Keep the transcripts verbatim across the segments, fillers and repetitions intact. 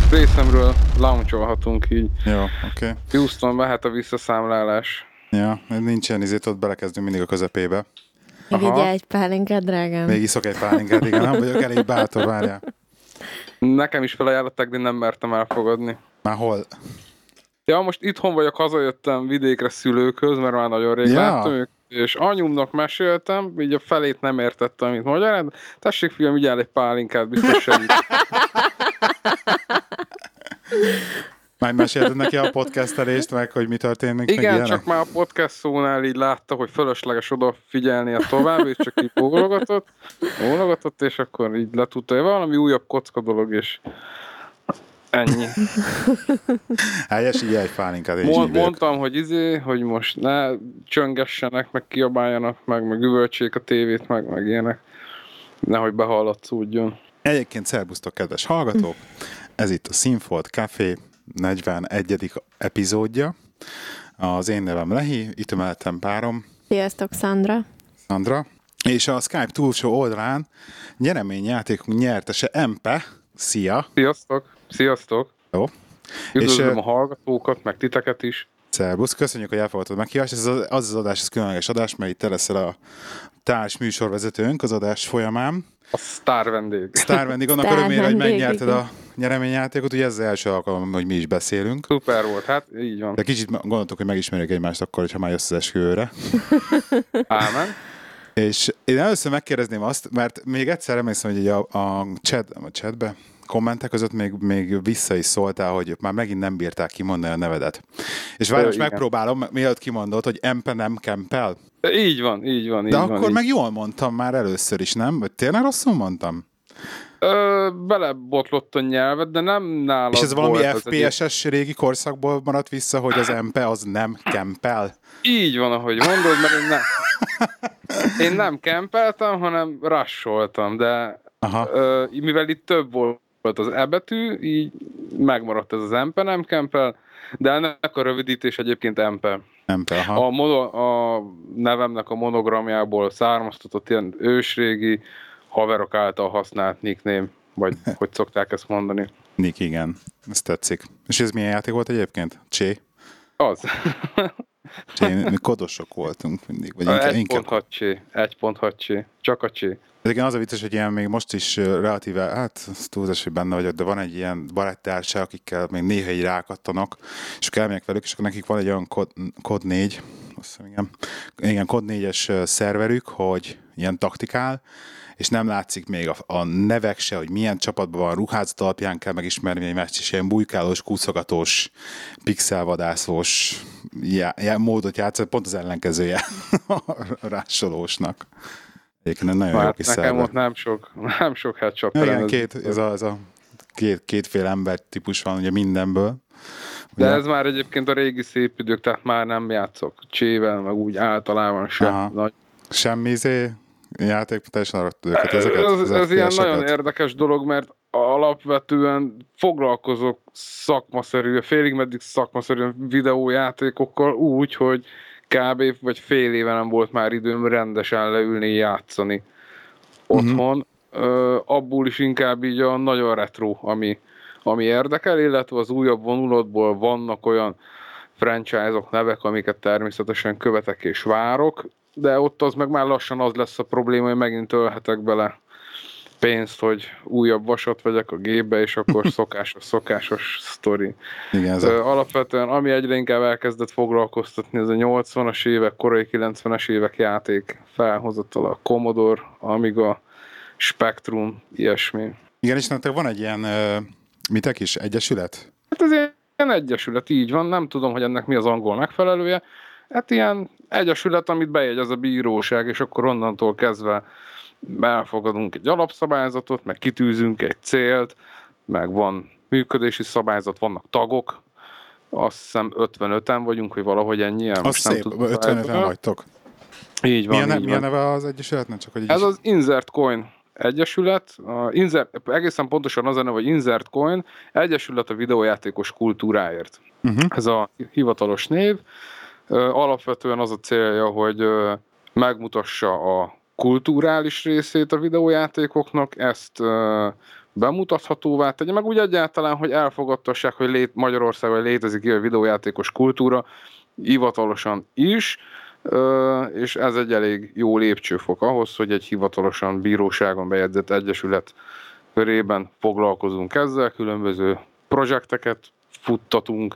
részemről launcholhatunk így. Jó, oké. Okay. Houston mehet a visszaszámlálás. Ja, nincsen izét, ott belekezdünk mindig a közepébe. Még így egy pálinkát, drágám. Még iszok egy pálinkát, igen, nem vagyok elég bátor, várjál. Nekem is felajánlották, de nem mertem elfogadni. Már hol? Ja, most itthon vagyok, hazajöttem vidékre szülőkhöz, mert már nagyon rég ja. láttam ők, és anyumnak meséltem, így a felét nem értettem, amit magyarán. Tessék, fiam, vigyál egy pálinkát, biztos segít. Már mesélted neki a podcastelést, meg hogy mi történik? Igen, csak már a podcast szónál így látta, hogy fölösleges odafigyelni a tovább, és csak így bólogatott, bólogatott, és akkor így letudta, hogy valami újabb kocka dolog, és ennyi. Helyes, így egy pálinkát. Mond, mondtam, hogy izé, hogy most ne csöngessenek, meg kiabáljanak, meg, meg üvöltsék a tévét, meg, meg ilyenek. Nehogy behallatszódjon. Egyébként szervusztok, kedves hallgatók! Ez itt a Színfolt Café negyvenegyedik epizódja. Az én nevem Lehi, itt mellettem párom. Sziasztok, Szandra. Szandra. És a Skype túlsó oldalán nyereményjátékunk nyertese Empe. Szia! Sziasztok! Sziasztok! Jó. Üdvözlöm és, a hallgatókat, meg titeket is. Szervusz, köszönjük, hogy elfogadtad meghívást. Ez az, az az adás, ez különleges adás, mert itt te leszel a társ műsorvezetőnk az adás folyamán. A sztár vendég. Sztár vendég, annak örömére, hogy megnyerted a nyereményjátékot, ugye ez az első alkalom, hogy mi is beszélünk. Szuper volt, hát így van. De kicsit gondoltuk, hogy megismerjük egymást akkor, hogyha már jössz az esküvőre. Ámen. És én először megkérdezném azt, mert még egyszer emlékszem, hogy a, a, chat, a chatbe, kommentek között még, még vissza is szóltál, hogy már megint nem bírták kimondani a nevedet. És várj, most megpróbálom, mielőtt kimondod, hogy Empe nem Kempel. Így van, így van. Így De van, akkor így. meg jól mondtam már először is, nem? Vagy tényleg rosszul mondtam? Ö, belebotlott a nyelvet, de nem nálad. És ez valami volt, ef pé es-es egy... régi korszakból maradt vissza, hogy az Empe az nem Kempel? Így van, ahogy mondod, mert én nem, én nem kempeltem, hanem rusholtam, de ö, mivel itt több volt az E betű, így megmaradt ez az Empe, nem kempel, de ennek a rövidítés egyébként Empe. Empe, aha. A, mono, a nevemnek a monogramjából származtatott ilyen ősrégi haverok által használt nickname, vagy hogy szokták ezt mondani. Nick, igen. Ez tetszik. És ez milyen játék volt egyébként? Csé? Az. Csé, mi kodosok voltunk mindig. Vagy inkább, egy pont hat csé. egy pont hat csé. Csak a csé. Ez igen, az a vicces, hogy ilyen még most is relatíve, hát túlzás, hogy benne vagyok, de van egy ilyen baráttársa, akikkel még néha így rákattanak, és akkor elmegyek velük, és akkor nekik van egy olyan kod, kod négy, azt hiszem, igen, igen, kod négyes szerverük, hogy ilyen taktikál, és nem látszik még a, a nevek se, hogy milyen csapatban van, ruházat alapján kell megismerni egy meccs, és ilyen bujkálós, kúszogatós, pixelvadászós já, já, módot játszani, pont az ellenkezője a rásolósnak. Egyébként nagyon hát jó kis nekem szerver. ott nem sok, nem sok headshot. Ja, igen, két, ez a, ez a két, kétféle ember típus van ugye mindenből. De ugye? Ez már egyébként a régi szép idők, tehát már nem játszok csével, meg úgy általában sem. Nagy... Semmi izé játék, teljesen arra őket ezeket? Ez, ez, ez ilyen nagyon érdekes dolog, mert alapvetően foglalkozok szakmaszerűen, félig meddig szakmaszerűen videójátékokkal úgy, hogy kb. Vagy fél éve nem volt már időm rendesen leülni, játszani otthon. Uh-huh. Abból is inkább így a nagyon retro, ami, ami érdekel, illetve az újabb vonulatból vannak olyan franchise-ok, nevek, amiket természetesen követek és várok, de ott az meg már lassan az lesz a probléma, hogy megint tölhetek bele pénzt, hogy újabb vasat vegyek a gépbe, és akkor szokásos, szokásos sztori. Igen, ez a... Alapvetően, ami egyre inkább elkezdett foglalkoztatni, ez a nyolcvanas évek, korai kilencvenes évek játék felhozatal, a Commodore, Amiga, Spectrum, ilyesmi. Igen, és nektek van egy ilyen, uh, mitek is, egyesület? Hát ez ilyen egyesület, így van, nem tudom, hogy ennek mi az angol megfelelője. Hát ilyen egyesület, amit bejegyez a bíróság, és akkor onnantól kezdve elfogadunk egy alapszabályzatot, meg kitűzünk egy célt, meg van működési szabályzat, vannak tagok, azt hiszem ötvenöten vagyunk, hogy valahogy ennyien. Az szép, ötvenöten vagytok. Így van, milyen, így milyen van. neve az egyesületnek? Csak, hogy Ez is... az Insert Coin egyesület, a Insert, egészen pontosan az a neve, hogy Insert Coin, egyesület a videójátékos kultúráért. Uh-huh. Ez a hivatalos név. Alapvetően az a célja, hogy megmutassa a kulturális részét a videójátékoknak, ezt bemutathatóvá tegye, meg úgy egyáltalán, hogy elfogadtassák, hogy lét, Magyarországon létezik ilyen videójátékos kultúra, hivatalosan is, és ez egy elég jó lépcsőfok ahhoz, hogy egy hivatalosan bíróságon bejegyzett egyesület körében foglalkozunk ezzel, különböző projekteket futtatunk.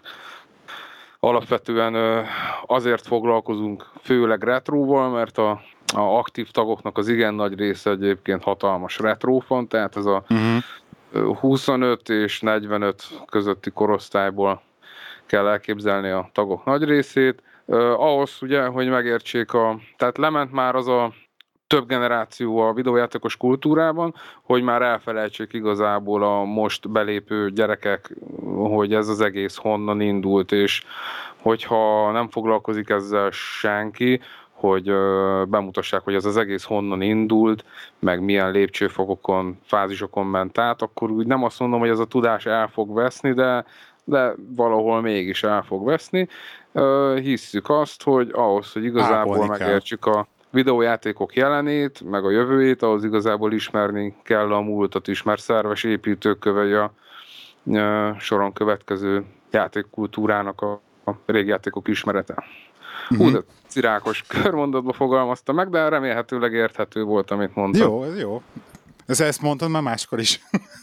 Alapvetően azért foglalkozunk főleg retróval, mert a, a aktív tagoknak az igen nagy része egyébként hatalmas retrófan, tehát ez a uh-huh. huszonöt és negyvenöt közötti korosztályból kell elképzelni a tagok nagy részét. Uh, ahhoz ugye, hogy megértsék a... Tehát lement már az a több generáció a videójátékos kultúrában, hogy már elfelejtsék igazából a most belépő gyerekek, hogy ez az egész honnan indult, és hogyha nem foglalkozik ezzel senki, hogy uh, bemutassák, hogy ez az egész honnan indult, meg milyen lépcsőfokokon, fázisokon ment át, akkor úgy nem azt mondom, hogy ez a tudás el fog veszni, de, de valahol mégis el fog veszni. Uh, hisszük azt, hogy ahhoz, hogy igazából Ápolni megértsük kell. a videójátékok jelenét, meg a jövőjét, ahhoz igazából ismerni kell a múltat is, mert szerves építőkövei a uh, soron következő játékkultúrának a, a régi játékok ismerete. Uh-huh. Hú, de cirákos körmondatba fogalmazta meg, de remélhetőleg érthető volt, amit mondtam. Jó, ez jó. Ez ezt mondtad már máskor is.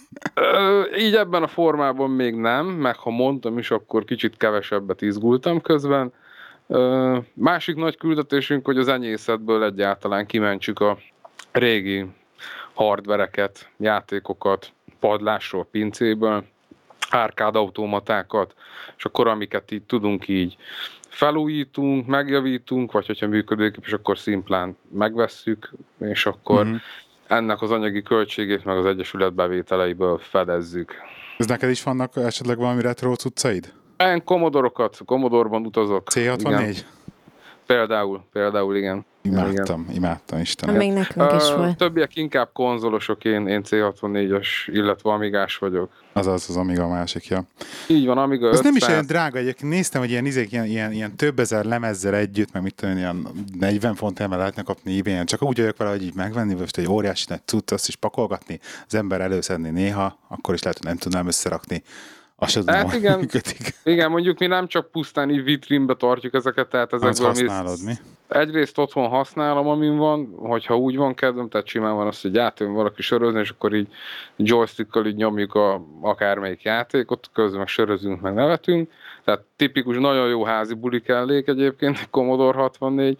Ö, így ebben a formában még nem, meg ha mondtam is, akkor kicsit kevesebbet izgultam közben. Ö, másik nagy küldetésünk, hogy az enyészetből egyáltalán kimentsük a régi hardvereket, játékokat, padlásról, pincéből, árkád automatákat, és akkor amiket így tudunk, így felújítunk, megjavítunk, vagy hogyha működőképes, akkor szimplán megvesszük, és akkor uh-huh. ennek az anyagi költségét meg az egyesület bevételeiből fedezzük. Ez neked is vannak esetleg valami retro cuccaid? Én Commodore-okat, Commodore-ban utazok. cé hatvannégy? Igen. Például, például igen. Imádtam, igen. imádtam Istenem. Még nekünk is uh, volt. Többiek inkább konzolosok, én, én cé hatvannégyes, illetve Amigás vagyok. Azaz az Amiga a másikja. Így van, Amiga Ez ötszáz. nem is olyan drága, egyébként néztem, hogy ilyen, izék, ilyen, ilyen, ilyen több ezer lemezzel együtt, meg mit tudom, ilyen negyven fontával lehetne kapni eBay-en. Csak úgy vagyok vele, hogy így megvenni, most egy óriási nagy cucc, azt is pakolgatni, az ember előszedni néha, akkor is lehet, hogy nem tudnám összerakni. Azt sem hát tudom, igen, működik. igen, mondjuk mi nem csak pusztán így vitrínbe tartjuk ezeket, tehát ezekből használod, mi? Egyrészt otthon használom, amin van, hogyha úgy van kedvem, tehát simán van az, hogy átjön valaki sörözni, és akkor így joystickkal így nyomjuk a, akármelyik játékot, közben meg sörözünk, meg nevetünk. Tehát tipikus, nagyon jó házi buli kellék egyébként, Commodore hatvannégy.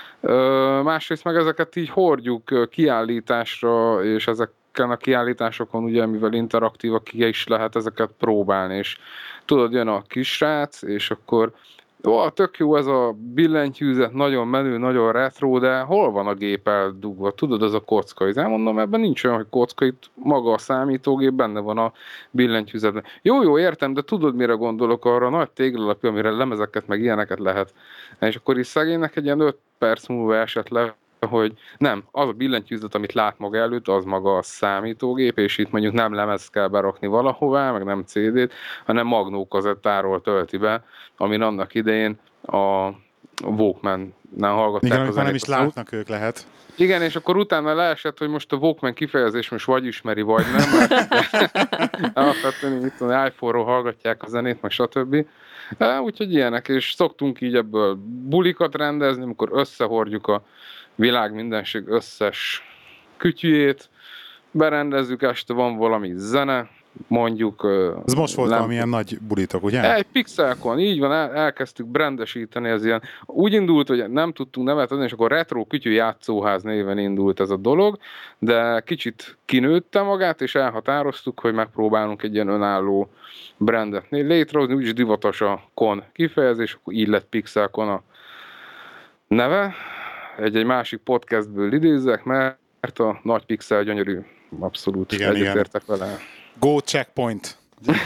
Ö, másrészt meg ezeket így hordjuk kiállításra, és ezek a kiállításokon, ugye, mivel interaktívak, ki is lehet ezeket próbálni, és tudod, jön a kisrác, és akkor ó, tök jó ez a billentyűzet, nagyon menő, nagyon retro, de hol van a gép eldugva? Tudod, az a kocka. Én mondom, ebben nincs olyan, hogy kocka, itt maga a számítógép, benne van a billentyűzetben. Jó, jó, értem, de tudod, mire gondolok, arra a nagy téglalapja, amire lemezeket, meg ilyeneket lehet. És akkor is szegénynek egy ilyen öt perc múlva esett le, hogy nem, az a billentyűzet, amit lát maga előtt, az maga a számítógép, és itt mondjuk nem lemez kell berakni valahová, meg nem cé dét, hanem magnókazettáról tölti be, amin annak idején a Walkman-nál hallgatták. Igen, amikor nem is látnak ők lehet. Igen, és akkor utána leesett, hogy most a Walkman kifejezés most vagy ismeri, vagy nem, mert alapvetően itt az iPhone-ról hallgatják a zenét, meg stb. Úgyhogy ilyenek, és szoktunk így ebből bulikat rendezni, amikor összehordjuk a világ mindenség összes kütyüjét, berendezzük, este van valami zene, mondjuk... Ez most volt valamilyen nagy bulitok, ugye? Egy Pixelkon, így van, el, elkezdtük brandesíteni, ez ilyen. Úgy indult, hogy nem tudtunk nevet adni, és akkor Retro Kütyű Játszóház néven indult ez a dolog, de kicsit kinőtte magát, és elhatároztuk, hogy megpróbálunk egy ilyen önálló brandet létrehozni, úgyis divatos a kon kifejezés, akkor így lett Pixelkon a neve. Egy-egy másik podcastből idézek, mert a nagy pixel gyönyörű, abszolút egyetértek vele. Go Checkpoint!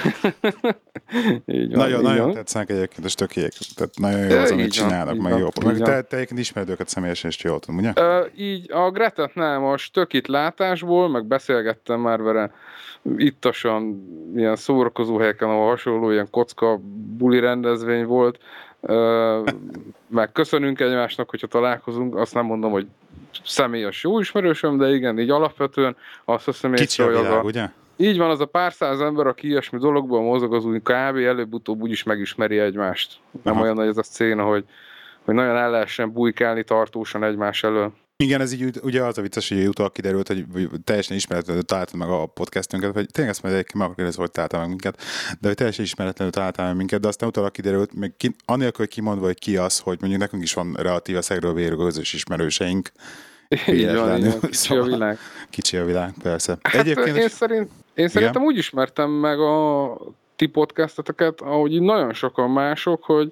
Így van, nagyon, így nagyon van. tetszenek egyébként a stökélyek. Tehát nagyon jó az, amit csinálnak, meg van, jó. Meg te, te egyébként ismered őket személyesen, és jól tudom, ugye? Ö, így a Gretet nem, a stökit látásból, meg beszélgettem már vele ittasan, ilyen szórakozó helyeken, ahol hasonló ilyen kocka buli rendezvény volt. Ö, meg köszönünk egymásnak, hogyha találkozunk, azt nem mondom, hogy személyes jó ismerősöm, de igen, így alapvetően azt hiszem, kicsi a világ, a, ugye? így van, az a pár száz ember, aki ilyesmi dologban mozog, az úgy kb. Előbb-utóbb úgyis megismeri egymást. Nem Aha. olyan nagy ez a széna, hogy, hogy nagyon el lehessen bujkálni tartósan egymás elől. Igen, ez így ugye az a vicces, hogy utólag kiderült, hogy teljesen ismeretlenül találtad meg a podcastünket, vagy tényleg ezt majd egyébként meg akarok kérdezni, hogy találtál meg minket, de hogy teljesen ismeretlenül találtál meg minket, de aztán utólag kiderült, még ki, anélkül, hogy kimondva, hogy ki az, hogy mondjuk nekünk is van relatíve szegről vérő közös ismerőseink. Így van, így van, kicsi szóval, a világ. Kicsi a világ, persze. Hát egyébként én, szerint, én szerintem úgy ismertem meg a ti podcasteteket, ahogy így nagyon sokan mások, hogy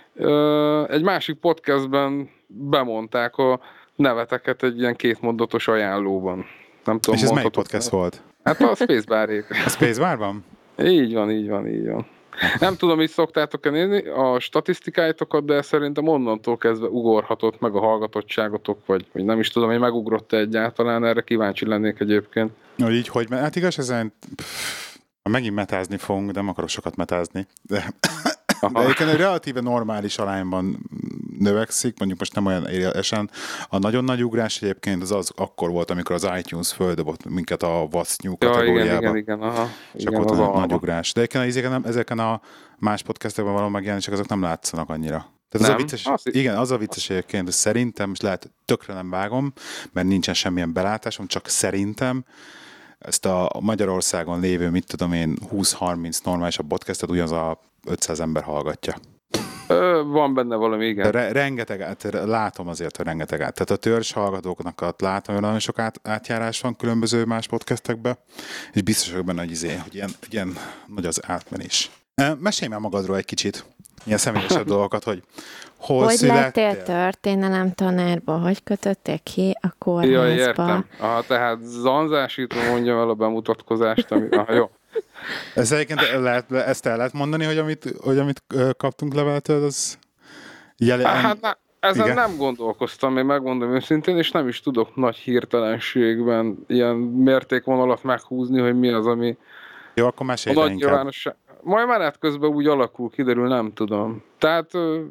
ö, egy másik podcastben bemondták a neveteket egy ilyen kétmondatos ajánlóban. Nem tudom, és ez melyik podcast el? Volt? Hát a Spacebarék. A Spacebarban? Így van, így van, így van. Nem tudom, így szoktátok-e nézni a statisztikáitokat, de szerintem onnantól kezdve ugorhatott meg a hallgatottságotok, vagy, vagy nem is tudom, hogy megugrott-e egyáltalán, erre kíváncsi lennék egyébként. No, így, hogy, hát igaz, ezen pff, megint metázni fogunk, de nem akarok sokat metázni. De, de egyébként egy relatíve normális arányban növekszik, mondjuk most nem olyan élesen. A nagyon nagy ugrás egyébként az, az akkor volt, amikor az iTunes földobott minket a What's New kategóriába. Ja, igen, igen, igen. Aha. És igen, akkor volt nagy ugrás. De egyébként ezeken a más podcastekben való megjelenések, azok nem látszanak annyira. Tehát az a vicces, igen, az a vicces egyébként, hogy szerintem, és lehet tökre nem vágom, mert nincsen semmilyen belátásom, csak szerintem ezt a Magyarországon lévő, mit tudom én, húsz-harminc normálisabb podcastet ugyanaz a ötszáz ember hallgatja. Ö, van benne valami, igen. Re- rengeteg, át, látom azért, hogy rengeteg át. Tehát a törzs hallgatóknak látom, hogy nagyon sok át, átjárás van különböző más podcastekbe, és biztos vagyok benne, hogy, izé, hogy ilyen, ilyen nagy az átmenés. Mesélj már magadról egy kicsit, ilyen személyesebb dolgokat, hogy hol hogy születtél? lettél történelem tanárba? Hogy kötöttél ki a kórházba? Ja, értem. Aha, tehát zanzásítva mondjam el a bemutatkozást, ami... Aha, jó. Ez egyébként lehet, ezt el lehet mondani, hogy amit, hogy amit kaptunk leveltől, az jelen... Hát na, ezen igen. Nem gondolkoztam, én megmondom őszintén, és nem is tudok nagy hirtelenségben ilyen mértékvonalat meghúzni, hogy mi az, ami jó, akkor mesélj a nagy nyilvánosság. Majd menet közben úgy alakul, kiderül, nem tudom. Tehát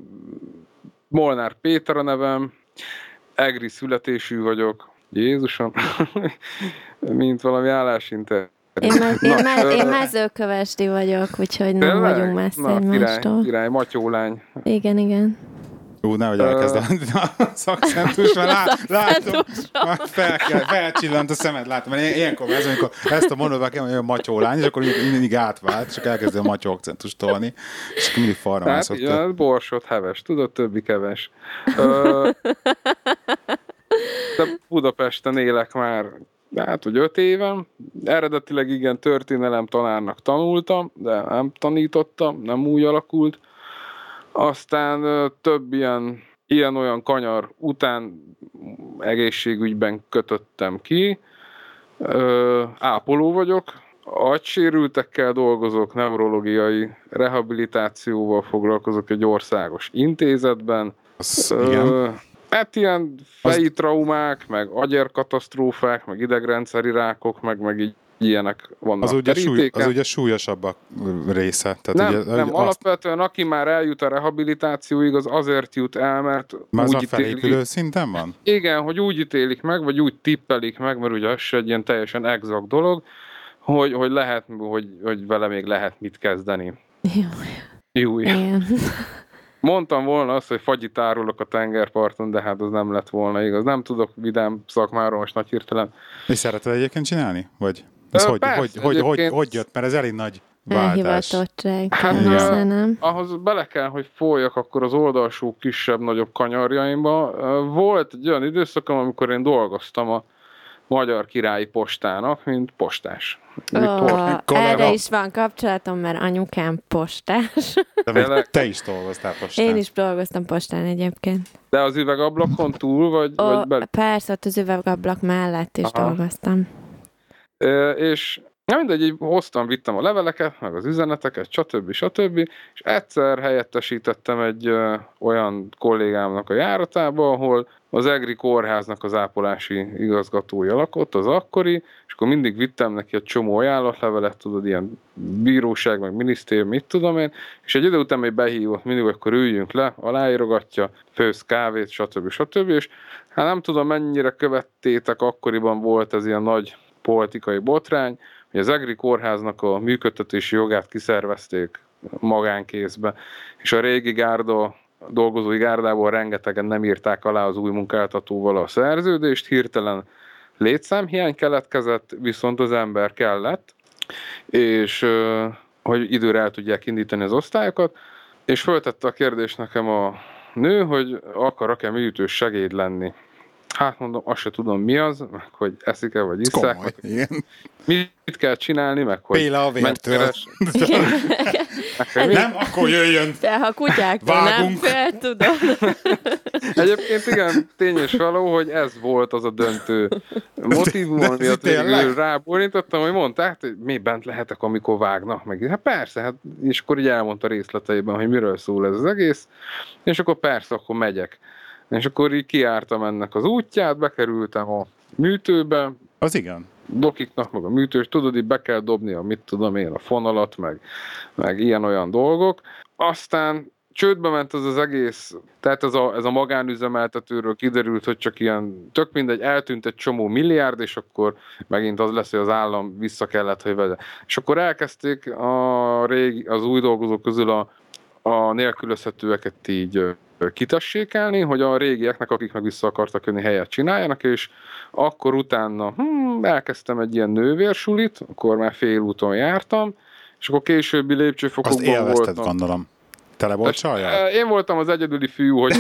Molnár Péter a nevem, egri születésű vagyok, Jézusom, mint valami állásinter. Én, me- én, me- én mezőkövesdi vagyok, úgyhogy nem Tényleg? Vagyunk messze egymástól. Király, király, matyólány. Igen, igen. Ú, nehogy elkezd a szakszentus, mert lá, látom, fel, felcsillant a szemed, látom, mert ilyenkor ez, amikor ezt a mondatban kell, hogy matyólány, és akkor mindig átvált, és akkor elkezd a matyó akcentust tolni, és akkor mindig falra mászott. Hát, borsot, heves, tudod, többi keves. Ö, de Budapesten élek már, hát, hogy öt éven. Eredetileg igen, történelem tanárnak tanultam, de nem tanítottam, nem úgy alakult. Aztán több ilyen, ilyen-olyan kanyar után egészségügyben kötöttem ki. Ápoló vagyok, agysérültekkel dolgozok, neurológiai rehabilitációval foglalkozok egy országos intézetben. Az, igen. Hát ilyen feji traumák, meg agyérkatasztrófák, meg idegrendszeri rákok, meg, meg így ilyenek vannak. Az ugye, súly, az ugye súlyosabb a része. Tehát nem, ugye, nem azt... alapvetően aki már eljut a rehabilitációig, az azért jut el, mert már úgy az a felépülő szinten van? Igen, hogy úgy ítélik meg, vagy úgy tippelik meg, mert ugye az se egy ilyen teljesen exakt dolog, hogy, hogy lehet, hogy, hogy vele még lehet mit kezdeni. Jó. Jó. Mondtam volna azt, hogy fagyit árulok a tengerparton, de hát az nem lett volna igaz. Nem tudok vidám szakmáról most nagy hirtelen. És szereted egyébként csinálni? Vagy ez Ö, hogy, persze, hogy, hogy, hogy, hogy jött? Mert ez elég nagy váltás. Elhivatottság. Hát, ahhoz bele kell, hogy folyjak akkor az oldalsó kisebb-nagyobb kanyarjaimba. Volt egy olyan időszakom, amikor én dolgoztam a Magyar Királyi Postának, mint postás. Oh, erre is van kapcsolatom, mert anyukám postás. De te is dolgoztál postán. Én is dolgoztam postán egyébként. De az üvegablakon túl, vagy, oh, vagy belül? Persze, ott az üvegablak mellett is Aha. dolgoztam. E, és nem mindegy, így hoztam, vittem a leveleket, meg az üzeneteket, stb. stb. És egyszer helyettesítettem egy ö, olyan kollégámnak a járatába, ahol az egri kórháznak az ápolási igazgatója lakott, az akkori, és akkor mindig vittem neki egy csomó ajánlatlevelet, tudod, ilyen bíróság, meg minisztérium, mit tudom én, és egy idő után még behívott, mindig, akkor üljünk le, aláírogatja, főz kávét, stb. stb. És hát nem tudom, mennyire követtétek, akkoriban volt ez ilyen nagy politikai botrány, hogy az EGRI kórháznak a működtetési jogát kiszervezték magánkézbe, és a régi gárda, dolgozói gárdából rengetegen nem írták alá az új munkáltatóval a szerződést, hirtelen létszámhiány keletkezett, viszont az ember kellett, és hogy időre el tudják indítani az osztályokat, és föltette a kérdést nekem a nő, hogy akarok-e műtős segéd lenni. Hát mondom, azt se tudom mi az, meg hogy eszik-e, vagy iszák, Komoly, meg, igen. mit kell csinálni, meg hogy... Péla a vértől. Meg, nem, akkor jöjjön. De ha kutyáktól nem Vágunk. fél, tudod. Egyébként igen, tény és való, hogy ez volt az a döntő motivum, De- de miatt tényleg? végül ráborítottam, hogy mondták, hogy mi bent lehetek, amikor vágnak meg. Hát persze, hát, és akkor így elmondta részleteiben, hogy miről szól ez az egész, és akkor persze, akkor megyek. És akkor így kiártam ennek az útját, bekerültem a műtőbe, Az igen. dokiknak, meg a műtős, tudod, így be kell dobni a mit tudom én, a fonalat, meg, meg ilyen-olyan dolgok. Aztán csődbe ment az az egész, tehát ez a, ez a magánüzemeltetőről kiderült, hogy csak ilyen, tök mindegy, eltűnt egy csomó milliárd, és akkor megint az lesz, hogy az állam vissza kellett, hogy vegye. És akkor elkezdték a régi, az új dolgozók közül a, a nélkülözhetőeket így kitessékelni, hogy a régieknek, akik meg vissza akartak jönni, helyet csináljanak, és akkor utána hmm, elkezdtem egy ilyen nővérsulit, akkor már félúton jártam, és akkor későbbi Azt lépcsőfokokban élvezted, voltam. gondolom. Tele volt csajjal? Én voltam az egyedüli fiú, hogy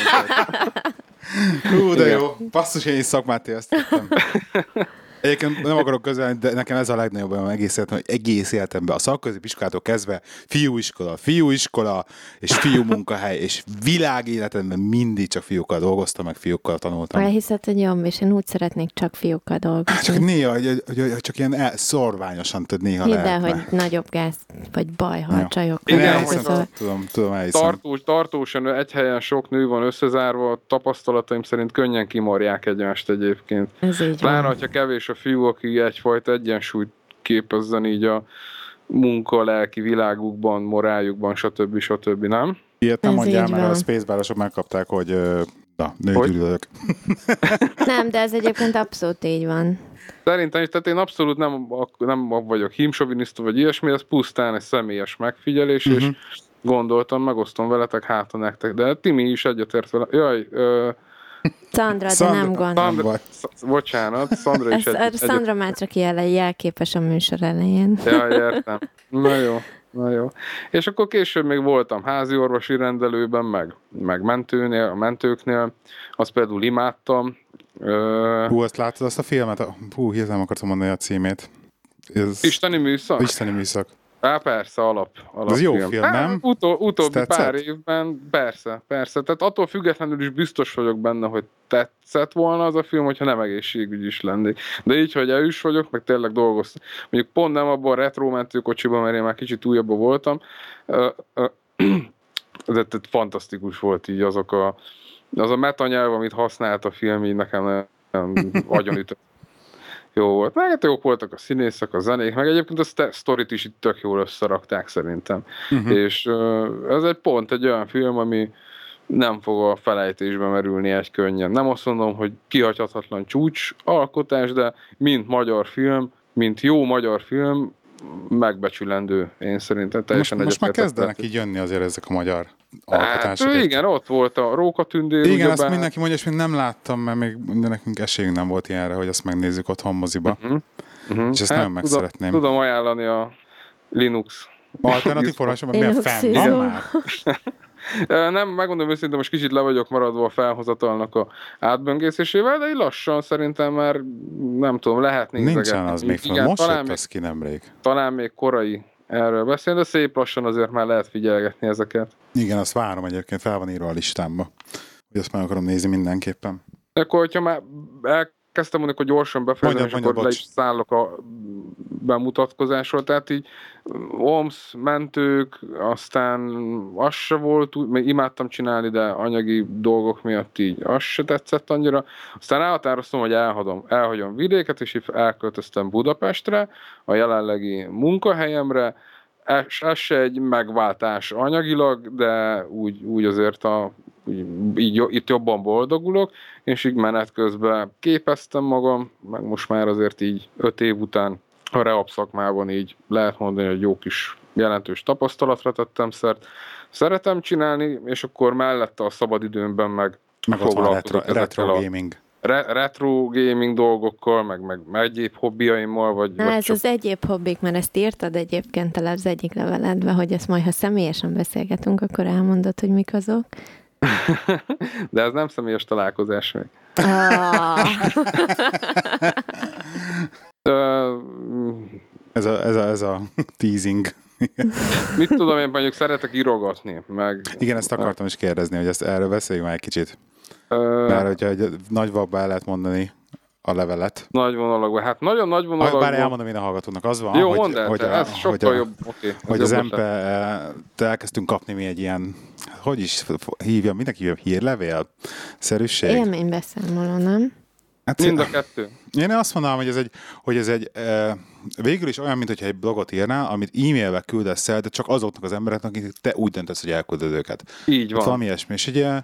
Hú, de Igen. jó. Basszus, én is szakmát élveztettem. Egyébként nem akarok közelni, de nekem ez a legnagyobb olyan egész életem, hogy egész életemben a szakközépiskolától kezdve fiúiskola, fiúiskola és fiú munkahely, és világéletemben mindig csak fiúkkal dolgoztam, meg fiúkkal tanultam. Elhiszed, hogy jobb, és én úgy szeretnék csak fiúkkal dolgozni. Csak néha, hogy, hogy, hogy csak ilyen el, szorványosan tud néha Hidd el, lehetne. hogy nagyobb gáz, vagy baj, ha a Ja. csajokkal Igen, Elhiszem, hogy dolgozol. tudom, tudom, elhiszem. tartós, tartósan egy helyen sok nő van összezárva, tapasztalataim szerint könnyen kimarják egymást egyébként. Ez így Pláne, van. hogyha kevés a fiú, aki egyfajta egyensúlyt képezzen így a munka, lelki világukban, moráljukban, stb. Stb. Nem? Ilyet nem Ez mondjál, így mert a van. Spacebarosok megkapták, hogy ö, na, Hogy? nőgyűlölök. Nem, de ez egyébként abszolút így van. Szerintem is, tehát én abszolút nem, nem vagyok hímsoviniszta vagy ilyesmi, ez pusztán egy személyes megfigyelés, uh-huh. és gondoltam, megosztom veletek, hát a nektek, de Timi is egyetért vele. Jaj, ö, Szandra, de Szandra- nem gond. Szandra, baj. sz- bocsánat, Szandra is Ez, egy, a egyet. Szandra már csak jel, jelképes a műsor elején. Ja, értem. Na jó, na jó. És akkor később még voltam házi orvosi rendelőben, meg, meg mentőnél, a mentőknél, azt például imádtam. Ö, Hú, azt láttad azt a filmet? Hú, hirtelen akartam mondani a címét. Ez Isteni műszak? Isteni műszak. Á, persze, alap. alap Ez jó film, nem? Utó, utóbbi Ezt tetszett? pár évben, persze, persze. Tehát attól függetlenül is biztos vagyok benne, hogy tetszett volna az a film, hogyha nem egészségügy is lennék. De így, hogy erős vagyok, meg tényleg dolgoztam. Mondjuk pont nem abban a retro mentőkocsiban, mert én már kicsit újabban voltam, ö, ö, de tehát fantasztikus volt így azok a, az a metanyelv, amit használt a film, így nekem nagyon agyonütött. Jó volt. Meg hát jók voltak a színészek, a zenék, meg egyébként a szte- sztorit is itt tök jól összerakták szerintem. Uh-huh. És uh, ez egy pont egy olyan film, ami nem fog a felejtésbe merülni egy könnyen. Nem azt mondom, hogy kihagyhatatlan csúcs alkotás, de mint magyar film, mint jó magyar film, megbecsülendő, én szerintem teljesen Most, most már egyetértek. kezdenek így jönni azért ezek a magyar Hát alkotások. igen, ott volt a Rókatündér. Igen, azt ugyebár. mindenki mondja, és még nem láttam, mert még de nekünk esélyünk nem volt ilyenre, hogy azt megnézzük otthon moziba. Uh-huh. Uh-huh. És ezt nagyon meg tudom, szeretném. Tudom ajánlani a Linux. Alternatív forrásban milyen Linux fenn van izó. már? Nem, megmondom őszintén, most kicsit le vagyok maradva a felhozatalnak a átböngészésével, de így lassan szerintem már nem tudom, lehet nézegetni. Nincsen az még fel. Igen, Most talán, jött még, az ki nemrég. talán még korai erről beszélni, de szép lassan azért már lehet figyelgetni ezeket. Igen, azt várom egyébként, fel van írva a listámba. Hogy azt meg akarom nézni mindenképpen. Akkor, hogyha már elkezdtem mondani, hogy gyorsan befejezem, Mondjad, és mondjad, akkor le bocs. is szállok a bemutatkozásról. Tehát így O M S, mentők, aztán az se volt, úgy- még imádtam csinálni, de anyagi dolgok miatt így az se tetszett annyira. Aztán elhatároztam, hogy elhagyom, elhagyom vidéket, és így elköltöztem Budapestre, a jelenlegi munkahelyemre. Ez, ez se egy megváltás anyagilag, de úgy, úgy azért a, úgy, így, itt jobban boldogulok, és így menet közben képeztem magam, meg most már azért így öt év után a Reap szakmában így lehet mondani, hogy jó kis jelentős tapasztalatra tettem szert. Szeretem csinálni, és akkor mellette a szabadidőmben meg, meg foglalkozok retro, retro a gaming. Re- retro gaming dolgokkal, meg, meg, meg egyéb hobbiaimmal, vagy... Na, vagy ez csak... az egyéb hobbik, mert ezt írtad egyébként az egyik leveledbe, hogy ezt majd, ha személyesen beszélgetünk, akkor elmondod, hogy mik azok. De ez nem személyes találkozás még. Ah. ez, a, ez, a, ez a teasing. Mit tudom, én mondjuk szeretek írogatni, meg... Igen, ezt akartam is kérdezni, hogy ezt erről beszéljünk már egy kicsit. Uh, Mert hogyha egy nagy vabbá el lehet mondani a levelet. Nagy vonalakban. Hát nagyon nagy vonalakban... Bár elmondom én a hallgatónak, az van, jó, hogy, mondd el, hogy, te, a, ez sokkal hogy, a, jobb. Okay, hogy az em pé-t elkezdtünk kapni mi egy ilyen, hogy is hívja, mindenki hívja, hírlevél? Szerűség? Élménybeszámoló, nem? Hát mind a kettő. Én azt mondanám, hogy ez egy, hogy ez egy e, végül is olyan, mint hogyha egy blogot írnál, amit e-mailbe küldesz el, de csak azoknak az embereknek, akik te úgy döntesz, hogy elküldöd őket. Így van. Hát valami ilyesmi. És ugye,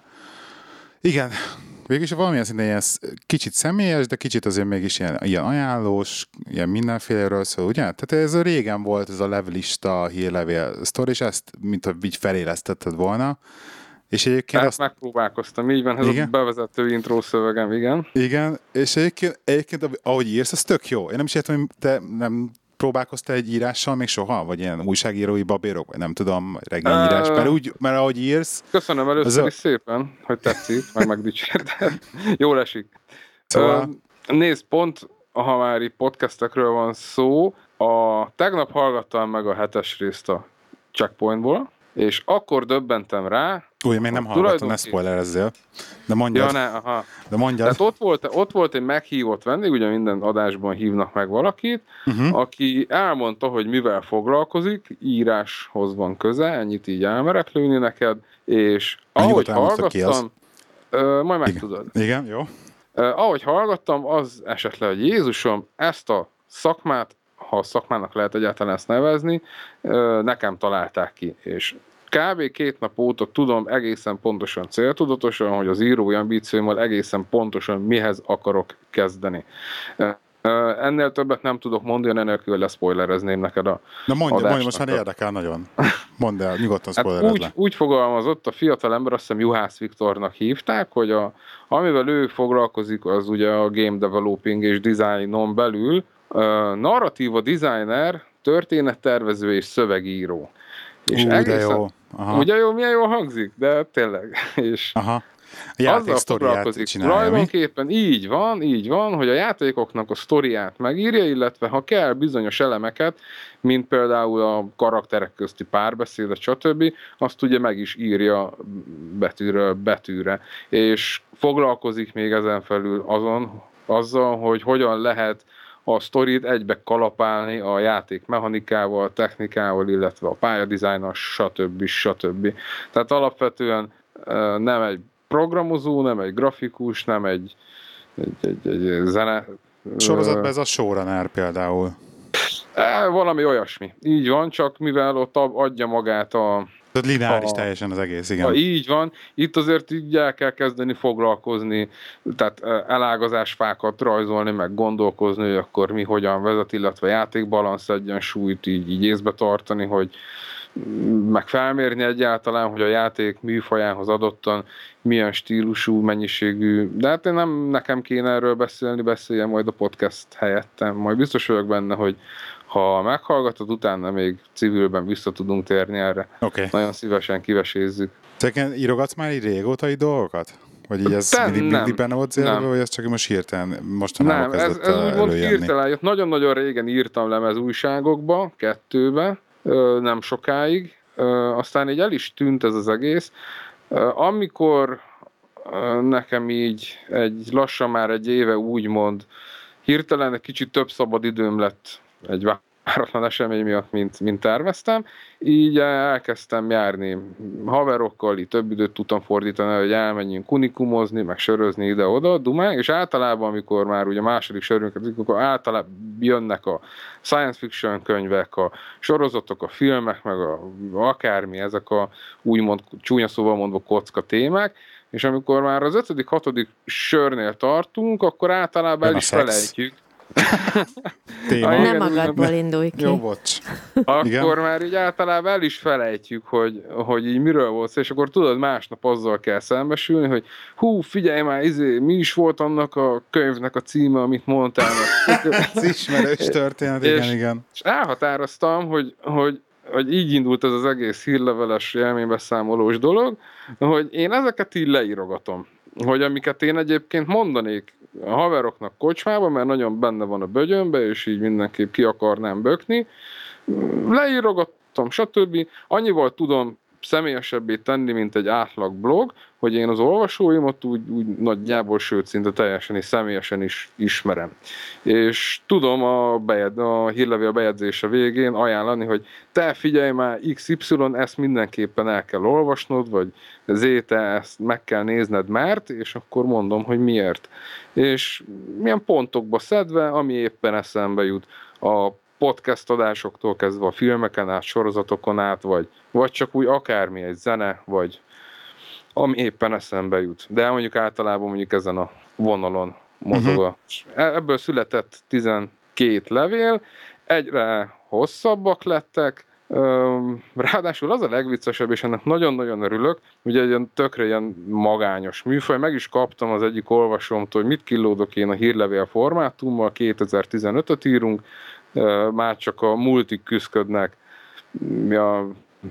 igen, végülis valamilyen szinten ilyen kicsit személyes, de kicsit azért mégis ilyen, ilyen ajánlós, ilyen mindenféleről szól, ugye? Tehát ez régen volt ez a levelista, hírlevél sztori, és ezt, mint hogy így felélesztetted volna. És egyébként Tehát azt... megpróbálkoztam, így van, ez igen? A bevezető intro szövegem, igen. Igen, és egyébként, egyébként ahogy írsz, az tök jó. Én nem is értem, hogy te nem próbálkoztál egy írással még soha? Vagy ilyen újságírói babérok? Vagy nem tudom, regényírás? Uh, mert, úgy, mert ahogy írsz... Köszönöm először is a... szépen, hogy tetszik, meg megdicsérted. Jól esik. Szóval... Uh, nézd, pont, ha már itt podcastekről van szó, a tegnap hallgattam meg a hetes részt a Checkpointból, és akkor döbbentem rá... Úgy, még nem hallgattam, ne spoilerezzél. De mondjad. Ja, ne, aha. De mondjad. Tehát ott volt, ott volt egy meghívott vendég, ugye minden adásban hívnak meg valakit, uh-huh. aki elmondta, hogy mivel foglalkozik, íráshoz van köze, ennyit így elmerek lőni neked, és ahogy hallgattam, uh, majd megtudod. Igen. Igen, jó. Uh, ahogy hallgattam, az esett le, hogy Jézusom, ezt a szakmát, ha szakmának lehet egyáltalán ezt nevezni, uh, nekem találták ki, és kb. Két nap óta tudom egészen pontosan, céltudatosan, hogy az írói ambícióimmal egészen pontosan mihez akarok kezdeni. Ennél többet nem tudok mondani, enélkül leszpoilerezném neked a Na mondj, mondj, most már érdekel nagyon. Mondd el, nyugodtan spoilerezd hát úgy, le. úgy fogalmazott a fiatal ember, azt hiszem Juhász Viktornak hívták, hogy a, amivel ő foglalkozik, az ugye a game developing és designon belül uh, narratíva designer, történettervező és szövegíró. És Ú, egészen, de jó. Aha. Ugye jó, milyen jól hangzik, de tényleg. És aha. A játék sztoriát csinálja, tulajdonképpen mi? Így van, így van, hogy a játékoknak a sztoriát megírja, illetve ha kell bizonyos elemeket, mint például a karakterek közti párbeszéd, stb., azt ugye meg is írja betűről betűre. És foglalkozik még ezen felül azon, azzal, hogy hogyan lehet a sztorit egybe kalapálni a játék mechanikával, a technikával, illetve a pályadizájnnal, stb. stb. Tehát alapvetően nem egy programozó, nem egy grafikus, nem egy, egy, egy, egy zene... Sorozatban ez a showrunner például. Valami olyasmi. Így van, csak mivel ott adja magát a... Tehát lineáris a, teljesen az egész, igen. A, így van. Itt azért így el kell kezdeni foglalkozni, tehát elágazásfákat rajzolni, meg gondolkozni, hogy akkor mi hogyan vezet, illetve játékbalansz egyensúlyt így, így észbe tartani, hogy meg felmérni egyáltalán, hogy a játék műfajához adottan milyen stílusú, mennyiségű, de hát én nem nekem kéne erről beszélni, beszéljen majd a podcast helyettem. Majd biztos vagyok benne, hogy ha meghallgatod, utána még civilben vissza tudunk térni erre. Okay. Nagyon szívesen kivesézzük. Te írogatsz már így régóta így dolgokat? Vagy így ez Te, mindig, mindig benne volt zélve, vagy ez csak most hirtelen mostanában kezdett előjönni? Nem, ez, ez úgy volt hirtelen jött. Nagyon-nagyon régen írtam lemez újságokba, kettőbe, nem sokáig. Aztán így el is tűnt ez az egész. Amikor nekem így egy lassan már egy éve úgymond hirtelen egy kicsit több szabad időm lett egy váratlan esemény miatt, mint, mint terveztem, így elkezdtem járni haverokkal, így több időt tudtam fordítani, hogy elmenjünk unikumozni, meg sörözni ide-oda, dumák, és általában, amikor már ugye második sörünket, akkor általában jönnek a science fiction könyvek, a sorozatok, a filmek, meg a, akármi, ezek a úgymond csúnya szóval mondva kocka témák, és amikor már az ötödik, hatodik sörnél tartunk, akkor általában el is felejtjük. Téma. Nem magadból indulj ki. Jó, bocs. Akkor Igen. már így általában el is felejtjük, hogy, hogy így miről volt szó, és akkor tudod, másnap azzal kell szembesülni, hogy hú, figyelj már, izé, mi is volt annak a könyvnek a címe, amit mondtál. Ez ismerős történet, igen, és, igen. És elhatároztam, hogy, hogy, hogy így indult ez az egész hírleveles élménybeszámolós dolog, hogy én ezeket így leírogatom. Hogy amiket én egyébként mondanék a haveroknak kocsmában, mert nagyon benne van a bögyönbe, és így mindenképp ki akarnám bökni, leírogattam, stb. Annyival tudom személyesebbé tenni, mint egy átlag blog, hogy én az olvasóimat úgy, úgy nagyjából, sőt, szinte teljesen és személyesen is ismerem. És tudom a, bejed, a hírlevél bejegyzése végén ajánlani, hogy te figyelj már, iksz ipszilon, ezt mindenképpen el kell olvasnod, vagy Z, te ezt meg kell nézned, mert, és akkor mondom, hogy miért. És milyen pontokba szedve, ami éppen eszembe jut. A podcast adásoktól kezdve a filmeken át, sorozatokon át, vagy, vagy csak úgy akármi, egy zene, vagy ami éppen eszembe jut. De mondjuk általában mondjuk ezen a vonalon mozog. Uh-huh. Ebből született tizenkét levél, egyre hosszabbak lettek, ráadásul az a legviccesebb, és ennek nagyon-nagyon örülök, ugye egy ilyen tökre ilyen magányos műfaj, meg is kaptam az egyik olvasómtól, hogy mit killódok én a hírlevél formátummal, kétezer-tizenötöt írunk, már csak a multik küzdködnek a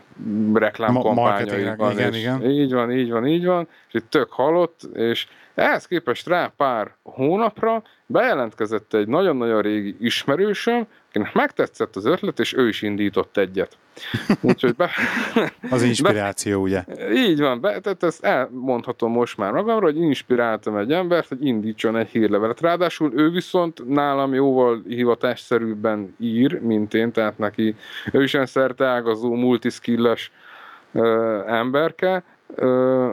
reklámkampányaiban. Igen, igen. Így van, így van, így van, és itt tök halott, és ehhez képest rá pár hónapra bejelentkezett egy nagyon-nagyon régi ismerősöm, akinek megtetszett az ötlet, és ő is indított egyet. Úgyhogy be... Az inspiráció, be... ugye? Így van, be... tehát ezt elmondhatom most már magamra, hogy inspiráltam egy embert, hogy indítson egy hírlevelet. Ráadásul ő viszont nálam jóval hivatásszerűbben ír, mint én, tehát neki ő is ilyen szerteágazó, multiskilles uh, emberke, uh,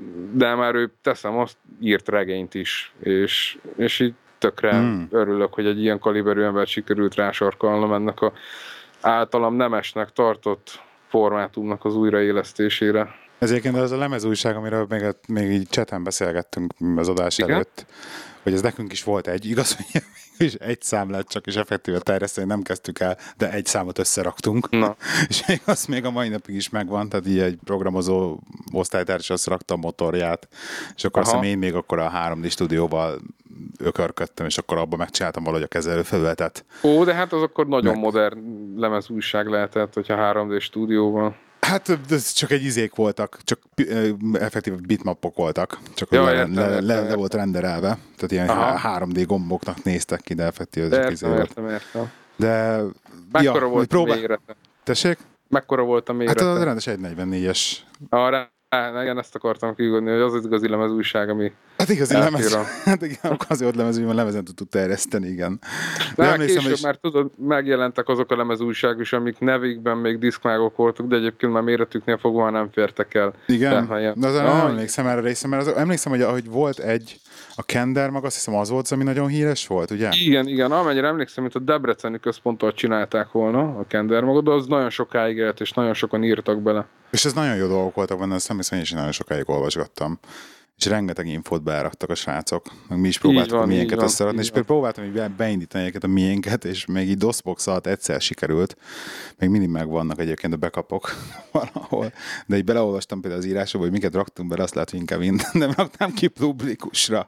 de már ő, teszem azt, írt regényt is, és, és így tökre hmm. örülök, hogy egy ilyen kaliberű embert sikerült rásarkalnom ennek a általam nemesnek tartott formátumnak az újraélesztésére. Ez egyébként az a lemezújság, amiről még, még így chaten beszélgettünk az adás Igen? előtt, hogy ez nekünk is volt egy, igaz, hogy és egy szám lett csak, és effektíve terjeszteni nem kezdtük el, de egy számot összeraktunk. Na. És még az még a mai napig is megvan, tehát így egy programozó osztálytárs azt rakta a motorját, és akkor Aha. azt hiszem én még akkor a három dé stúdióval ökörködtem, és akkor abban megcsináltam valahogy a kezelőfelületet. Ó, de hát az akkor nagyon meg... modern lemezújság lehetett, hogyha három dé stúdióban. Hát ez csak egy izék voltak, csak effektív bitmapok voltak, csak ja, le, értem, le, értem, le, értem. le volt renderelve, tehát ilyen Aha. három dé gomboknak néztek ki, de effektív ezek izé volt. Értem, értem. De... Mekkora ja, volt próbál... a mérete? Tessék? Mekkora volt a mérete? Hát a rendes egy negyvennégyes. Arra, igen, ezt akartam kigondni, hogy az az igazi lemezújság, ami Hát igazi lemez, hát igen, akkor azért ott lemez, hogy lemezen tudtuk terjeszteni, igen. De, de később is... már tudod, megjelentek azok a lemezújság is, amik nevükben még diszkmágok voltak, de egyébként már méretüknél fogva nem fértek el. Igen? Tehát, de azon nem emlékszem erre részem, mert az, emlékszem, hogy ahogy volt egy, a Kender mag, azt hiszem az volt, ami nagyon híres volt, ugye? Igen, igen, amennyire emlékszem, mint a Debreceni központtal csinálták volna a Kender magot, de az nagyon sokáig élt, és nagyon sokan írtak bele. És ez nagyon jó dolgok voltak benne, azt hiszem, én is nagyon sokáig olvasgattam. És rengeteg infót beraktak a srácok, meg mi is próbáltuk van, a miénket összeadni, és például próbáltam így beindítani egyeket a miénket, és még így DOSBox alatt egyszer sikerült, még mindig megvannak egyébként a backupok valahol, de így beleolvastam például az írásokba, hogy miket raktunk bele, azt lehet, hogy inkább én nem raktam ki publikusra.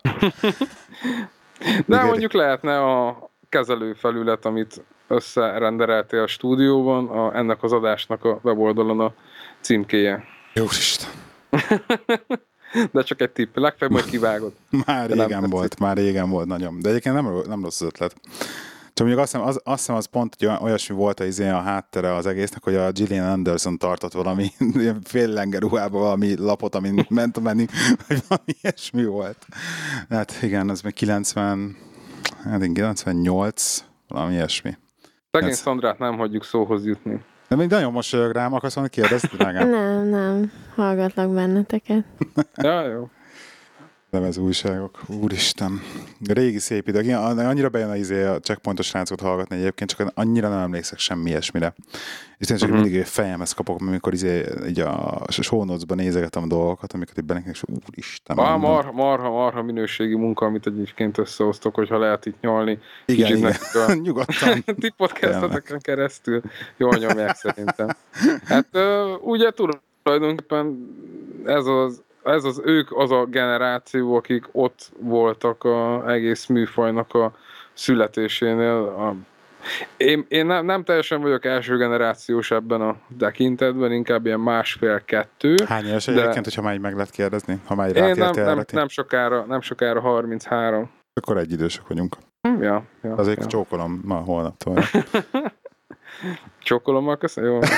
De mondjuk lehetne a kezelőfelület, amit összerendereltél a stúdióban, a, ennek az adásnak a weboldalon a címkéje. Jóisten! De csak egy tipp, legfeljebb majd kivágod. Már régen volt, már régen volt nagyon. De egyébként nem, nem rossz az ötlet. Csak mondjuk azt hiszem az, azt hiszem az pont hogy olyasmi volt az a háttere az egésznek, hogy a Gillian Anderson tartott valami fél lengeruhába valami lapot, amin ment a menü, vagy valami ilyesmi volt. Hát igen, az még kilencven, hát kilencvennyolc, valami ilyesmi. Szegény Ez... Szandrát nem hagyjuk szóhoz jutni. De még nagyon mosolyog rám, akarsz valami kérdezni, drágám? Nem, nem. Hallgatlak benneteket. Ja, jó. lemez újságok. Úristen. Régi szép ideg. Annyira bejön a, izé, a checkpointos ráncot hallgatni egyébként, csak annyira nem emlékszek semmi ilyesmire. És tényleg csak uh-huh. mindig fejemhez kapok, amikor izé, így a show notes-ban nézegetem a dolgokat, amiket itt bennek, és úristen. Ah, marha, marha, marha minőségi munka, amit egyébként összehoztok, hogyha lehet itt nyolni. Igen, igen. A... Nyugodtan. Ti podcasteteken keresztül jól nyomják szerintem. Hát ugye tulajdonképpen ez az Ez az, ők az a generáció, akik ott voltak az egész műfajnak a születésénél. A, én én nem, nem teljesen vagyok első generációs ebben a tekintetben, inkább ilyen másfél-kettő. Hány éves egyébként, hogyha már így meg lehet kérdezni? Ha már így én nem, nem, nem, sokára, nem sokára harminchárom. Akkor egy idősök vagyunk. Hm, ja, ja, Azért ja. Csókolom ma holnaptól. Csókolom, köszönöm. Jó.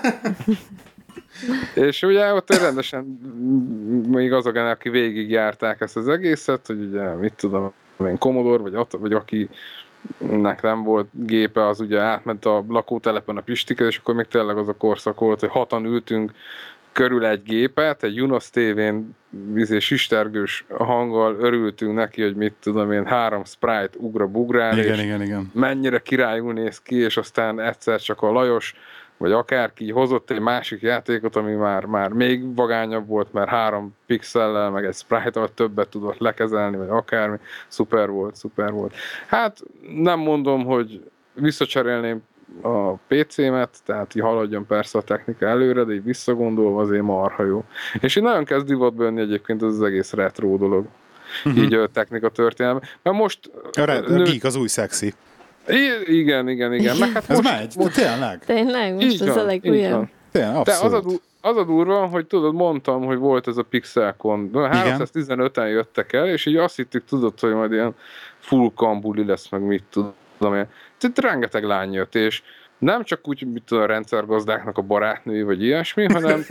És ugye ott rendesen még az a generáció, aki végigjárták ezt az egészet, hogy ugye, mit tudom, én Commodore, vagy, vagy akinek nem volt gépe, az ugye átment a lakótelepen a Pistike, és akkor még tényleg az a korszak volt, hogy hatan ültünk körül egy gépet, egy Junos tévén vizé sistergős hanggal örültünk neki, hogy mit tudom én, három sprite ugra-bugrál, igen, és igen, igen. mennyire királyul néz ki, és aztán egyszer csak a Lajos vagy akárki hozott egy másik játékot, ami már, már még vagányabb volt, mert három pixellel, meg egy sprite-al többet tudott lekezelni, vagy akármi. Szuper volt, szuper volt. Hát nem mondom, hogy visszacserélném a pé cémet, tehát így haladjon persze a technika előre, de így visszagondolva azért marha jó. És így nagyon kezd divatba jönni egyébként az, az egész retro dolog. Uh-huh. Így a technika történelme. Mert most... A, red, nő... a geek az új szexi. I- igen, igen, igen. Meg hát ez most, megy, most, tényleg. Tényleg, most az a legújabb. Tényleg, de az a, az a durva, hogy tudod, mondtam, hogy volt ez a Pixelcon. háromszáztizenöten jöttek el, és így azt hittük, tudod, hogy majd ilyen full kambuli lesz, meg mit tudom én. Tehát rengeteg lány jött, és nem csak úgy, mit tudom, a rendszergazdáknak a barátnői, vagy ilyesmi, hanem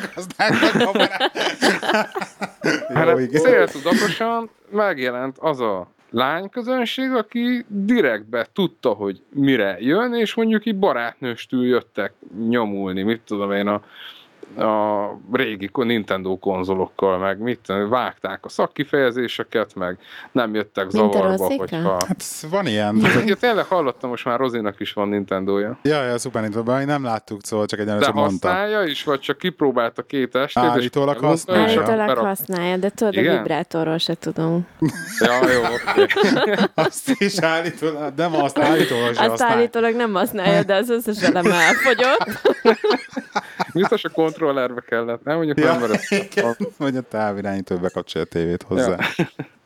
hanem céltudatosan megjelent az a lányközönség, aki direktbe tudta, hogy mire jön, és mondjuk így barátnőstül jöttek nyomulni, mit tudom én, a, a régi Nintendo konzolokkal, meg mit tudom, vágták a szakkifejezéseket, meg nem jöttek zavarba, hogyha... Hát van ilyen. Ja, tényleg hallottam, most már Rozinak is van Nintendója. Ja, ja, Super Nintendo, nem láttuk, szóval csak egyenlően csak mondtam. De használja is, vagy csak kipróbálta két estét? Állítólag használja. Állítólag használja, de tudod, igen? A vibrátorról se tudunk. Ja, jó, oké. Azt is állítólag, nem azt állítólag se Azt állítólag nem használja, de az összes elem elfogyott. Biztos a kontrollerbe kellett, nem? Mondjuk ja, nem vagy a távirányító bekapcsolja a tévét hozzá. Ja.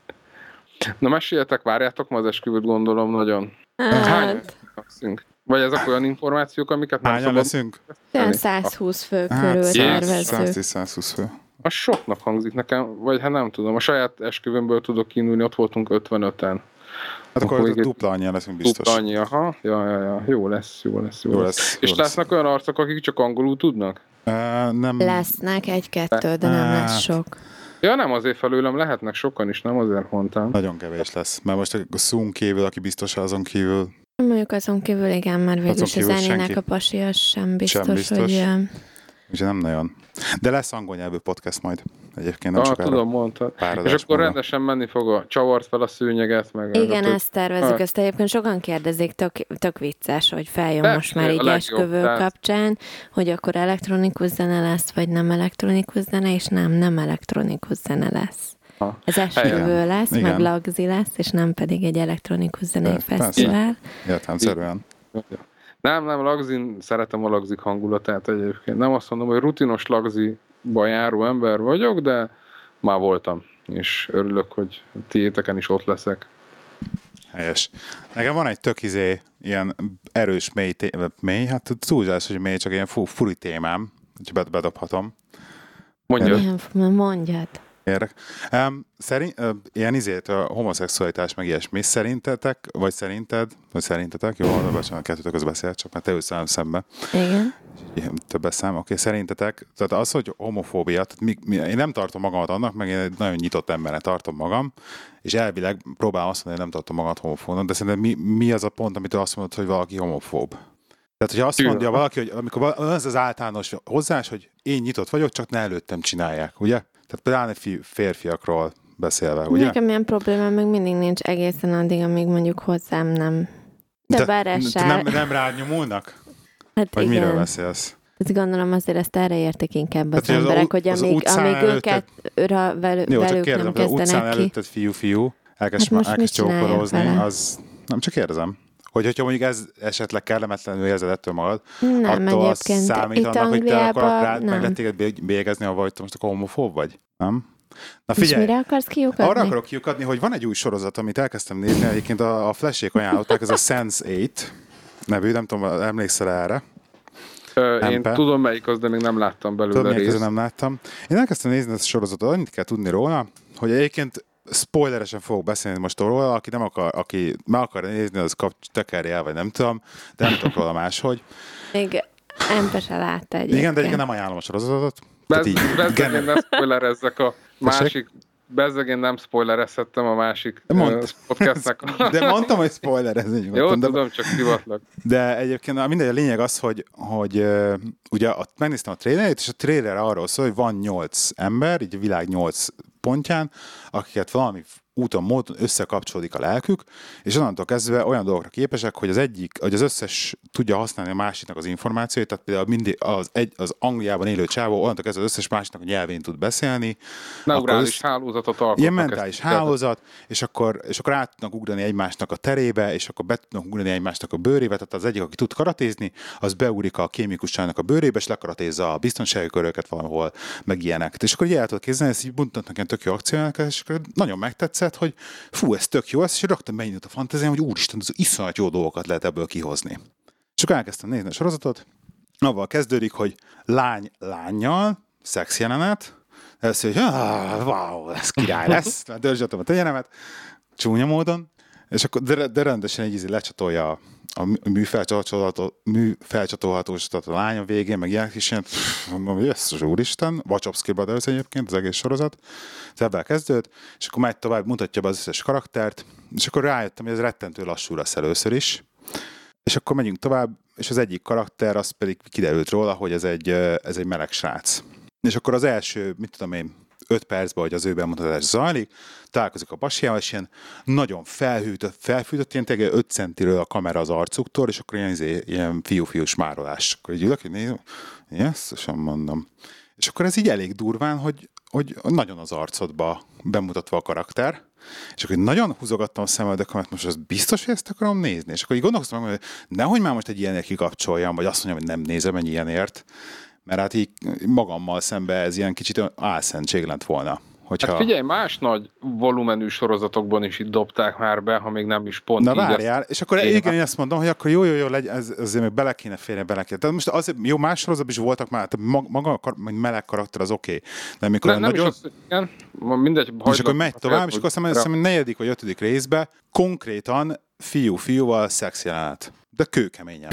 Na meséljetek, várjátok ma az esküvőt, gondolom nagyon. Hát... Hányan leszünk? Vagy ezek olyan információk, amiket nem Hányan szabad... leszünk? Olyan százhúsz fő körül tervező. száztíz-százhúsz fő. Az soknak hangzik nekem, vagy hát nem tudom. A saját esküvőmből tudok kiindulni, ott voltunk ötvenöten. Hát akkor, akkor dupla annyian leszünk biztos. Dupla annyi, aha. Ja, ja, ja. Jó lesz, jó lesz, jó, jó lesz. lesz. És jó lesznek lesz. Olyan arcok, akik csak angolul tudnak? Uh, nem... Lesznek egy-kettő, de nem lesz sok. Ja, nem azért felőlem, lehetnek sokan is, nem azért mondtam. Nagyon kevés lesz, mert most a Zoom kívül, aki biztos azon kívül... Mondjuk azon kívül, igen, mert végül is az Ánének a pasi, az sem biztos, sem biztos. Hogy... Úgyhogy nem nagyon. De lesz angol nyelvű podcast majd. Egyébként nem ah, sokára. Tudom, mondtad. És akkor rendesen menni fog a csavart fel a szőnyeget. Meg igen, ezt tervezzük. Ezt egyébként sokan kérdezik, tök, tök vicces, hogy feljön de, most már így esküvő tehát... kapcsán, hogy akkor elektronikus zene lesz, vagy nem elektronikus zene, és nem, nem elektronikus zene lesz. Ha. Ez esküvő lesz, igen. Meg lagzi lesz, és nem pedig egy elektronikus zenei fesztivál. Értelemszerűen. Nem, nem, lagzin, szeretem a lagzik hangulatát egyébként. Nem azt mondom, hogy rutinos lagziba járó ember vagyok, de már voltam, és örülök, hogy tiéteken is ott leszek. Helyes. Nekem van egy tök izé, ilyen erős mély, té- mély hát túlzás, hogy mély, csak ilyen fú, furi témám, hogy bedobhatom. Mondjad. Milyen, mondjad. Érek. Um, szerint, uh, ilyen izét, a homoszexualitás meg ilyesmi, szerintetek, vagy szerinted, vagy szerintetek, jó, a kettőtök közben beszélt, csak már te ülsz velem szembe. Igen. Többes szám, oké, okay, szerintetek, tehát az, hogy homofóbia, tehát mi, mi, én nem tartom magamat annak, meg én egy nagyon nyitott embernek tartom magam, és elvileg próbálom azt mondani, hogy nem tartom magamat homofóbnak, de szerintem mi, mi az a pont, amit azt mondod, hogy valaki homofób? Tehát, hogyha azt mondja valaki, hogy amikor az az általános hozzás, hogy én nyitott vagyok, csak ne előttem csinálják, ugye? Tehát pláne férfiakról beszélve, ugye? Nekem ilyen probléma még mindig nincs egészen addig, amíg mondjuk hozzám nem. De, de bár ez sem. Nem, nem rád nyomulnak? Hát vagy igen. miről beszélsz? Ezt gondolom azért ezt erre értik inkább az, hát, emberek, az hogy amíg, amíg őket ra, vel, jó, velük kérdezem, nem kezdenek utcán ki. előtted fiú-fiú, elkezd, hát elkezd csókolózni, az nem csak kérdezem. Hogy hogyha mondjuk ez esetleg kellemetlenül érzed ettől magad, nem, attól az számít itt annak, hogy te akarod rád, nem. meg lehet téged bégezni, vagy te most akkor homofób vagy? Nem? Na figyelj, és mire akarsz kiukadni? Arra akarok kiukadni, hogy van egy új sorozat, amit elkezdtem nézni, egyébként a, a Flash-ék ajánlották, ez a sense eight nevű, nem tudom, emlékszel erre? Ö, én Empe. tudom melyik az, de még nem láttam belőle tudom, részt. nem láttam. Én elkezdtem nézni ezt a sorozatot, annyit kell tudni róla, hogy egyébként spoileresen fogok beszélni most róla, aki nem akar, aki meg akar nézni, az kap tekerje el, vagy nem tudom, de nem tudok róla máshogy. Még Empe se látta egyébként. Igen, de egyébként nem ajánlom a sorozatot. Bezzegén nem spoilerezzek a másik, bezzegén nem spoilerezhettem a másik uh, podcastnak. De mondtam, hogy spoilerezni. Jó, de... tudom, csak hivatlak. De egyébként mindegy, a lényeg az, hogy, hogy uh, ugye a, megnéztem a trailerét, és a trailer arról szól, hogy van nyolc ember, így a világ nyolc pontján, akiket valami úton, módon összekapcsolódik a lelkük, és onnantól kezdve olyan dolgokra képesek, hogy az egyik, hogy az összes tudja használni a másiknak az információit, tehát például mindig az, egy, az Angliában élő csávó onnantól kezdve az összes másiknak a nyelvén tud beszélni. Neurális össz... hálózatot alkotnak. Ilyen mentális hálózat, és akkor, és akkor át tudnak ugrani egymásnak a terébe, és akkor be tudnak ugrani egymásnak a bőrébe, tehát az egyik, aki tud karatézni, az beugrik a kémikussának a bőrébe, és lekaratézza a biztonsági köröket valahol, meg ilyenek. És akkor így el tudod képzelni, ezt így buntatnak ilyen tök jó akciónak, és akkor nagyon megtetszett, hogy fú, ez tök jó, ez, és rögtön beindult a fantáziám, hogy úristen, az iszonyat jó dolgokat lehet ebből kihozni. És akkor elkezdtem nézni a sorozatot, avval kezdődik, hogy lány lánnyal, szex jelenet, először, hogy ah, wow, ez király lesz, dörzsöltem a tegyenemet, csúnya módon, és akkor de, de rendesen egy ízi lecsatolja a, a műfelcsatolhatósítat a lánya végén, meg ilyenek is ilyen, mondom, hogy jössz, úristen, Wachowski Brothers egyébként, az egész sorozat, ez ebben kezdődött, és akkor megy tovább, mutatja be az összes karaktert, és akkor rájöttem, hogy ez rettentő lassú lesz először is, és akkor megyünk tovább, és az egyik karakter, az pedig kiderült róla, hogy ez egy, ez egy meleg srác. És akkor az első, mit tudom én, öt percben, hogy az ő bemutatás zajlik, találkozik a pasiával, és ilyen nagyon felhűtött, felfűtött, ilyen tényleg öt centiről a kamera az arcuktól, és akkor ilyen, ilyen fiú-fiú smárolás. Akkor így ülök, hogy nézem, jesszusom mondom. És akkor ez így elég durván, hogy, hogy nagyon az arcodba bemutatva a karakter, és akkor nagyon húzogattam a szemeldek, mert most az biztos, hogy ezt akarom nézni. És akkor így gondolkoztam, hogy nehogy már most egy ilyenért kikapcsoljam, vagy azt mondjam, hogy nem nézem egy ilyenért, mert hát így magammal szembe ez ilyen kicsit álszentség lett volna. Hogyha... Hát figyelj, más nagy volumenű sorozatokban is itt dobták már be, ha még nem is pont Na így. várjál, ezt... és akkor én igen, én azt mondom, hogy akkor jó, jó, jó, legyen, ez, azért még bele kéne férni, bele kéne. Tehát most azért, jó, más sorozatban is voltak már, tehát maga a meleg karakter az oké. Okay. De amikor ne, nem nagyon... is az, igen, mindegy. És akkor megy tovább, és akkor azt hiszem, hogy negyedik vagy ötödik részben konkrétan fiú-fiúval szex jelenet. De kőkeményen.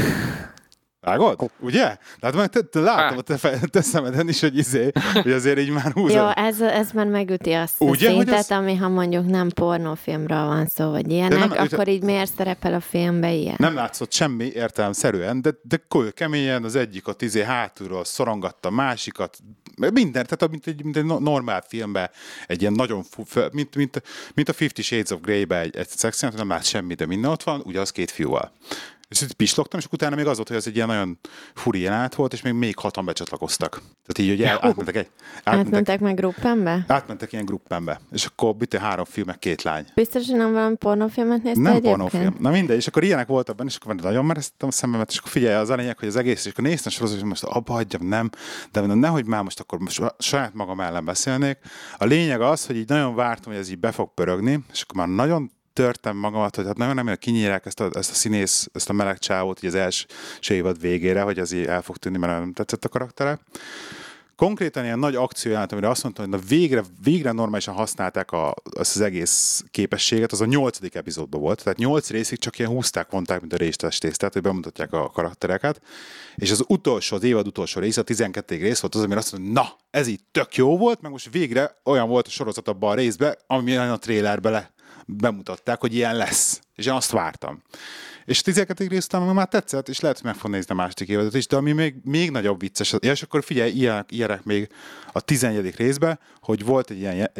Vágod? Ugye? Tehát te, te látom a te, te szemeden is, hogy izé, hogy azért így már húzod. Jó, ez, ez már megüti azt ugye, a szintet, az... ami ha mondjuk nem pornófilmről van szó, vagy ilyenek, nem, akkor így miért szerepel a filmbe ilyen? Nem látszott semmi értelemszerűen, de, de keményen az egyik a izé hátulról szorongatta a másikat, minden, tehát mint egy, mint egy normál filmben, egy ilyen nagyon, mint, mint, mint a Fifty Shades of Grey-ben egy, egy szexjelenet, nem lát semmi, de minden ott van, ugye az két fiúval. És itt pislogtam, és utána még az volt, hogy ez egy ilyen nagyon furi jelenet volt, és még még hatan becsatlakoztak. Tehát így, hogy el, átmentek egy... Átmentek, átmentek meg gruppenbe? Átmentek ilyen gruppenbe. És akkor bitte három film, meg két lány. Biztos, hogy nem valami pornófilmet nézte Nem egyébként? pornófilm. Na mindegy, és akkor ilyenek voltak benne, és akkor nagyon mereztettem a szememet, és akkor figyelj, az a lényeg, hogy az egész, és akkor néztem sorozatot, hogy most abba hagyjam, nem, de mondom, nehogy már most akkor most saját magam ellen beszélnék. A lényeg az, hogy így nagyon vártam, hogy ez így be fog pörögni, és akkor már nagyon törtem magamat, hogy hát nagyon nem, hogy kinyírják ezt a, ezt a színész, ezt a meleg csávót így az első évad végére, hogy ez így el fog tűnni, mert nem tetszett a karaktere. Konkrétan ilyen nagy akciójelenet, amire azt mondtam, hogy na végre, végre normálisan használták a, azt az egész képességet, az a nyolcadik epizódban volt. Tehát nyolc részig csak ilyen húzták, vonták, mint a réstestésztát, hogy bemutatják a karaktereket. És az utolsó, az évad utolsó rész, a tizenkettedik rész volt az, amire azt mondtam, na, ez így tök jó volt, meg most végre olyan volt a sorozat abban a részben, ami a trailerbe le bemutatták, hogy ilyen lesz. És én azt vártam. És a tizenkettedik rész után már tetszett, és lehet, hogy meg fog nézni a második évadot is, de ami még, még nagyobb vicces, és akkor figyelj, ilyenek, ilyenek még a tizennegyedik részben, hogy volt egy ilyen, egy ilyen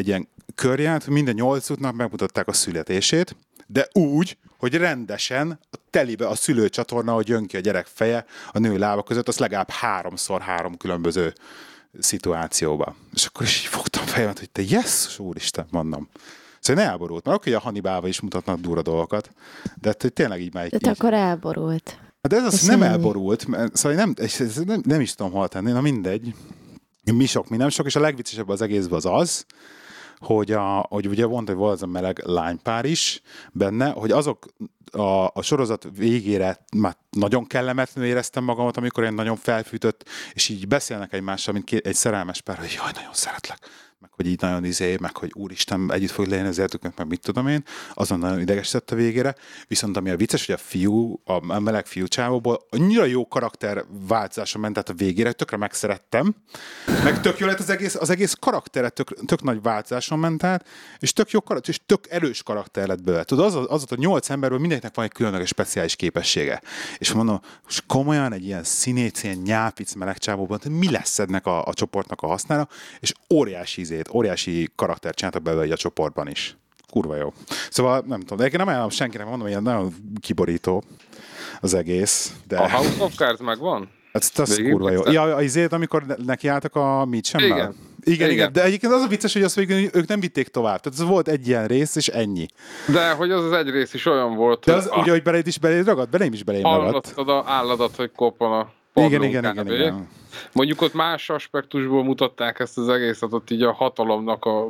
körjárt, minden nyolc útnak megmutatták a születését, de úgy, hogy rendesen a telibe a szülőcsatorna, hogy jön ki a gyerek feje a nő lába között, az legalább háromszor három különböző szituációba. És akkor is így fogtam fejemet, hogy te jesszus, úristen, mondom. Szóval ne elborult, mert oké, a Hannibálba is mutatnak durva dolgokat, de hogy tényleg így már egy... De akkor elborult. De ez az, nem elborult, mert, szóval nem, nem, nem is tudom hol tenni, na mindegy. Mi sok, mi nem sok, és a legviccesebb az egészben az az, hogy, a, hogy ugye mondta, hogy volt az a meleg lánypár is benne, hogy azok a, a sorozat végére már nagyon kellemetlenül éreztem magamat, amikor én nagyon felfűtött, és így beszélnek egymással, mint két, egy szerelmes pár, hogy jaj, nagyon szeretlek, meg hogy így nagyon izé, meg hogy úristen, együtt fog lenni az életüknek, meg mit tudom én, azon nagyon idegesített a végére. Viszont ami a vicces, hogy a fiú, a meleg fiú csávóból annyira jó karakterváltozáson ment át a végére, tökre megszerettem, meg tök jó lett az egész, az egész karaktere, tök, tök nagy változáson ment át, és tök jó karakter, és tök erős karakter lett belőle. Tudod, az, az ott a nyolc emberből mindenkinek van egy különleges speciális képessége. És mondom, most komolyan egy ilyen színét, ilyen nyápic meleg csávóban, mi lesz ennek a, a csoportnak a hasznára, és óriási izét, óriási karaktert csináltak belőle a csoportban is. Kurva jó. Szóval nem tudom, de én nem ajánlom senkinek, mondom, ilyen nagyon kiborító az egész. De... A House of Cards megvan? Ez, ez kurva jó. Ja, azért, amikor nekiálltak a Mitchell-mel? Igen. Igen, igen, igen. De egyébként az a vicces, hogy azt végül ők nem vitték tovább. Tehát ez volt egy ilyen rész, és ennyi. De hogy az az egy rész is olyan volt, de az, hogy... ugye, hogy beléd is beléd ragadt? Belém is belém ragadt. Hallottad a álladat, hogy koppan a padlón. Igen, igen, igen, igen. Mondjuk ott más aspektusból mutatták ezt az egészet, ott így a hatalomnak a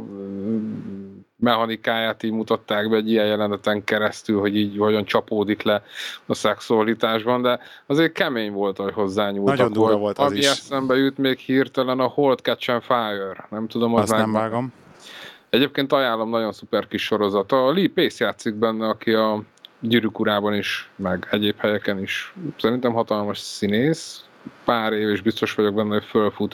mechanikáját így mutatták be egy ilyen jeleneten keresztül, hogy így hogyan csapódik le a szexualitásban, de azért kemény volt, hogy hozzányúltak. Nagyon durva volt az ami is. eszembe jut még hirtelen a Hold, Catch and Fire. Nem tudom, az azt nem vágom. Egyébként ajánlom, nagyon szuper kis sorozat. A Lee Pace játszik benne, aki a Gyűrűk Urában is, meg egyéb helyeken is. Szerintem hatalmas színész. Pár év, és biztos vagyok benne, hogy fölfut.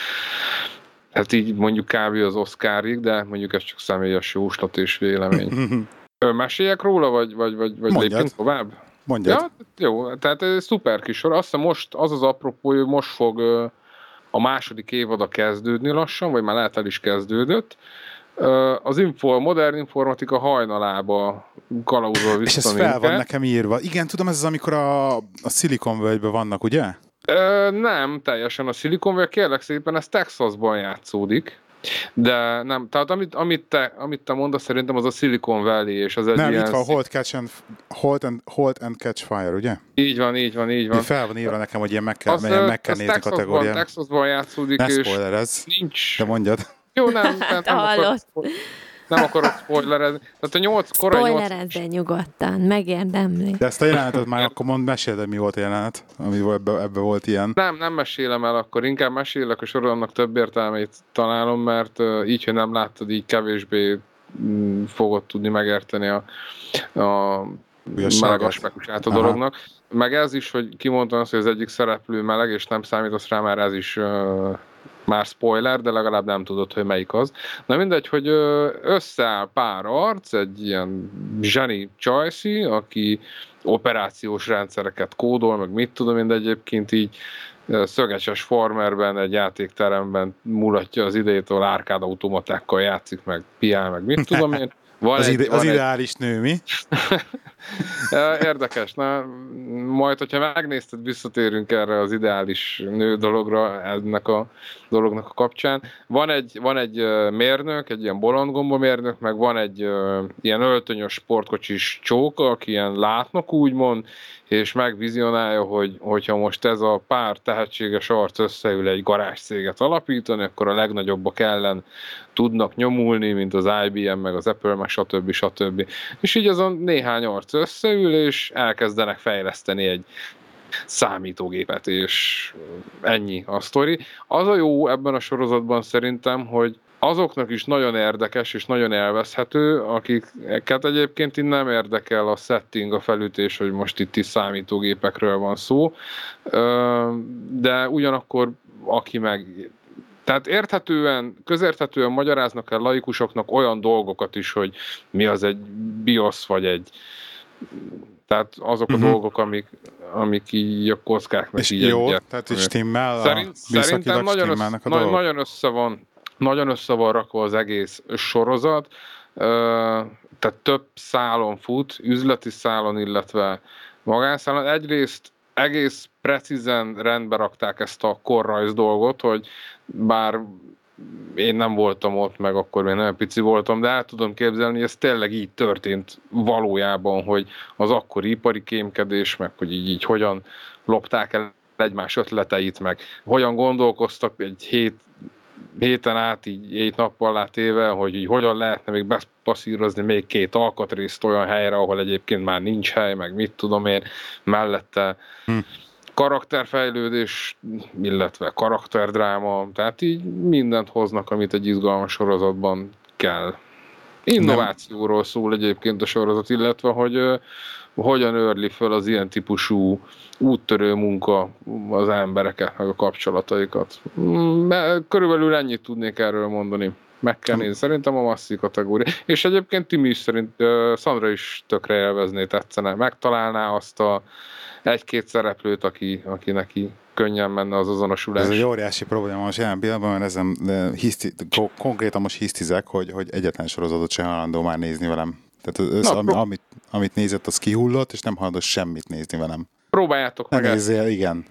Hát így mondjuk kb. Az Oscarig, de mondjuk ez csak személyes jóslat és vélemény. Meséljek róla, vagy, vagy, vagy, vagy lépjünk tovább? Mondjad. Ja, jó, tehát ez szuper kis sor. Azt hiszem most az az apropó, hogy most fog a második évada kezdődni lassan, vagy már lehet el is kezdődött. Az info, a modern informatika hajnalába kalauzol vissza. És ez fel van nekem írva. Igen, tudom, ez az, amikor a, a Silicon Valley-ben vannak, ugye? Ö, nem teljesen a Silicon Valley, kérlek szépen, ez Texasban játszódik, de nem, tehát amit, amit, te, amit te mondasz, szerintem az a Silicon Valley, és az egy nem, ilyen... itt van Hold, catch and, hold, and, hold and Catch Fire, ugye? Így van, így van, így van. Fel van írva nekem, hogy ilyen meg kell, az, meg kell nézni kategóriát. Texasban játszódik, ne és spoilerezz, nincs... de mondjad. Jó, nem, nem, nem akarok, nem akarok spoilerezni. Tehát a nyolc korai nyolc... Spoilerezze nyugodtan, megérdemli. De ezt a jelenetet már akkor mondd, meséld, mi volt a jelenet, ami ebbe, ebbe volt ilyen. Nem, nem mesélem el, akkor inkább mesélek, a sorozatnak több értelmét találom, mert uh, így, hogy nem láttad, így kevésbé mm, fogod tudni megérteni a, a meleg aspektusát a dolognak. Meg ez is, hogy kimondtam azt, hogy az egyik szereplő meleg, és nem számítasz rá, már ez is... Uh, már spoiler, de legalább nem tudod, hogy melyik az. Na mindegy, hogy összeáll pár arc, egy ilyen zseni csajszi, aki operációs rendszereket kódol, meg mit tudom én, de egyébként így szögecses farmerben, egy játékteremben mulatja az idejét, ahol árkádautomatákkal játszik, meg piál, meg mit tudom én. Van az, egy, ide, az van ideális egy... nő, mi? Érdekes. Na, majd, hogyha megnézted, visszatérünk erre az ideális nő dologra, ennek a dolognak a kapcsán. Van egy, van egy mérnök, egy ilyen bolondgomba mérnök, meg van egy uh, ilyen öltönyös sportkocsis csóka, aki ilyen látnak úgymond, és megvizionálja, hogy hogyha most ez a pár tehetséges arc összeül egy garázscéget alapítani, akkor a legnagyobbak ellen tudnak nyomulni, mint az I B M, meg az Apple, meg stb. stb. És így azon néhány arc összeül, és elkezdenek fejleszteni egy számítógépet, és ennyi a sztori. Az a jó ebben a sorozatban szerintem, hogy azoknak is nagyon érdekes és nagyon élvezhető, akiket egyébként így nem érdekel a setting, a felütés, hogy most itt is számítógépekről van szó, de ugyanakkor aki meg... Tehát érthetően, közérthetően magyaráznak el laikusoknak olyan dolgokat is, hogy mi az egy BIOS, vagy egy... Tehát azok a uh-huh. dolgok, amik, amik így a kockák meg és így jó, egyet. Tehát is stimmel Szerint, a szerintem nagyon össze, nagyon össze van nagyon össze van rakva az egész sorozat, tehát több szálon fut, üzleti szálon, illetve magánszálon. Egyrészt egész precízen rendbe rakták ezt a korrajz dolgot, hogy bár én nem voltam ott, meg akkor még nagyon pici voltam, de el tudom képzelni, hogy ez tényleg így történt valójában, hogy az akkori ipari kémkedés, meg hogy így, így hogyan lopták el egymás ötleteit, meg hogyan gondolkoztak egy hét, héten át, így hét nappal látéve, hogy így hogyan lehetne még bepasszírozni még két alkatrészt olyan helyre, ahol egyébként már nincs hely, meg mit tudom én, mellette hm. karakterfejlődés, illetve karakterdráma, tehát így mindent hoznak, amit egy izgalmas sorozatban kell. Innovációról szól egyébként a sorozat, illetve hogy uh, hogyan őrli föl az ilyen típusú úttörő munka az embereket, meg a kapcsolataikat. Körülbelül ennyit tudnék erről mondani. Meg kell nézni. Szerintem a masszív kategória. És egyébként Timi is szerint, uh, Szandra is tökre élvezné, tetszene. Megtalálná azt a egy-két szereplőt, aki, aki neki könnyen menne az azonosulás. Ez egy óriási probléma most jelen pillanatban, mert ezen hiszti, konkrétan most hisztizek, hogy, hogy egyetlen sorozatot sem hajlandó már nézni velem. Tehát az, Na, ami, prób- amit, amit nézett, az kihullott, és nem hajlandó semmit nézni velem. Próbáljátok meg. Ne nézzél, igen.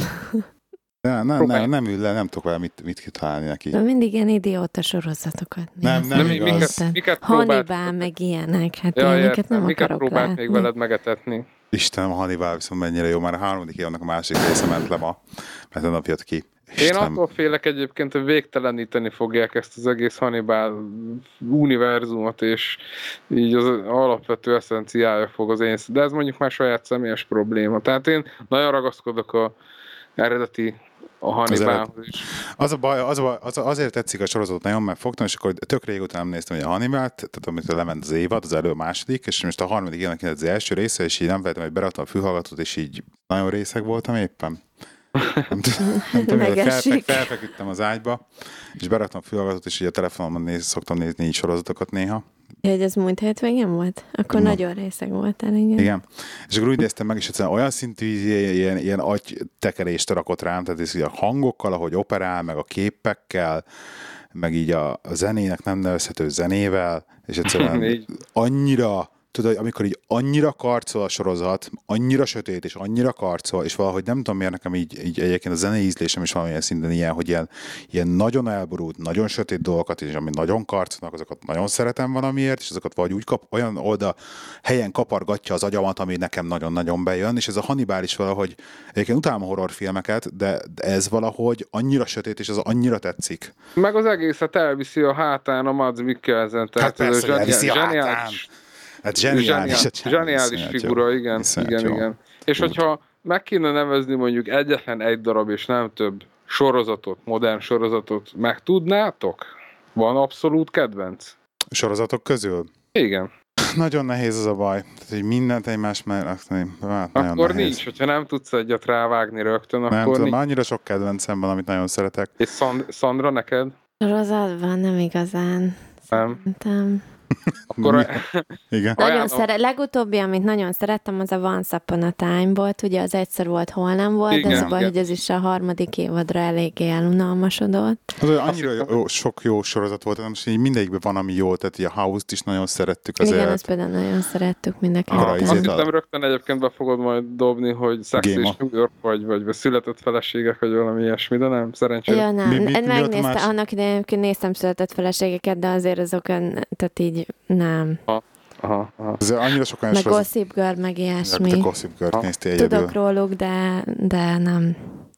Nem, nem, nem, nem ül le, nem tudok vele mit, mit kitalálni neki. De mindig ilyen idióta sorozatokat. Nem, nem, nem igaz. Miket, miket Hannibal meg ilyenek, hát ja, ilyeneket nem miket akarok próbált látni. még veled megetetni? Istenem, a Hannibal viszont mennyire jó, már a harmadik évnek a másik része ment le ma, mert a nap jött ki. Istenem. Én attól félek egyébként, hogy végteleníteni fogják ezt az egész Hannibal univerzumot, és így az alapvető eszenciája fog az én, de ez mondjuk már saját személyes probléma. Tehát én nagyon ragaszkodok a eredeti a Hannibalhoz is. Az a baj, az a, az a, azért tetszik a sorozatot nagyon, mert fogtam, és akkor tök régóta nem néztem, hogy a Hannibalt, tehát amit lement az évad, az elő a második, és most a harmadik évnek az első része, és így nem vettem, hogy beraktam a fülhallgatót, és így nagyon részeg voltam éppen. Nem, nem tudom, felfek, felfeküdtem az ágyba, és beraktam a fülhallgatót, és így a telefonomon néz, szoktam nézni így sorozatokat néha. Ja, hogy ez múlt hétvégén volt? Akkor Ma. nagyon részeg voltál, igen. Igen. És akkor úgy néztem meg, és egyszerűen olyan szintű ilyen, ilyen agytekerést rakott rám, tehát ez így a hangokkal, ahogy operál, meg a képekkel, meg így a, a zenének nem nevezhető zenével, és egyszerűen annyira, tudod, amikor így annyira karcol a sorozat, annyira sötét, és annyira karcol, és valahogy nem tudom miért nekem így, így egyébként a zenei ízlésem is valamilyen szinten ilyen, hogy ilyen, ilyen nagyon elborult, nagyon sötét dolgokat, és ami nagyon karcolnak, azokat nagyon szeretem valamiért, és azokat vagy úgy kap, olyan oda helyen kapargatja az agyamat, ami nekem nagyon-nagyon bejön, és ez a Hannibal is valahogy, egyébként utálom a horrorfilmeket, de, de ez valahogy annyira sötét, és az annyira tetszik. Meg az egészet elviszi a hátán a Mads Mikkelsen, tehát hát persze, ez a zseniális. Hát zseniális, zseniális figura, igen, igen, jó. igen. És Úgy. hogyha meg kéne nevezni mondjuk egyetlen egy darab, és nem több sorozatot, modern sorozatot, meg tudnátok? Van abszolút kedvenc? Sorozatok közül? Igen. Nagyon nehéz az a baj. Tehát, hogy mindent egymás mellett. Hát, akkor nincs, hogyha nem tudsz egyet rávágni rögtön, nem akkor tudom, annyira sok kedvencem van, amit nagyon szeretek. És Szand- Szandra, neked? Sorozatban nem igazán. Nem. Szerintem. Akkor igen. Nagyon szere- legutóbbi, amit nagyon szerettem, az a Once Upon a Time volt, ugye az egyszer volt, hol nem volt, igen, de az a baj, hogy ez is a harmadik évadra eléggé elunalmasodott. Az annyira jó, sok jó sorozat volt, most így mindegyikben van, ami jó, tehát a House-t is nagyon szerettük. Azért. Igen, ezt például nagyon szerettük mind a ketten. Azt hittem rögtön egyébként be fogod majd dobni, hogy Sex és New York, vagy, vagy született feleségek, vagy valami ilyesmi, de nem, szerencsére. Ja, nem. Mi, mit, megnézte, más? Annak idején néztem született feleségeket, de azért azokon, tehát így nem. Aha, aha, aha. Ez annyira sokan meg Gossip Girl, meg ilyesmi. Te Gossip Girl-t néztél egyedül. Tudok róluk, de, de nem.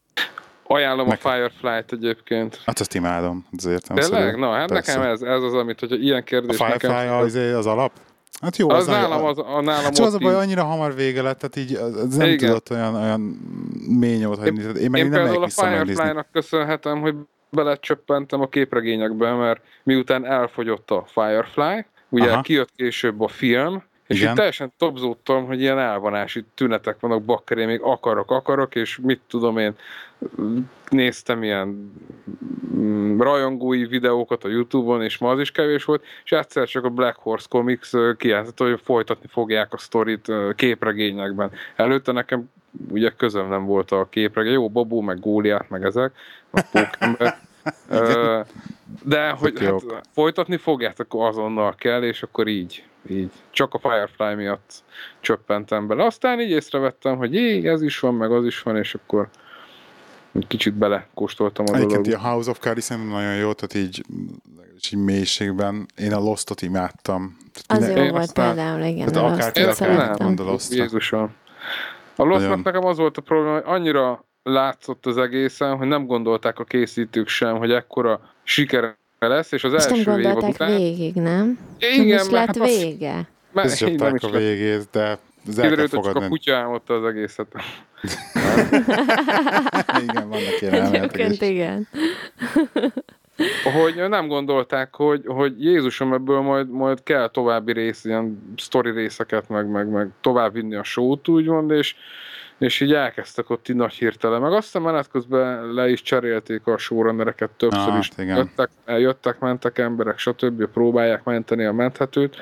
Ajánlom meg... a Firefly-t egyébként. Hát azt imádom. Tényleg? Na, hát persze. Nekem ez, ez az, amit, hogyha ilyen kérdés a Firefly nekem... az, az alap? Hát jó, az, az nálam, az, a, nálam hát az a baj, annyira hamar vége lett, tehát így az nem igen. tudott olyan, olyan mély ott hagyni. Én, én, én például a Firefly-nak köszönhetem, hogy belecsöppentem a képregényekbe, mert miután elfogyott a Firefly, ugye aha. kijött később a film, és igen. itt teljesen topzódtam, hogy ilyen elvonási tünetek vannak, bakker, én még akarok, akarok, és mit tudom én, néztem ilyen rajongói videókat a YouTube-on, és ma az is kevés volt, és egyszer csak a Black Horse Comics kijelentett, hogy folytatni fogják a sztorit képregényekben. Előtte nekem ugye közöm nem volt a képregény, jó, Bobo, meg Góliát, meg ezek, a Pókember. De hogy hát, folytatni fogjátok, azonnal kell, és akkor így, így. Csak a Firefly miatt csöppentem bele. Aztán így észrevettem, hogy jé, ez is van, meg az is van, és akkor egy kicsit belekóstoltam a dologba. Egyébként a House of Cards szerintem nagyon jó, tehát így, így mélységben. Én a Lost-ot imádtam. Az jó volt például, igen. Tehát akár szeretem. A Jézusom. A Lost-nak nekem az volt a probléma, hogy annyira látszott az egészen, hogy nem gondolták a készítők sem, hogy ekkora sikere lesz, és az és első nem évad után... végig, nem? Igen, nem is lett hát vége. Az... Ez csapták a végét, de az el kell fogadni. Csak a kutya álmodta az egészet. Igen, vannak ilyen elméletek is. Igen. Hogy nem gondolták, hogy, hogy Jézusom, ebből majd, majd kell további rész, ilyen sztori részeket, meg, meg, meg tovább vinni a show-t, úgymond, és és így elkezdtek ott így nagy hirtelen. Meg aztán menet közben le is cserélték a showrunnereket többször ah, is. Jöttek, jöttek, mentek emberek, stb. Próbálják menteni a menthetőt.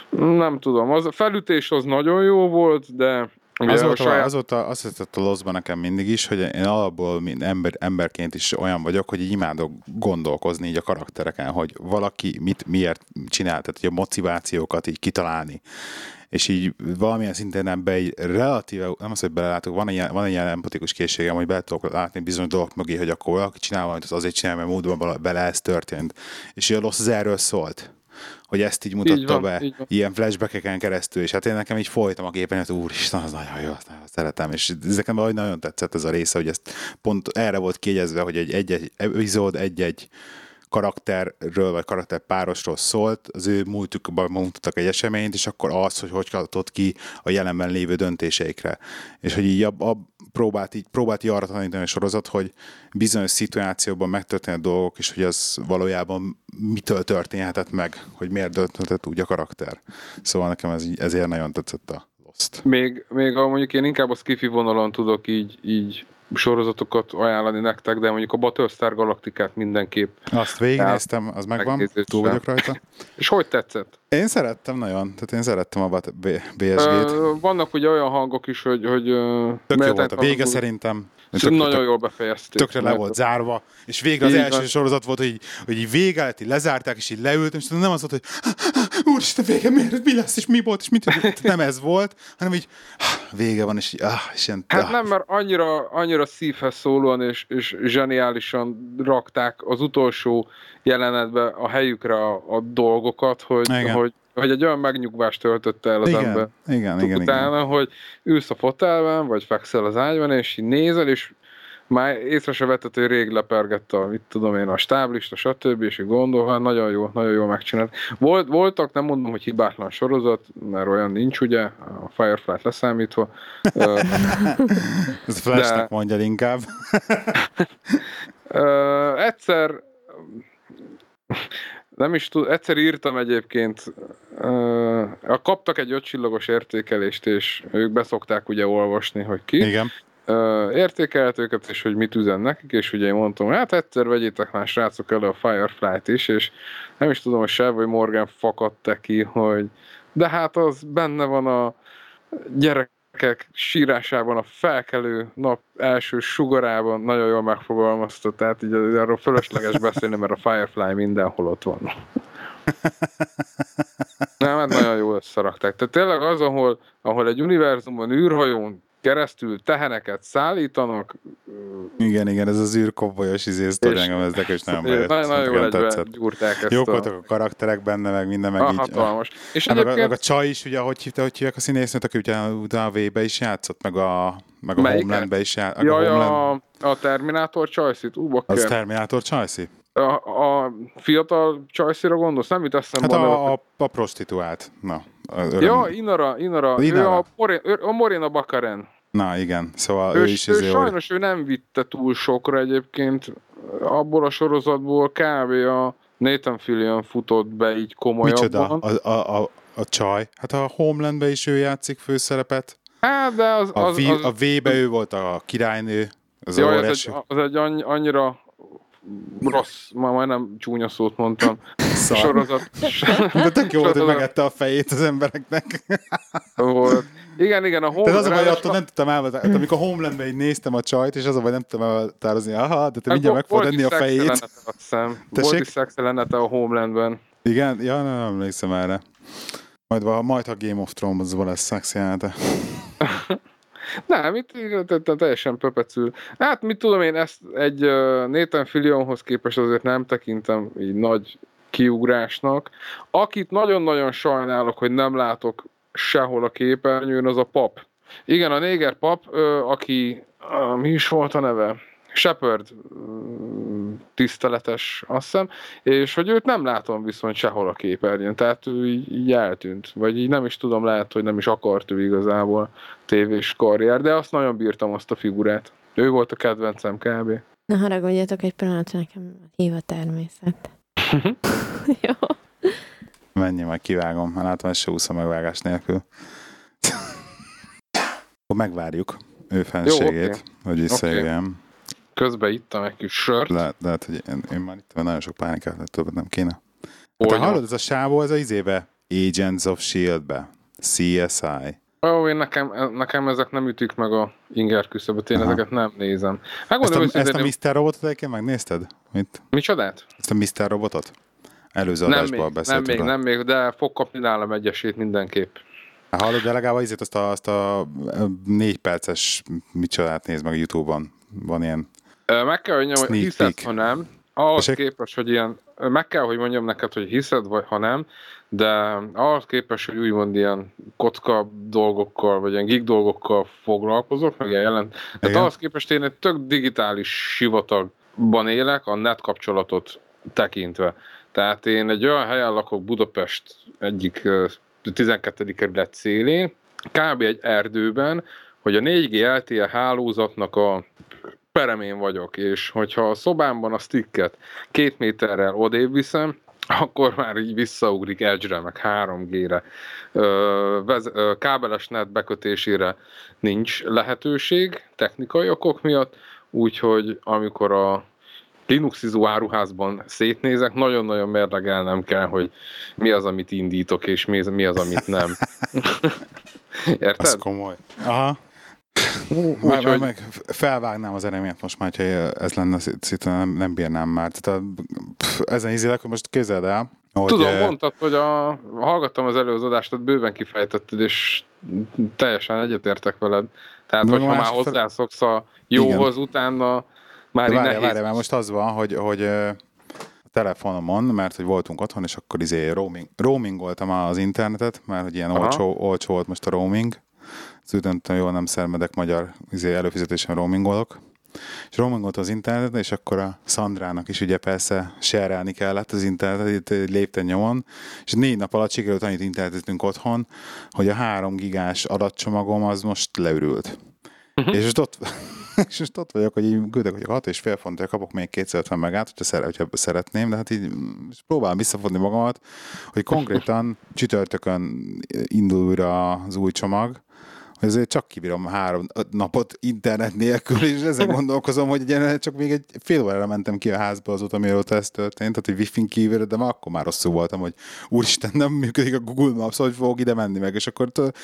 Nem tudom, az, a felütés az nagyon jó volt, de... Azóta, saját... azóta azt hiszett a Lost-ban nekem mindig is, hogy én alapból mint ember, emberként is olyan vagyok, hogy így imádok gondolkozni így a karaktereken, hogy valaki mit, miért csinál, tehát hogy a motivációkat így kitalálni. És így valamilyen szinten ebbe egy relatíve, nem az, hogy belelátok, van egy, van egy ilyen empatikus készségem, hogy be tudok látni bizonyos dolgok mögé, hogy akkor valaki csinál valamit, az azért csinál, mert módban bele ez történt. És a Lost az erről szólt, hogy ezt így mutatta így van, be, így ilyen flashbackeken keresztül, és hát én nekem így folytam a képen, hogy úristen, az nagyon jó, azt szeretem, és ez nekem nagyon tetszett ez a része, hogy ezt pont erre volt kiegyezve, hogy egy egy-egy epizód, egy-egy karakterről, vagy karakterpárosról szólt, az ő múltukban mutattak egy eseményt, és akkor az, hogy hogy adott ki a jelenben lévő döntéseikre. És hogy így a, a próbált, így, próbált így arra tanítani a sorozat, hogy bizonyos szituációban megtörténnek dolgok, és hogy az valójában mitől történhetett meg, hogy miért dönthetett úgy a karakter. Szóval nekem ez, ezért nagyon tetszett a Lost. Még, még a, mondjuk én inkább a skifi vonalon tudok így, így sorozatokat ajánlani nektek, de mondjuk a Battlestar Galacticát mindenképp. Azt végignéztem, az megvan, túl vagyok rajta. És hogy tetszett? Én szerettem nagyon, tehát én szerettem a bé es gét. Vannak ugye olyan hangok is, hogy... hogy tök jó volt a vége szerintem. Tök, nagyon tök, jól befejezték. Tökre le volt zárva, és végre az első van. Sorozat volt, hogy, hogy így vége lett, így lezárták, és így leültem, és nem az volt, hogy úristen, vége, miért, mi lesz, és mi volt, és mit nem ez volt, hanem így vége van, és így, ah, és ilyen, hát ah. nem, mert annyira, annyira szívhez szólóan, és, és zseniálisan rakták az utolsó jelenetbe a helyükre a, a dolgokat, hogy, hogy hogy egy olyan megnyugvást töltötte el az igen, ember. Igen, igen, utána, igen. hogy ülsz a fotelben, vagy fekszel az ágyban, és így nézel, és már észre se vetted, hogy rég lepergett a, mit tudom én, a stáblista, stb. És így gondol, nagyon jó, nagyon jól megcsinált. Volt, voltak, nem mondom, hogy hibátlan sorozat, mert olyan nincs, ugye, a Firefly-t leszámítva. Ez Flashnek mondja inkább. uh, egyszer nem is tud, egyszer írtam egyébként, uh, kaptak egy öt csillagos értékelést, és ők beszokták ugye olvasni, hogy ki. Igen. Uh, értékelt őket, és hogy mit üzen nekik, és ugye én mondtam, hát egyszer vegyétek már srácok elő a Firefly-t is, és nem is tudom, hogy Sev vagy Morgan fakadt ki, hogy de hát az benne van a gyerekek sírásában, a felkelő nap első sugarában, nagyon jól megfogalmazta, tehát így arról fölösleges beszélni, mert a Firefly mindenhol ott van. Nem, hát nagyon jól összerakták. Tehát tényleg az, ahol, ahol egy univerzumban, űrhajón keresztül teheneket szállítanak. Igen, igen, ez az űrkobbolyos izésztor, engem ez nekem is nagyon bejött. Nagyon jól egybe gyúrták ezt. Jók voltak a karakterek benne, meg minden, meg ah, így. Hatalmas. És hát egyébként... meg, a, meg a csaj is, ugye, hogy hívta, hogy hívják a színésznőt, aki utána a V-be is játszott, meg a, meg a Homelandbe is játszott. Jaj, a, Homeland... a, a Terminator Csajszit, ú, bakker. Az Terminator Csajszi? A, a fiatal Csajszira gondolsz? Nem jut eszembe. Hát a, a, a prostituált. Na, öröm... Ja, Inara, Inara. Inara. Ő a, Morena, a Morena Baccarin. Na igen, szóval ő, ő is... Ő sajnos ő nem vitte túl sokra egyébként, abból a sorozatból kb. A Nathan Fillion futott be így komolyabban. Micsoda? A, a, a, a csaj? Hát a Homelandbe is ő játszik főszerepet. Hát, de az... A, az, v, az, a V-be ő volt a királynő. Az jaj, az egy, az egy annyira rossz, már majdnem csúnya szót mondtam. Sorozat. De tök jó volt, hogy megette a fejét az embereknek. Volt. Igen, igen, a Homeland... Tehát az a baj, attól nem tudtam elhatározni, amikor a Homelandben így néztem a csajt, és az a baj, nem tudtam elhatározni, aha, de te mindjárt meg fogod enni a fejét. Volt is szexelenete a Homelandben. Igen? Ja, nem, nem emlékszem erre. Majd, majd a Game of Thrones-ban lesz szexjelenete. Nem, itt teljesen pöpecül. Hát mit tudom én, ezt egy Nathan Fillionhoz képest azért nem tekintem így nagy kiugrásnak. Akit nagyon-nagyon sajnálok, hogy nem látok sehol a képernyőn, az a pap. Igen, a néger pap, aki, mi is volt a neve? Shepard tiszteletes, azt hiszem, és hogy őt nem látom viszont sehol a képernyőn, tehát ő így, így eltűnt, vagy így nem is tudom, lehet, hogy nem is akart ő igazából tévés karrier, de azt nagyon bírtam, azt a figurát. Ő volt a kedvencem kb. Na haragudjatok egy pillanatra, nekem hív a természet. Jó. Menjél, majd kivágom, már látom, ezt se úszom megvágás nélkül. Akkor megvárjuk ő fenségét, okay. Hogy visszajöjjem. Okay. Közben ittam egy kis sört. Lehet, lehet hogy én, én már ittam, nagyon sok pánikát, lehet többet nem kéne. Hát, hallod, ez a sávó, ez az izébe Agents of S H I E L D-be. C S I. Ó, én nekem, nekem ezek nem ütik meg a inger küszöböt, én Aha. ezeket nem nézem. Megmondom, ezt a, ezt a miszter Robotot egyébként megnézted? Mit? Micsodát? Ezt a miszter Robotot? Előző nem adásban még, beszéltünk. Nem még, nem még, de fog kapni nálam egyesét mindenképp. Hát hallod, de legalább azért azt a, azt a négy perces micsodát nézd meg a YouTube-on. Van ilyen meg kell, hogy mondjam, hogy hiszed, ha nem. Ahhoz Esek? képest, hogy ilyen, meg kell, hogy mondjam neked, hogy hiszed, vagy ha nem, de ahhoz képest, hogy úgymond ilyen kocka dolgokkal, vagy ilyen geek dolgokkal foglalkozok, meg ilyen jelent. Tehát ahhoz képest én egy tök digitális sivatagban élek, a net kapcsolatot tekintve. Tehát én egy olyan helyen lakok, Budapest egyik tizenkettedik kerület szélén, kb. Egy erdőben, hogy a négy G L T E hálózatnak a peremén vagyok, és hogyha a szobámban a sticket két méterrel odébb viszem, akkor már így visszaugrik Edge-re, meg három G-re. Kábeles net bekötésére nincs lehetőség technikai okok miatt, úgyhogy amikor a Linuxizó áruházban szétnézek, nagyon-nagyon mérlegelnem kell, hogy mi az, amit indítok, és mi az, mi az amit nem. Érted? Az komoly. Aha. Úgy, hogy... meg felvágnám az ereményt most már, ha ez lenne, szinte nem, nem bírnám már. Tehát a, pff, ezen ízélek, hogy most képzeld el. Hogy Tudom, e... mondtad, hogy a, hallgattam az előadást, tehát bőven kifejtetted, és teljesen egyetértek veled. Tehát, no, hogyha már hozzászoksz a jóhoz, igen. Utána már várjál, nehéz. Várjál, mert most az van, hogy, hogy a telefonomon, mert hogy voltunk otthon, és akkor izé roaming, roamingoltam az internetet, mert hogy ilyen olcsó, olcsó volt most a roaming. Szűntöm, jól nem szermedek magyar izé, előfizetésen roamingolok. És roamingoltam az internetet, és akkor a Szandrának is ugye persze share-elni kellett az internetet, itt lépten nyomon, és négy nap alatt sikerült annyit interneteztünk otthon, hogy a három gigás adatcsomagom az most leürült. Uh-huh. És most ott... és most ott vagyok, hogy így küldök, hogy hat és fél fontért kapok még kétszázötven megát, hogyha, szere, hogyha szeretném, de hát így próbálom visszafogni magamat, hogy konkrétan csütörtökön indul újra az új csomag, hogy azért csak kibírom három napot internet nélkül, és ezen gondolkozom, hogy egyen, csak még egy fél órára mentem ki a házba azóta, mielőtt ez történt, tehát hogy Wi-Fi-n kívül, de már akkor már rosszul voltam, hogy úristen, nem működik a Google Maps, hogy fogok ide menni meg, és akkor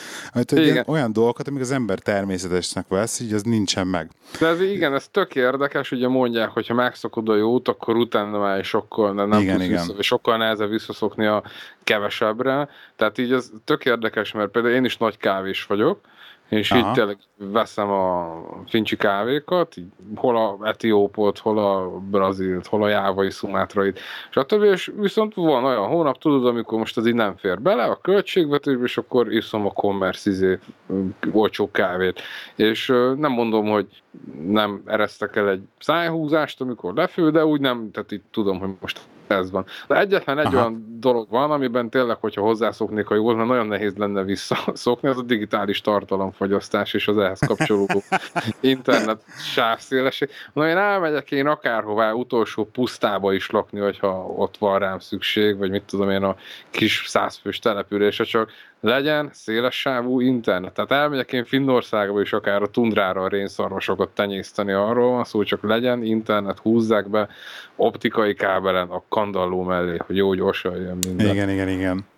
hogy olyan dolgokat, amik az ember természetesnek vesz, így az nincsen meg. De ez igen, ez tök érdekes, ugye mondják, hogy ha megszokod a jót, akkor utána már sokkal nem igen, tudsz igen. Vissza, és sokkal nehezebb visszaszokni a kevesebbre, tehát így ez tök érdekes, mert például én is nagy kávés vagyok, és Aha. így tényleg veszem a fincsi kávékat, így hol a etiópot, hol a brazilt, hol a jávai szumátrait, stb. És viszont van olyan hónap, tudod, amikor most az így nem fér bele a költségvetésbe, és akkor iszom a commerce izé, olcsó kávét. És nem mondom, hogy nem eresztek el egy szájhúzást, amikor lefő, de úgy nem, tehát így tudom, hogy most ez van. De egyetlen egy Aha. olyan dolog van, amiben tényleg, hogyha hozzászoknék a jól, mert nagyon nehéz lenne visszaszokni, az a digitális tartalomfogyasztás és az ehhez kapcsolódó internet sávszélesség. Na én elmegyek én akárhová utolsó pusztába is lakni, hogyha ott van rám szükség, vagy mit tudom én a kis százfős települése, csak legyen széles sávú internet. Tehát elmegyek én Finnországba is akár a tundrára a rénszarvasokat tenyészteni, arról van szó, csak legyen internet, húzzák be optikai kábelen a kandalló mellé, hogy jó gyorsan jön minden. Igen, igen, igen.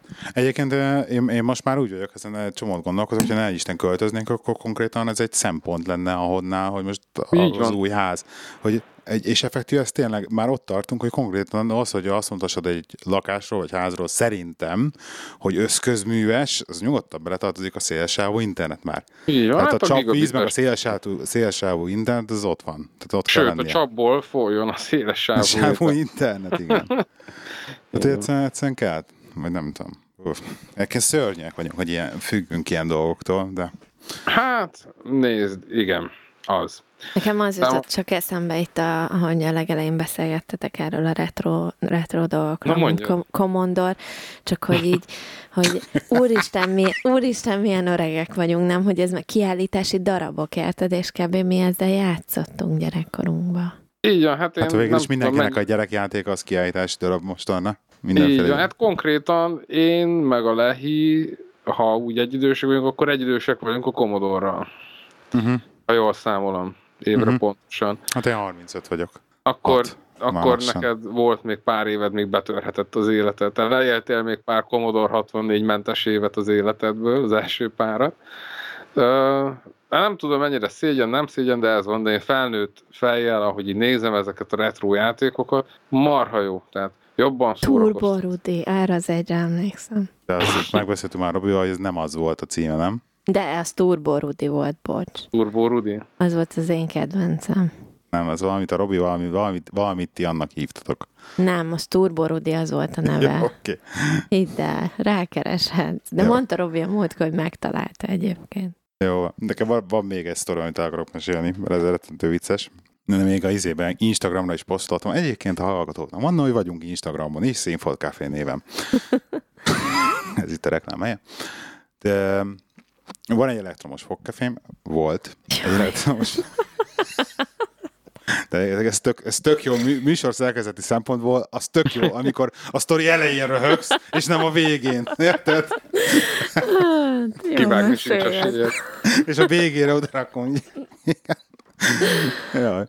Egyébként én, én most már úgy vagyok, ezen egy csomót gondolkozom, hogy ha ne Isten költöznénk, akkor konkrétan ez egy szempont lenne ahonnál, hogy most az új ház. Hogy egy, és effektív ez tényleg már ott tartunk, hogy konkrétan az, hogy azt mondtasod egy lakásról vagy házról szerintem, hogy összközműves, az nyugodtan beletartozik a szélsávú internet már. Így van, hát hát a csapvíz meg a szélsávú, szélsávú internet, az ott van. Tehát ott Sőt, a csapból folyjon a szélessávú sávú internet, igen. Hát egyszerűen, egyszerűen kell, vagy nem tudom. Egyébként szörnyek vagyunk, hogy ilyen, függünk ilyen dolgoktól, de... Hát, nézd, igen, az. Nekem az jutott csak eszembe itt, a, ahogy a legelején beszélgettetek erről a retro, retro dolgokról, mint Commodore, csak hogy így, hogy úristen, mi, úristen, milyen öregek vagyunk, nem, hogy ez meg kiállítási darabok, érted, és kb. Mi ezzel játszottunk gyerekkorunkban. Így van, hát én hát végül is mindenkinek tudom, a gyerekjáték az kiállítási darab mostanra. Így van, hát konkrétan én meg a Lehi, ha úgy egyidősek vagyunk, akkor egyidősek vagyunk a Commodore-ral. Uh-huh. Ha jól számolom, évre uh-huh. pontosan. Hát én harmincöt vagyok. Akkor, Hat, akkor neked volt még pár éved, még betörhetett az életed. Te leéltél még pár Commodore hatvannégy mentes évet az életedből, az első párat. Uh, nem tudom, mennyire szégyen, nem szégyen, de ez van, de én felnőtt fejjel, ahogy így nézem ezeket a retro játékokat, marha jó, tehát jobban szórakoztam. Turbo Rudi, erre az egyre emlékszem. De azt megbeszéltünk már Robival, hogy ez nem az volt a címe, nem? De az Turbo Rudi volt, bocs. Turbo Rudi? Az volt az én kedvencem. Nem, az valamit a Robi, valamit, valamit, valamit ti annak hívtatok. Nem, az Turbo Rudi, az volt a neve. Ja, oké. Okay. Hidd el, rákereshetsz. De jó. Mondta Robi a múltkor, hogy megtalálta egyébként. Jó, de van, van még egy sztori, amit el akarok mesélni, mert ez rettentő vicces. De még a izében Instagramra is posztoltam. Egyébként a hallgatóknak mondom, hogy vagyunk Instagramon is, Színfolt Café névem. Ez itt a reklám helye. De van egy elektromos fogkefém, volt egy elektromos... De ez tök, ez tök jó műsor szerkezeti szempontból, az tök jó, amikor a sztori elején röhögsz, és nem a végén. Érted? Kivágni sincs eséllyel. És a végére oda rakom. Jaj.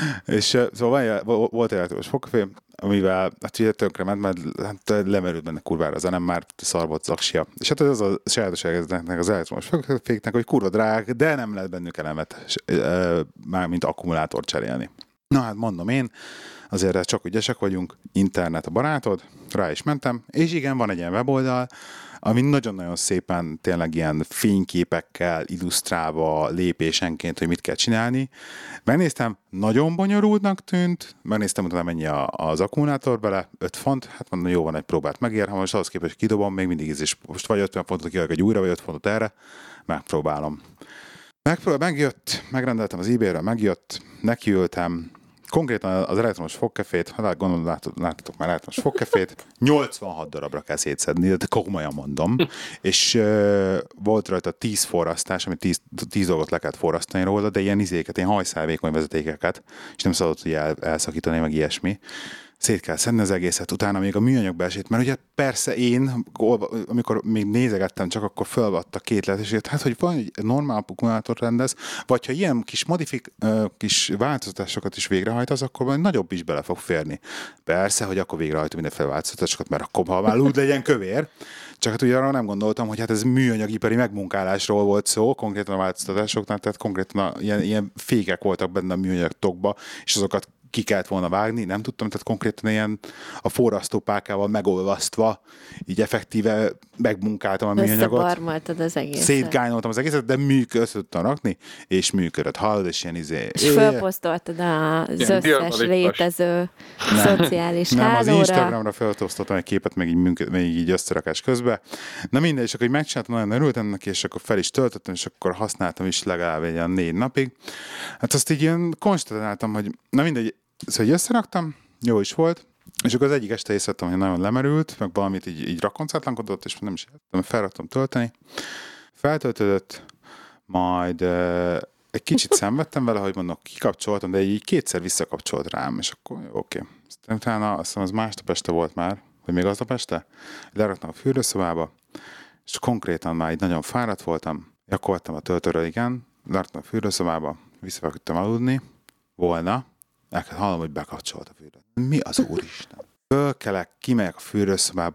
És szóval volt egy elektromos fogkefé, amivel hát ugye tönkre ment, mert hát lemerült benne kurvára a zenem, már szar volt zaksia. És hát ez a sajátosság ezeknek az elektromos fogkeféknek, hogy kurva drág, de nem lehet bennük elemet, mármint akkumulátort cserélni. Na hát mondom én, azért csak ügyesek vagyunk, internet a barátod, rá is mentem, és igen, van egy ilyen weboldal, ami nagyon-nagyon szépen tényleg ilyen fényképekkel illusztrálva lépésenként, hogy mit kell csinálni. Megnéztem, nagyon bonyolultnak tűnt, megnéztem utána mennyi az akkumulátor bele, öt font, hát mondom, jó van, egy próbát megér, ha most ahhoz képest, hogy kidobom, még mindig is, most vagy ötven fontot kijövök egy újra, vagy öt fontot erre, megpróbálom. Megpróbál, megjött, megrendeltem az eBay-re, megjött, nekiültem, konkrétan az elektromos fogkefét, ha gondolom, láttatok már elektromos fogkefét, nyolcvanhat darabra kell szétszedni, de komolyan mondom, és uh, volt rajta tíz forrasztás, ami tíz, tíz dolgot le kellett forrasztani róla, de ilyen izéket, ilyen hajszálvékony vezetékeket, és nem szabad, hogy el, elszakítani, meg ilyesmi. Szét kell szedni az egészet, utána még a műanyag belsét, mert ugye persze én, amikor még nézegettem, csak akkor fölvatta két lehetőséget, hát hogy van egy normál akkumulátort rendez, vagy ha ilyen kis modifik, kis változtatásokat is végrehajtasz, akkor majd nagyobb is bele fog férni. Persze, hogy akkor végrehajtom mindenféle változtatásokat, mert akkor ha már úgy legyen kövér, csak hát ugye arra nem gondoltam, hogy hát ez műanyagipari megmunkálásról volt szó, konkrétan a változtatásoknál, tehát konkrétan a, ilyen, ilyen fékek voltak benne a műanyag tokba, és azokat ki kellett volna vágni, nem tudtam, tehát konkrétan ilyen a forrasztópálkával megolvasztva, így effektíve megmunkáltam a műanyagot. Összebarmoltad az egészet. Szétgányoltam az egészet, de működött, tudtam rakni, és működött. Hallod, és ilyen izé... És fölposztoltad az összes létező nem, szociális nem, hálóra. Nem, az Instagramra feltosztottam egy képet, meg így, működ, meg így összerakás közben. Na mindegy, és akkor így megcsináltam, nagyon örültem neki, és akkor fel is töltöttem, és akkor használtam is legalább egy ilyen négy napig. Hát azt így ilyen konstatáltam, hogy na mindegy, szóval összeraktam, jó is volt, és akkor az egyik este észrevettem, hogy nagyon lemerült, meg valamit így, így rakoncátlankodott, és nem is értem, felraktam tölteni. Feltöltődött, majd uh, egy kicsit szenvedtem vele, hogy mondok, kikapcsoltam, de így kétszer visszakapcsolt rám, és akkor jó, oké. Okay. Aztán utána azt hiszem, az másnap este volt már, vagy még aznap este, leraktam a fürdőszobába, és konkrétan már így nagyon fáradt voltam, akkor vettem a töltőről, igen, leraktam a fürdőszobába, visszafeküdtem aludni, volna, hallom, hogy bekapcsolt a fürdőt. Mi az úristen? Fölkelek, kimegyek a fürdőszobába, és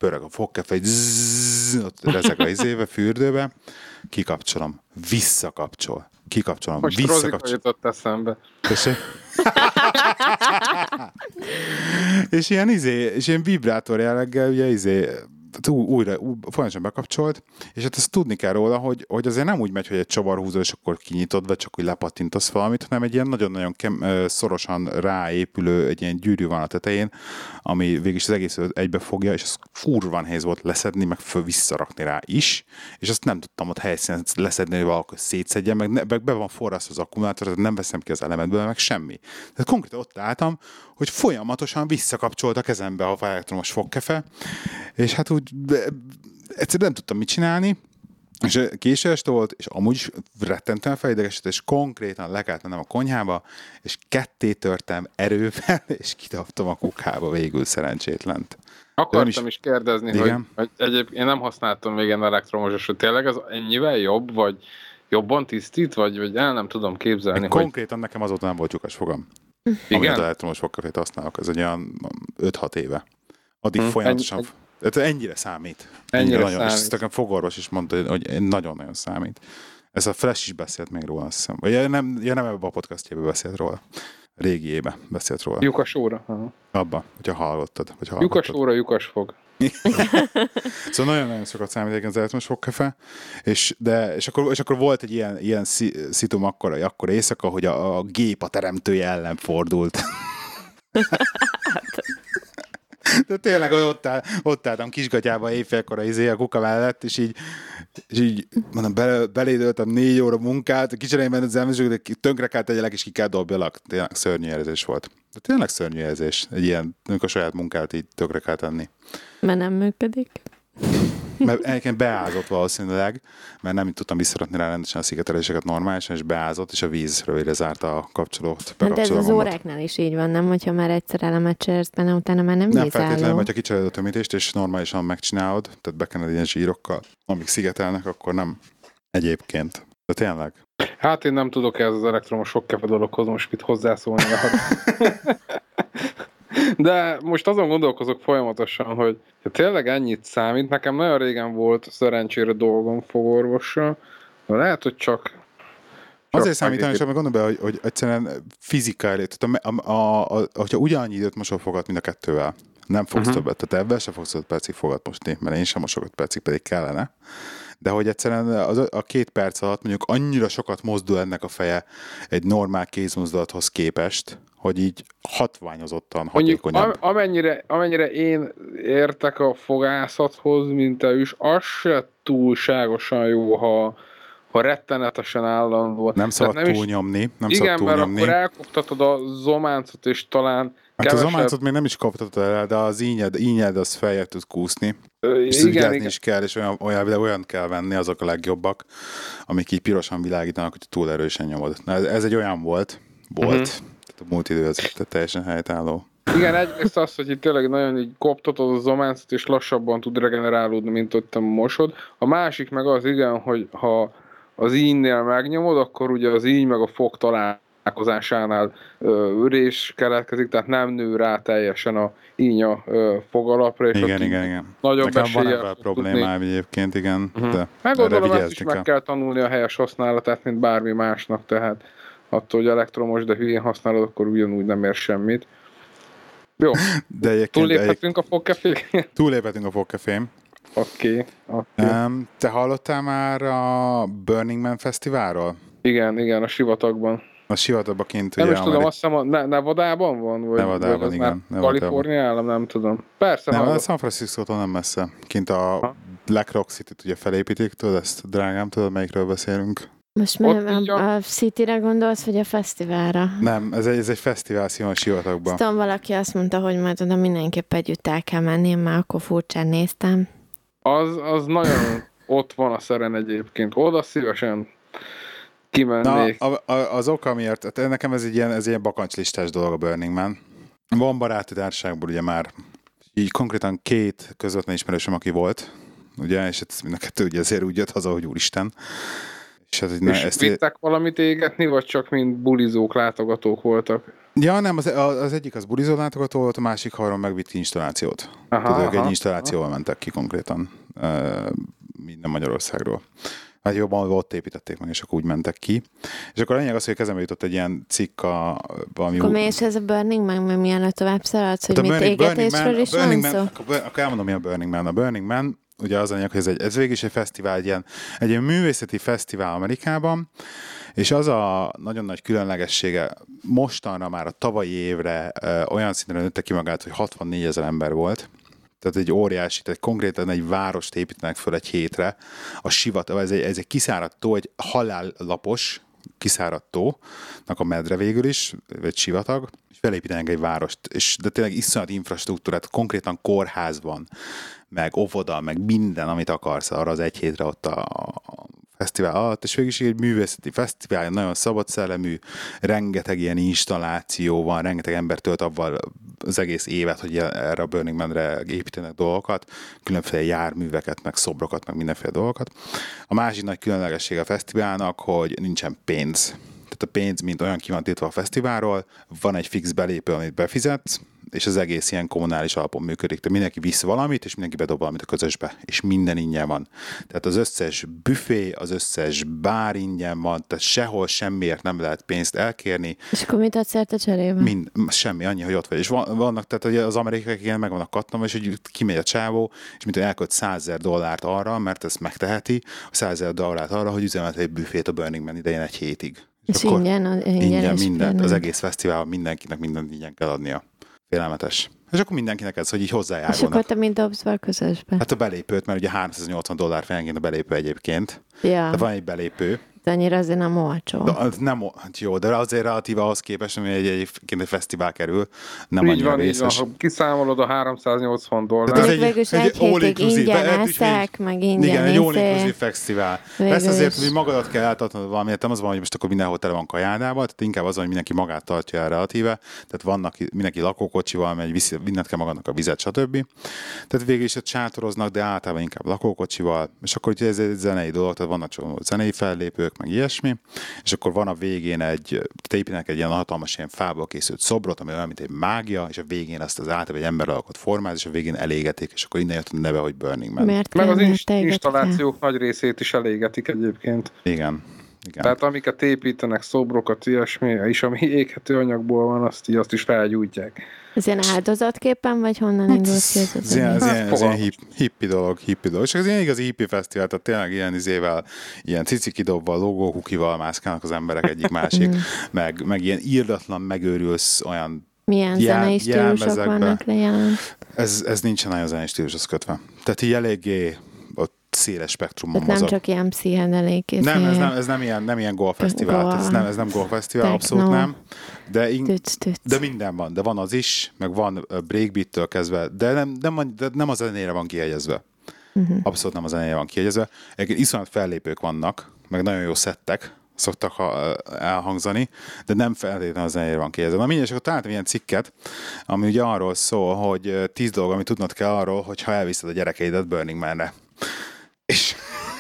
pörög a fogkefe, egy zzz, ott rezeg a izébe, fürdőbe, kikapcsolom, visszakapcsol, kikapcsolom, most visszakapcsol. Most jutott eszembe. És ilyen izé, és ilyen vibrátor jelleggel, ugye izé, újra, újra folyamatosan bekapcsolt, és hát ezt tudni kell róla, hogy, hogy azért nem úgy megy, hogy egy csavarhúzó, és akkor kinyitod, vagy csak úgy lepattintasz valamit, hanem egy ilyen nagyon-nagyon kem, szorosan ráépülő, egy ilyen gyűrű van a tetején, ami végig az egész egybefogja, és az kurva nehéz volt leszedni, meg föl visszarakni rá is, és azt nem tudtam ott helyszínen leszedni, hogy valaki szétszedjen, meg, ne, meg be van forrasztva az akkumulátor, tehát nem veszem ki az elementből, meg semmi. Tehát konkrétan ott álltam, hogy folyamatosan visszakapcsolt a kezembe a elektromos fogkefe, és hát úgy egyszerűen nem tudtam mit csinálni, és késő este volt, és amúgy is rettentően felidegesített, és konkrétan le kellett mennem a konyhába, és ketté törtem erővel, és kidobtam a kukába végül szerencsétlent. Akartam is, is kérdezni, hogy, hogy egyébként én nem használtam még ilyen elektromos, hogy tényleg ez ennyivel jobb, vagy jobban tisztít, vagy, vagy el nem tudom képzelni. Hogy... Konkrétan nekem azóta nem volt lyukas fogam. Igen? Amit elektromos fogkefét használok, ez egy olyan öt-hat éve. Addig hmm. folyamatosan... Ennyi, egy... ennyire számít. Ennyire, ennyire nagyon, számít. És ezt a fogorvos is mondta, hogy nagyon-nagyon számít. Ez a Flash is beszélt még róla, azt hiszem. Vagy nem, ja, nem ebben a podcastjében beszélt róla. Régiébe beszélt róla. Lyukas óra. Aha. Abba, hogyha hallgattad. Hogy hallgattad. Lyukas óra, lyukas fog. Szóval nagyon-nagyon sokat számít az elektromos fogkefe, és, de, és, akkor, és akkor volt egy ilyen, ilyen szitum akkor, akkor éjszaka, hogy a, a gép a teremtője ellen fordult. De tényleg ott, áll, ott álltam kisgatyába éjfélkor a izé a kuka mellett, és így, és így mondom, be, belédöltem négy óra munkát, kicseréljen az elmésők, de tönkre kell tegyelek, és ki kell dobjalak. Tényleg szörnyű érzés volt. De tényleg szörnyű érzés, egy ilyen, amikor a saját munkát így tönkre kell tenni. Mert nem működik. Mert egyébként beázott valószínűleg, mert nem tudtam visszarakni rá rendesen a szigeteléseket normálisan, és beázott, és a víz rövidre zárta a kapcsolót. Hát ez az óráknál is így van, nem? Hogyha már egyszer elemet cserélsz benne, utána már nem vízálló. Nem feltétlenül, hogyha kicseréled a tömítést, és normálisan megcsinálod, tehát bekened ilyen zsírokkal, amíg szigetelnek, akkor nem egyébként. De tényleg. Hát én nem tudok ez az elektromos fogkefe dologhoz most mit hozzászólni. De most azon gondolkozok folyamatosan, hogy ha tényleg ennyit számít, nekem nagyon régen volt szerencsére dolgom fogorvossal, de lehet, hogy csak... csak Azért számítani, és gondolj be, hogy, hogy egyszerűen fizikai, tehát a, a, a, hogyha ugyanannyi időt mosol fogad, mint a kettővel, nem fogsz uh-huh. többet, tehát ebben sem fogsz öt percig fogad mosni, mert én sem mosok öt percig, pedig kellene. De hogy egyszerűen az, a két perc alatt mondjuk annyira sokat mozdul ennek a feje egy normál kézmozdulathoz képest, hogy így hatványozottan hatékonyabb. Mondjuk, amennyire, amennyire én értek a fogászathoz, mint te is, az se túlságosan jó, ha, ha rettenetesen állandó. Nem szabad nem túlnyomni. Nem igen, szabad túlnyomni. Mert akkor elkoptatod a zománcot, és talán hát kevesebb... a zománcot még nem is koptatod el, de az ínyed, ínyed az feljel tud kúszni. Ö, és igen, igen. is kell, és olyan, olyan, de olyan kell venni, azok a legjobbak, amik így pirosan világítanak, hogy túl erősen nyomod. Na, ez, ez egy olyan volt, volt, uh-huh. tehát a múlt idő az teljesen helytálló. Igen, egyrészt az, hogy itt tényleg nagyon így koptatod a zománcot, és lassabban tud regenerálódni, mint ott a mosod. A másik meg az, igen, hogy ha az ínynél megnyomod, akkor ugye az íny meg a fog találkozásánál ürés keletkezik, tehát nem nő rá teljesen a íny a fogalapra. És igen, igen, igen. Nagyobb nekem van ebben problémám egyébként, igen. Uh-huh. De meggondolom, ezt is kell. Meg kell tanulni a helyes használatát, mint bármi másnak, tehát attól, hogy elektromos, de hülyén használod, akkor ugyanúgy nem ér semmit. Jó, túlléphetünk a fogkefén? Túlléphetünk a fogkefén. Oké. Okay, okay. um, Te hallottál már a Burning Man fesztiválról? Igen, igen, a sivatagban. A sivatagban kint. Nem ugye, is tudom, amerik... azt hiszem a ne- Nevadában van? Vagy, Nevadában, vagy igen. Kalifornia állam, nem tudom. Persze. Nem, a San Francisco-tól nem messze. Kint a ha? Black Rock City-t ugye felépítik, tudod ezt, drágám, tudod, melyikről beszélünk? Most már a, a City-re gondolsz, vagy a fesztiválra? Nem, ez egy, ez egy fesztivál szívan a sivatagban. Aztán valaki azt mondta, hogy majd oda mindenképp együtt el kell menni, én már akkor furcsán néztem. Az, az nagyon ott van a szeren egyébként. Oda szívesen kimennék. Na, a, a, az oka miért, hát nekem ez egy ilyen, ez egy ilyen bakancslistás dolog a Burning Man. Van baráti társaságból ugye már így konkrétan két közvetlen ismerősöm, aki volt, ugye, és ez mind a kettő ugye azért úgy jött haza, hogy úristen. És, hát, na, és ezt vittek é... valamit égetni, vagy csak mind bulizók, látogatók voltak? Ja, nem, az, az egyik az bulizó látogató volt, a másik haron megvitt installációt. Aha, Tehát ők aha, egy installációval aha. mentek ki konkrétan uh, minden Magyarországról. Hát jobban ott építették meg, és akkor úgy mentek ki. És akkor a lényeg az, hogy kezembe jutott egy ilyen cikk a valami... Akkor mi is ez a Burning Man, mert mielőtt tovább szaladsz, hogy mit égetésről is van szó? Akkor elmondom, mi a Burning Man. A Burning Man, ugye az a lényeg, hogy ez, egy, ez végig is egy fesztivál, egy ilyen, egy ilyen művészeti fesztivál Amerikában, és az a nagyon nagy különlegessége mostanra már a tavalyi évre ö, olyan szinten nőtte ki magát, hogy hatvannégy ezer ember volt. Tehát egy óriási, tehát konkrétan egy várost építenek föl egy hétre. A sivatag, ez egy, ez egy kiszáradt tó, egy halállapos kiszáradt tónak a medre végül is, vagy sivatag, és felépítenek egy várost. És, de tényleg iszonyat infrastruktúrát, konkrétan kórház van, meg óvoda, meg minden, amit akarsz arra az egy hétre ott a, a fesztivál alatt, és végül is egy művészeti fesztivál, nagyon szabadszellemű, rengeteg ilyen installáció van, rengeteg ember tölt avval az egész évet, hogy erre a Burning Man-re építenek dolgokat, különféle járműveket, meg szobrokat, meg mindenféle dolgokat. A másik nagy különlegessége a fesztiválnak, hogy nincsen pénz. Tehát a pénz mint olyan ki van tiltva a fesztiválról, van egy fix belépő, amit befizetsz, és az egész ilyen kommunális alapon működik. Tehát mindenki visz valamit, és mindenki bedob valamit a közösbe, és minden ingyen van. Tehát az összes büfé, az összes bár ingyen van, tehát sehol semmiért nem lehet pénzt elkérni. És akkor mit adsz a cserébe? Mind, semmi, annyi, hogy ott vagy. És vannak, tehát hogy az amerikaiak igen, meg vannak kattam, és hogy kimegy a csávó, és mint hogy elkölt százezer dollárt arra, mert ezt megteheti, százezer dollárt arra, hogy üzemeltet egy büfét a Burning Man idején egy hétig. És, és ingyen, ingyen, ingyen mindent, az egész fesztivál mindenkinek mindent ingyen kell adnia. Félelmetes. És akkor mindenkinek ez, hogy így hozzájárulnak. És akkor te mind dobsz be a közösbe? Hát a belépőt, mert ugye háromszáznyolcvan dollár fejenként a belépő egyébként. Ja. De van egy belépő. De annyira azért nem olcsó. De, nem, hát jó, de azért relatíve ahhoz képest, hogy egy, egyébként egy fesztivál kerül, nem így annyira van, vészes. Így van, ha kiszámolod a háromszáznyolcvan dollárt. Ez egy, végülis egy, egy hétig ingyen eszek, meg ingyen igen, egy all inclusive fesztivál. Ezt azért, hogy magadat kell eltartnod valamiért, nem az van, hogy most akkor mindenhol tele van kajádával, tehát inkább az van, hogy mindenki magát tartja el relatíve, tehát vannak mindenki lakókocsival, megy, viszi, mindent kell magadnak a vizet, stb. Tehát végül is ott sátoroznak, de általában inkább lakókocsival, és akkor ugye ez egy zenei dolog, tehát vannak csomó zenei fellépők, meg ilyesmi, és akkor van a végén egy, építenek egy ilyen hatalmas ilyen fából készült szobrot, ami olyan, mint egy mágia, és a végén azt az általában egy ember alkot formáz, és a végén elégetik, és akkor innen jött a neve, hogy Burning Man. Miért meg az inst- installációk nagy részét is elégetik egyébként. Igen. Igen. Tehát amiket építenek, szobrokat, ilyesmi, és ami éghető anyagból van, azt, így, azt is felgyújtják. Ez ilyen áldozatképpen, vagy honnan indult ki ez? Ez ilyen, ez ilyen, ez ilyen hip, hippi dolog, hippi dolog. És ez ilyen igazi hippi fesztivál, tehát tényleg ilyen izével, ilyen cicikidobval, logókukival mászkálnak az emberek egyik-másik, meg, meg ilyen írdatlan megőrülsz olyan milyen jel, zenei stílusok vannak lejelen? Ez, ez nincsen nagyon zenei stílushoz kötve. Tehát így eléggé széles spektrumon mozog. Nem csak ilyen pszichedelik. Nem, ez nem, ez nem ilyen, nem ilyen golffesztivál. Ez nem, ez nem golffesztivál, abszolút nem. De, in, tüc, tüc. de minden van. De van az is, meg van breakbeat-től kezdve, de nem, nem, de nem a zenére van kiegyezve. Uh-huh. Abszolút nem a zenére van kiegyezve. Egyébként iszonyat fellépők vannak, meg nagyon jó szettek szoktak elhangzani, de nem feltétlenül a zenére van kiegyezve. Na mindjárt, és akkor találtam ilyen cikket, ami ugye arról szól, hogy tíz dolog, amit tudnod kell arról, hogyha elviszed a gyerekeidet Burning Man-re. És...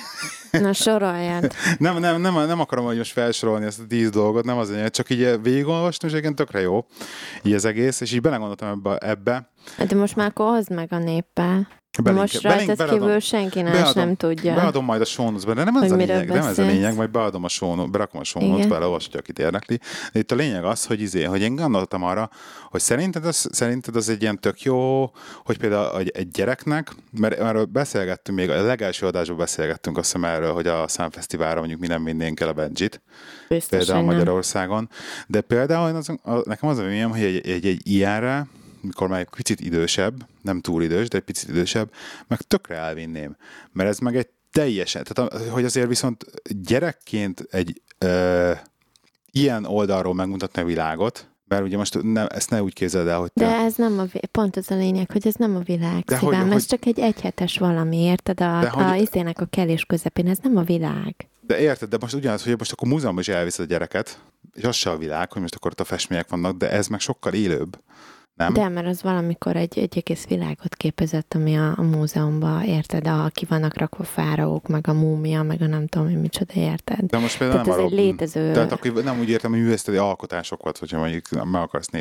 Na, soroljad. nem, nem, nem, nem akarom, hogy most felsorolni ezt a tíz dolgot, nem azért, csak így végigolvastam, és egyébként tökre jó így az egész, és így belegondoltam ebbe. ebbe. De most már akkor hozd meg a néppel. Belink, most rajtad kívül senki más nem tudja. Beadom majd a show notes-be, de nem ez a lényeg, nem ez a lényeg, majd beadom a show notes, berakom a show notes-be, leolvashatja, akit érdekli. De itt a lényeg az, hogy, izé, hogy én gondoltam arra, hogy szerinted az, szerinted az egy ilyen tök jó, hogy például egy, egy gyereknek, mert erről beszélgettünk még, a legelső adásban beszélgettünk azt hiszem erről, hogy a Sun Fesztiválra mondjuk mi nem vinnénk el a Benjit, például Magyarországon. De például az, a, nekem az a véleményem, hogy egy, egy, egy ilyenre, mikor már egy picit idősebb, nem túl idős, de egy picit idősebb, meg tökre elvinném. Mert ez meg egy teljesen, tehát hogy azért viszont gyerekként egy ö, ilyen oldalról megmutatni a világot, mert ugye most ne, ezt ne úgy képzeld el, hogy te... De ez nem a, pont az a lényeg, hogy ez nem a világ, de szívem, hogy, ez hogy... csak egy egyhetes valami, érted? A, a hogy... izének a kelés közepén, ez nem a világ. De érted, de most ugyanaz, hogy most akkor múzeumban is elviszed a gyereket, és az se a világ, hogy most akkor ott a festmények vannak, de ez meg sokkal élőbb. Nem? De, mert az valamikor egy, egy egész világot képezett, ami a, a múzeumban, érted, a, ki vannak rakva fáraók, meg a múmia, meg a nem tudom, hogy micsoda, érted. De most például tehát nem ez arra, egy létező... Tehát akkor nem úgy értem, hogy művészeti alkotások volt, hogyha mondjuk meg akarsz nézni.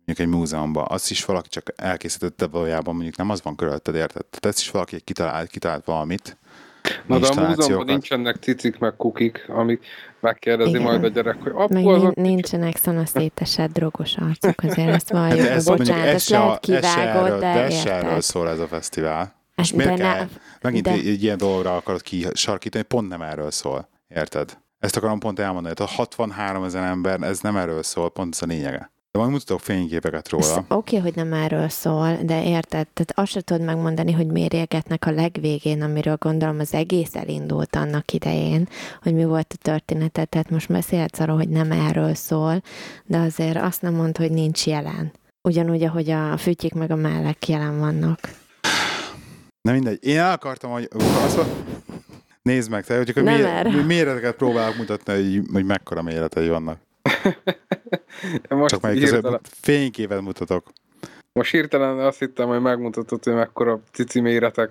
mondjuk egy múzeumban, azt is valaki csak elkészítette valójában, mondjuk nem az van körülötted, érted? Tehát ezt is valaki kitalált, kitalált valamit. Na de a múzeumban nincsenek cicik meg kukik, amik megkérdezi igen. majd a gyerek, hogy apu az a nincsenek szanaszétesett drogos arcok, azért ezt valljuk. Hát bocsánat, ezt lehet kivágod, de érted. De erről szól ez a fesztivál. És de miért ne, kell megint de... egy ilyen dologra akarod kisarkítani, pont nem erről szól, érted? Ezt akarom pont elmondani, hogy a hatvanhárom ezer ember, ez nem erről szól, pont ez a lényege. De majd mutatok fényképeket róla. Oké, okay, hogy nem erről szól, de érted? Tehát azt se tudod megmondani, hogy miért égetnek a legvégén, amiről gondolom az egész elindult annak idején, hogy mi volt a története. Tehát most beszélhetsz arról, hogy nem erről szól, de azért azt nem mond, hogy nincs jelen. Ugyanúgy, ahogy a fütyik meg a mellek jelen vannak. Na mindegy. Én el akartam, hogy... Nézd meg, te, hogy méret, méreteket próbálok mutatni, hogy, hogy mekkora méretei vannak. Most csak melyik közben fényképet mutatok. Most hirtelen azt hittem, hogy megmutatod, hogy mekkora cici méretek.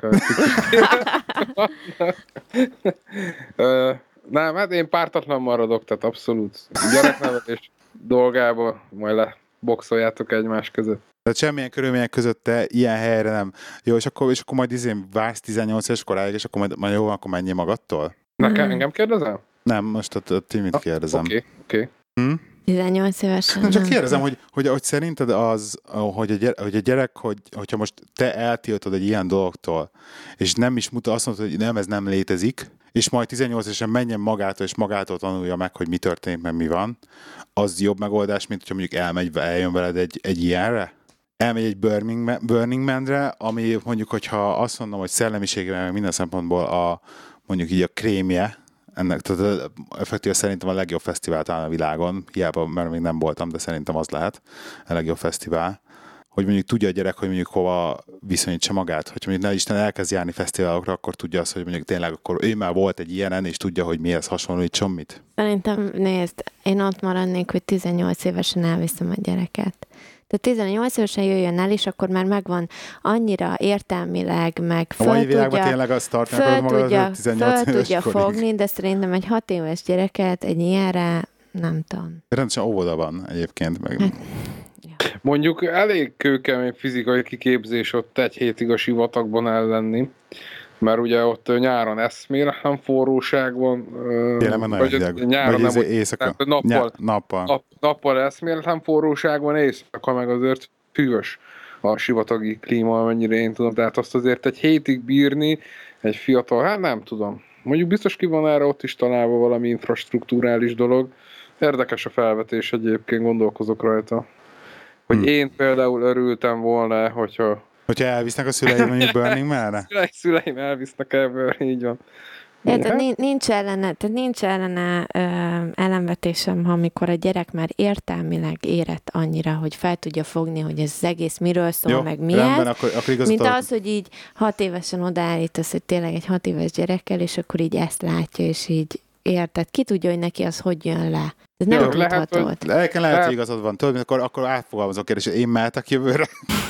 Nem, hát én pártatlan maradok, tehát abszolút gyereknevelés dolgába majd leboxoljátok egymás között. Tehát semmilyen körülmények között te ilyen helyre nem. Jó, és akkor, és akkor majd izén vársz tizennyolc éves koráig, és akkor majd, majd jó, akkor menjél magadtól? Nekem, engem kérdezel? Nem, most a, a Timit kérdezem. Oké, okay, oké. Okay. Hm? tizennyolc évesen. Nem, csak kérdezem, hogy, hogy, hogy szerinted az, hogy a gyerek, hogy a gyerek hogy, hogyha most te eltiltod egy ilyen dologtól, és nem is mutat, azt mondod, hogy nem, ez nem létezik, és majd tizennyolc évesen menjen magától, és magától tanulja meg, hogy mi történik, meg mi van, az jobb megoldás, mint hogyha mondjuk elmegy, eljön veled egy, egy ilyenre? Elmegy egy Burning, Man, Burning Man-re, ami mondjuk, hogyha azt mondom, hogy szellemiségre, meg minden szempontból a, mondjuk így a krémje, ennek, tehát effektíve szerintem a legjobb fesztivál talán a világon, hiába, mert még nem voltam, de szerintem az lehet a legjobb fesztivál, hogy mondjuk tudja a gyerek, hogy mondjuk hova viszonyítsa magát, hogy mondjuk ne Isten elkezd járni fesztiválokra, akkor tudja azt, hogy mondjuk tényleg akkor ő már volt egy ilyenen, és tudja, hogy mihez hasonlítson mit. Szerintem, nézd, én ott maradnék, hogy tizennyolc évesen elviszem a gyereket. Tehát tizennyolc évesen jöjjön el, és akkor már megvan annyira értelmileg, meg föl a mai tudja, tényleg azt tartani, föl tudja, föl tudja fogni, de szerintem egy hat éves gyereket egy ilyenre nem tudom. Rendesen óvoda van egyébként. Meg. Hát, ja. Mondjuk elég kőkemény fizikai kiképzés ott egy hétig a sivatagban el lenni, mert ugye ott nyáron eszméletlen forróság van. Tényleg van nagyon hideg. Nyáron nem, éjszaka. Nappal, Nyá, nappal. Nap, nappal eszméletlen forróság van, éjszaka meg azért hűvös a sivatagi klíma, amennyire én tudom. Tehát azt azért egy hétig bírni egy fiatal, hát nem tudom. Mondjuk biztos ki van erre ott is találva valami infrastruktúrális dolog. Érdekes a felvetés egyébként, gondolkozok rajta. Hogy hmm. én például örültem volna, hogyha Hogyha elvisznek a szüleim mondjuk Burning Man-re? Szüleim, szüleim elvisznek ebből, így van. Ja, tehát nincs ellene, tehát nincs ellene ö, ellenvetésem, ha amikor a gyerek már értelmileg érett annyira, hogy fel tudja fogni, hogy ez az egész miről szól, jó, meg mi ez, akkor, akkor mint az, hogy így hat évesen odaállítasz, hogy tényleg egy hat éves gyerekkel, és akkor így ezt látja, és így érted. Ki tudja, hogy neki az hogy jön le. Ez nem tudhatod. Lehet, hogy, lehet, hogy igazad van. Tudod, akkor, akkor átfogalmazok a kérdés, én mehetek jövőre?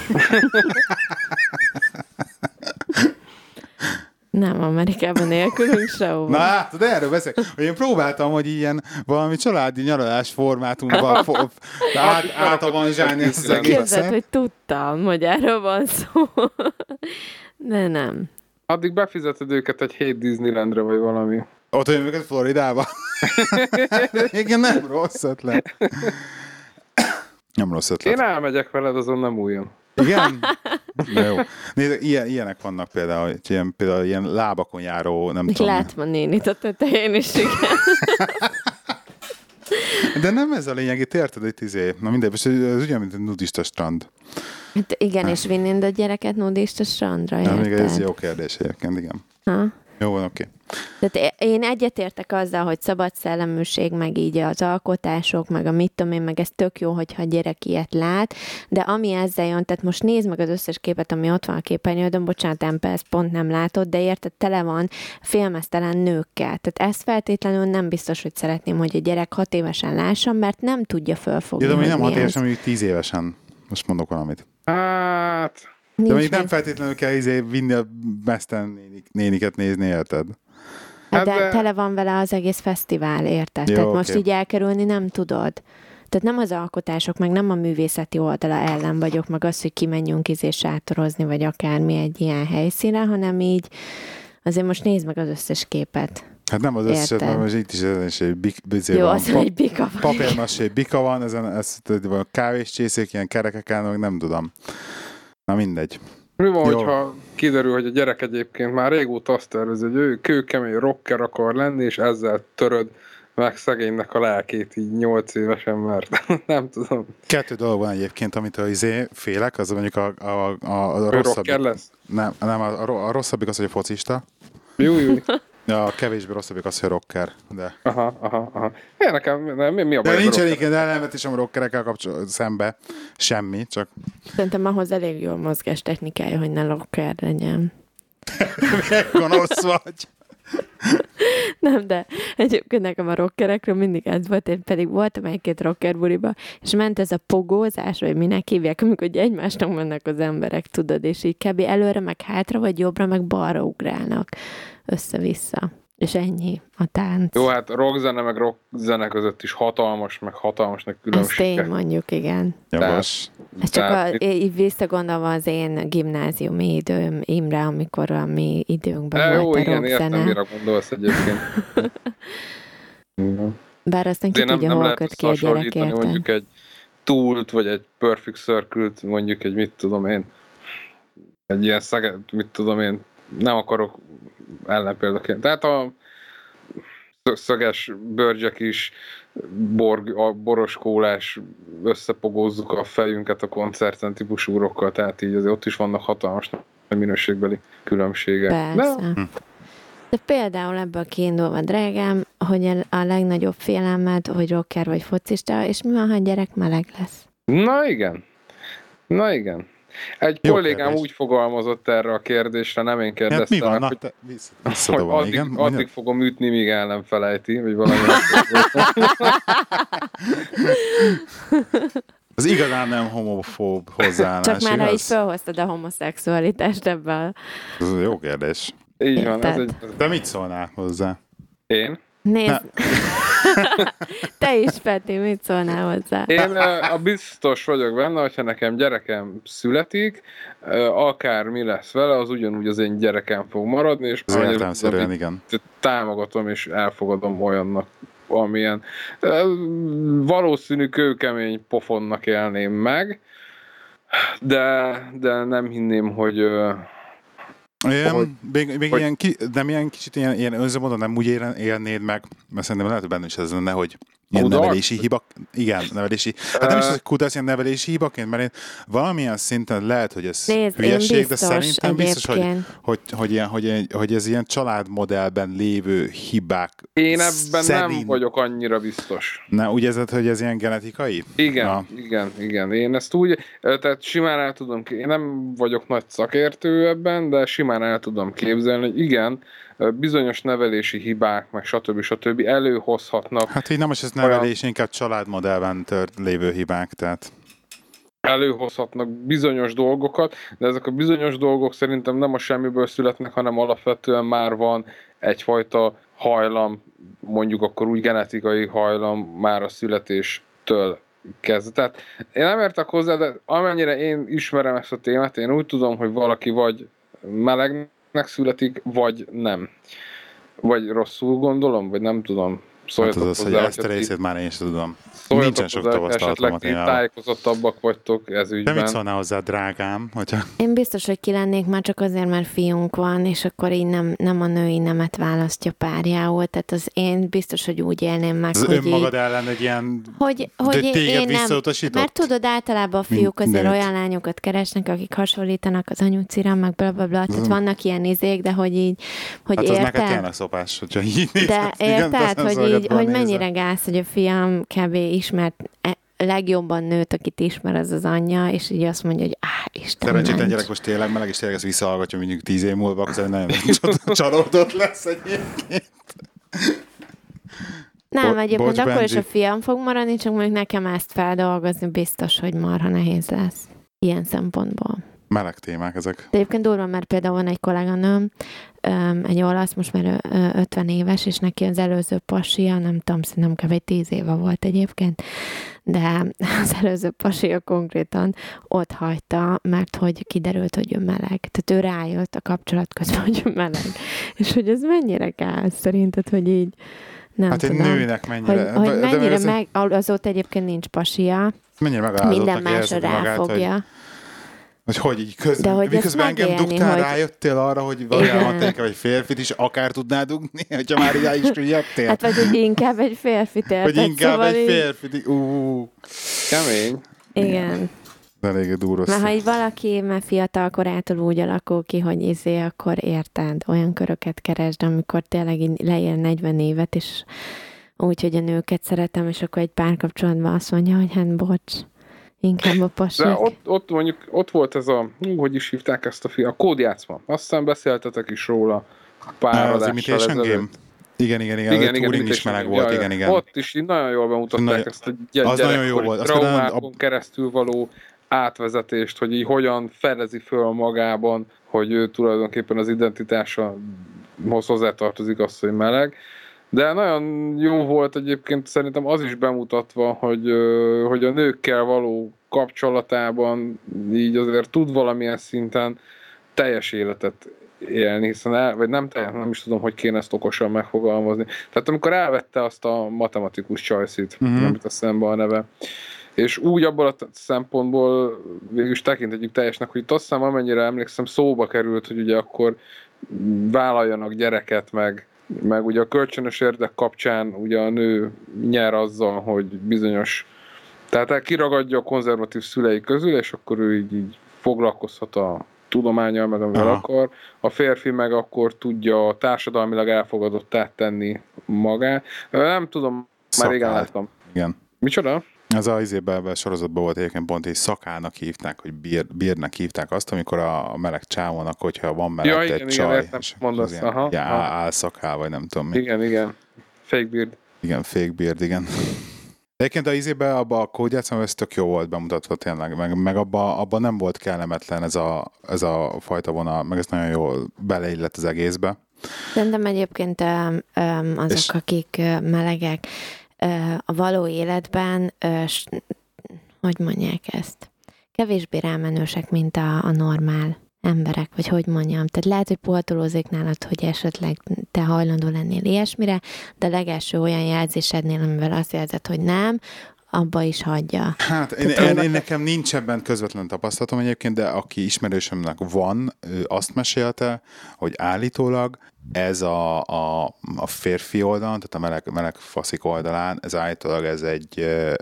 Nem, Amerikában nélkülünk sehova. Na hát, de erről beszélek, hogy én próbáltam, hogy ilyen valami családi nyaralás formátumban át, átavanzsálni ezt az egészet. Képzeld, hogy tudtam, hogy erről van szó. De nem. Addig befizeted őket egy hét Disneylandre, vagy valami. Ott jön őket Floridába. Igen, nem rossz ötlet. Nem rossz ötlet. Én elmegyek veled, azon nem újjon. Igen? Na jó. Nézd, ilyen, ilyenek vannak például, hogy ilyen, például ilyen lábakon járó, nem tudom. Lát ma nénit a tetején is, igen. De nem ez a lényeg, itt érted, hogy izé. Na mindegy, most ez ugyan, mint egy nudista strand. Hát igen, ha. És vinnéd a gyereket nudista strandra, érted? Na, még ez jó kérdés egyébként, igen. Ha? Jó van, oké. Tehát én egyetértek azzal, hogy szabad szelleműség, meg így az alkotások, meg a mit tudom én, meg ez tök jó, hogyha a gyerek ilyet lát, de ami ezzel jön, tehát most nézd meg az összes képet, ami ott van a képernyődön, bocsánat, Empe, ezt pont nem látod, de érted, tele van félmeztelen nőkkel. Tehát ezt feltétlenül nem biztos, hogy szeretném, hogy a gyerek hat évesen lásson, mert nem tudja fölfogni. Ja, de nem hat évesen, mondjuk tíz évesen. Most mondok valamit. Hát... De mondjuk nem feltétlenül kell izé vinni a mesztelen nénik, néniket nézni, érted? Hát de, de tele van vele az egész fesztivál, érted? Jó, Tehát okay. Most így elkerülni nem tudod. Tehát nem az alkotások, meg nem a művészeti oldala ellen vagyok, meg az, hogy kimenjünk izé sátorozni, vagy akármi egy ilyen helyszínre, hanem így azért most nézd meg az összes képet. Hát nem az összes, mert most itt is ez egy bik, Jó, van. az, hogy bika van. Papírmasé bika van, ezen ez, van kávéscsészék, ilyen kerekeken, meg nem tudom. Na mindegy. Mi van, Jó. hogyha kiderül, hogy a gyerek egyébként már régóta azt tervez, hogy ő kőkemény rocker akar lenni, és ezzel töröd meg szegénynek a lelkét így nyolc évesen, mert nem tudom. Kettő dolog van egyébként, amit az izé félek, az mondjuk a, a, a, a Ő rosszabbik. rocker lesz? Nem, nem a, a, a rosszabbik az, hogy a focista. Jó, jó. Ja, a kevésbé rosszabbik az, hogy a rocker. De, Aha, aha, aha. Én nekem, nem, mi, mi a baj? de nincs rocker? egyébként ellenvetés a rockerekkel kapcsolatban szembe. Semmi, csak Szerintem ahhoz elég jó mozgás technikája, hogy ne rocker legyen. gonosz vagy. Nem, de egyébként nekem a rockerekről mindig ez volt, én pedig voltam egy-két rocker buliba, és ment ez a pogózás, vagy minek hívják, amikor egymásnak mennek az emberek, tudod, és így kb. Előre, meg hátra, vagy jobbra, meg balra ugrálnak össze-vissza. És ennyi a tánc. Jó, hát rockzene meg rockzene között is hatalmas, meg hatalmasnak Ez különbség. tény, mondjuk, igen. Jogos. Ez csak Tehát- a, így visszagondolva az én gimnáziumi időm, Imre, amikor a mi időnkben E, volt jó, a igen, értem, rockzene. mire gondolsz egyébként. Igen. Bár aztán ki De nem, tudja, nem hol lehet köt ki a gyerek, összehasonlítani érted? mondjuk egy Tool-t, vagy egy Perfect Circle-t, mondjuk egy mit tudom én, egy ilyen szeget, mit tudom én, nem akarok ellenpéldaként. Tehát a szöges bőrgyek is, borg, a boroskólás, összepogózzuk a fejünket a koncerten típusú rockkal, tehát így azért ott is vannak hatalmas minőségbeli különbségek. Persze. De, De például ebből kiindulva, drágám, hogy a legnagyobb félelmed, hogy rocker vagy focista, és mi van, ha a gyerek meleg lesz? na igen. Na igen. Egy Jó kollégám kérdés. úgy fogalmazott erre a kérdésre, nem én Hát kérdeztem, mi van? Na, hogy, te, vissza, hogy visszadobom, addig, igen? addig fogom ütni, míg el nem felejti, vagy valami. Az igazán nem homofób hozzáállás, Csak már, ha így igaz? felhoztad a homoszexualitást ebből. Ez egy jó kérdés. Így van, ez Érted? egy... De mit szólnál hozzá? Én? Nézd, te is, Peti, mit szólnál hozzá? Én uh, a biztos vagyok benne, hogyha nekem gyerekem születik, uh, akár mi lesz vele, az ugyanúgy az én gyerekem fog maradni, és Ez ahogy értelemszerűen, az- igen. támogatom és elfogadom olyannak, amilyen uh, valószínű kőkemény pofonnak élném meg, de, de nem hinném, hogy uh, Ilyen, Hogy- még, még hogy- ilyen, ki, de milyen kicsit ilyen, ilyen önzőmódon nem úgy él- élnéd meg, mert szerintem lehet, hogy benne is ez lenne, hogy ilyen Kudarc? nevelési hiba, igen, nevelési, hát nem is az, hogy kudarc, ilyen nevelési hibaként, mert én valamilyen szinten lehet, hogy ez Nézd, én hülyeség, de biztos szerintem biztos, hogy, egyébként. hogy, hogy, ilyen, hogy, hogy ez ilyen családmodellben lévő hibák én ebben szerint, nem vagyok annyira biztos. Na, úgy érzed, hogy ez ilyen genetikai? Igen, Na. igen, igen. Én ezt úgy, tehát simán el tudom, én nem vagyok nagy szakértő ebben, de simán el tudom képzelni, hogy igen, bizonyos nevelési hibák, meg stb. stb. Előhozhatnak, Hát így nem is ez nevelés, inkább családmodellben tört lévő hibák, tehát előhozhatnak bizonyos dolgokat, de ezek a bizonyos dolgok szerintem nem a semmiből születnek, hanem alapvetően már van egyfajta hajlam, mondjuk akkor úgy genetikai hajlam már a születéstől kezdve. Tehát én nem értek hozzá, de amennyire én ismerem ezt a témát, én úgy tudom, hogy valaki vagy melegnek születik, vagy nem. Vagy rosszul gondolom, vagy nem tudom. hát Szóljatok az az, hogy hozzá, ezt a hogyha ti- részét már én is tudom. szóljatok Nincsen sok hozzá, tapasztalatom a esetleg ti témában. tájékozottabbak vagytok ez Te ügyben. mit szólnál hozzá, drágám? Hogyha... Én biztos, hogy ki lennék már csak azért, mert fiunk van, és akkor így nem, nem a női nemet választja párjául. Tehát az én biztos, hogy úgy élném meg, Az hogy önmagad így, ellen egy ilyen... hogy, hogy De téged én nem... visszautasított? Mert tudod, általában a Mint fiúk azért nőt. olyan lányokat keresnek, akik hasonlítanak az anyucira, meg blablabla, tehát Mm. vannak ilyen izék, de hogy így, hogy Hát az neked érted? tényleg szopás, hogyha így De nézed. Igen, érted, azt nem hogy, szabad így, hogy nézni. mennyire gáz, hogy a fiam kb. Ismert e- legjobban nőt, akit ismer, az az anyja, és így azt mondja, hogy áh, Isten Szerencsétlen ments. gyerek most tényleg meleg, és tényleg ezt visszahallgatja mondjuk tíz év múlva, akkor szerintem nagyon csalódott lesz egyébként. Nem, Bo- egyébként bocs, akkor is Benji. a fiam fog maradni, csak mondjuk nekem ezt feldolgozni biztos, hogy marha nehéz lesz. Ilyen szempontból. Meleg témák ezek. De egyébként durva, mert például van egy kolléganőm, öm, egy olasz, most már ő, ö, ötven éves, és neki az előző passia, nem tudom, szerintem kb. tíz éve volt egyébként, de az előző pasia konkrétan ott hagyta, mert hogy kiderült, hogy ő meleg. Tehát ő rájött a kapcsolat közben, hogy ő meleg. És hogy ez mennyire gáz szerinted, hogy így nem hát tudom. Hát egy nőnek mennyire... Hogy, hogy mennyire ez meg... Azóta egyébként nincs pasia. Mennyire megállódnak minden másra ráfogja. Hogy... Hogy hogy így köz... De hogy miközben engem megélni, dugtál, hogy... rájöttél arra, hogy valójában te egy férfit is akár tudnád dugni, hogyha már rá is jöttél. Hát vagy, hogy inkább egy férfit érted. Hogy inkább szóval egy így... férfit. Ú. Kemény. Igen. Elég durva. Mert ha így valaki már fiatal korától úgy alakul ki, hogy izé, akkor érted, olyan köröket keresd, amikor tényleg így leér negyven évet, és úgy, hogy a nőket szeretem, és akkor egy párkapcsolatban azt mondja, hogy hát bocs, inkább a pasik. De ott, ott mondjuk, ott volt ez a, hú, hogy is hívták ezt a fiú, a kódjátszma. Aztán beszéltetek is róla pár az Imitation Game. Igen, igen, igen. Igen, a igen, Turing is meleg volt, ja, igen, igen. Ott is nagyon jól bemutatták nagyon, ezt a az nagyon jó volt. traumákon a... keresztül való átvezetést, hogy így hogyan fedezi föl magában, hogy ő tulajdonképpen az identitása hozzátartozik azt, hogy meleg. De nagyon jó volt egyébként szerintem az is bemutatva, hogy, hogy a nőkkel való kapcsolatában így azért tud valamilyen szinten teljes életet élni, hiszen el, vagy nem, nem is tudom, hogy kéne ezt okosan megfogalmazni. Tehát amikor elvette azt a matematikus csajszit, mm-hmm. nem jut eszembe a neve, és úgy abból a szempontból végülis tekinthetjük teljesnek, hogy itt azt hiszem, amennyire emlékszem, szóba került, hogy ugye akkor vállaljanak gyereket, meg, meg ugye a kölcsönös érdek kapcsán ugye a nő nyer azzal, hogy bizonyos, tehát kiragadja a konzervatív szülei közül, és akkor ő így, így foglalkozhat a tudománnyal, meg amivel Aha. akar. A férfi meg akkor tudja társadalmilag elfogadottá tenni magát. Nem tudom, Szakál. Már régen láttam. Igen. Micsoda? Ez az izében sorozatban volt egyébként pont, hogy szakának hívták, hogy bír, bírnek hívták azt, amikor a meleg csávónak, hogyha van mellett ja, egy igen, csaj, igen, értem, mondasz, ilyen, aha, ja, aha. álszakál, vagy nem tudom mi. Igen, igen. Fake beard. Igen, fake beard, igen. Egyébként az izében abban a kódjátszom, ez tök jó volt bemutatva tényleg, meg, meg abban abba nem volt kellemetlen ez a, ez a fajta vonal, meg ez nagyon jól beleillett az egészbe. Szerintem egyébként azok, és... akik melegek, a való életben, hogy mondják ezt, kevésbé rámenősek, mint a, a normál emberek, vagy hogy mondjam. Tehát lehet, hogy poltolózik nálad, hogy esetleg te hajlandó lennél ilyesmire, de a legelső olyan jelzésednél, amivel azt jelzed, hogy nem, abba is hagyja. Hát én, én, én nekem nincs ebben közvetlen tapasztalatom egyébként, de aki ismerősömnek van, ő azt mesélte, hogy állítólag ez a, a, a férfi oldalon, tehát a meleg, meleg faszik oldalán, ez állítólag ez egy e,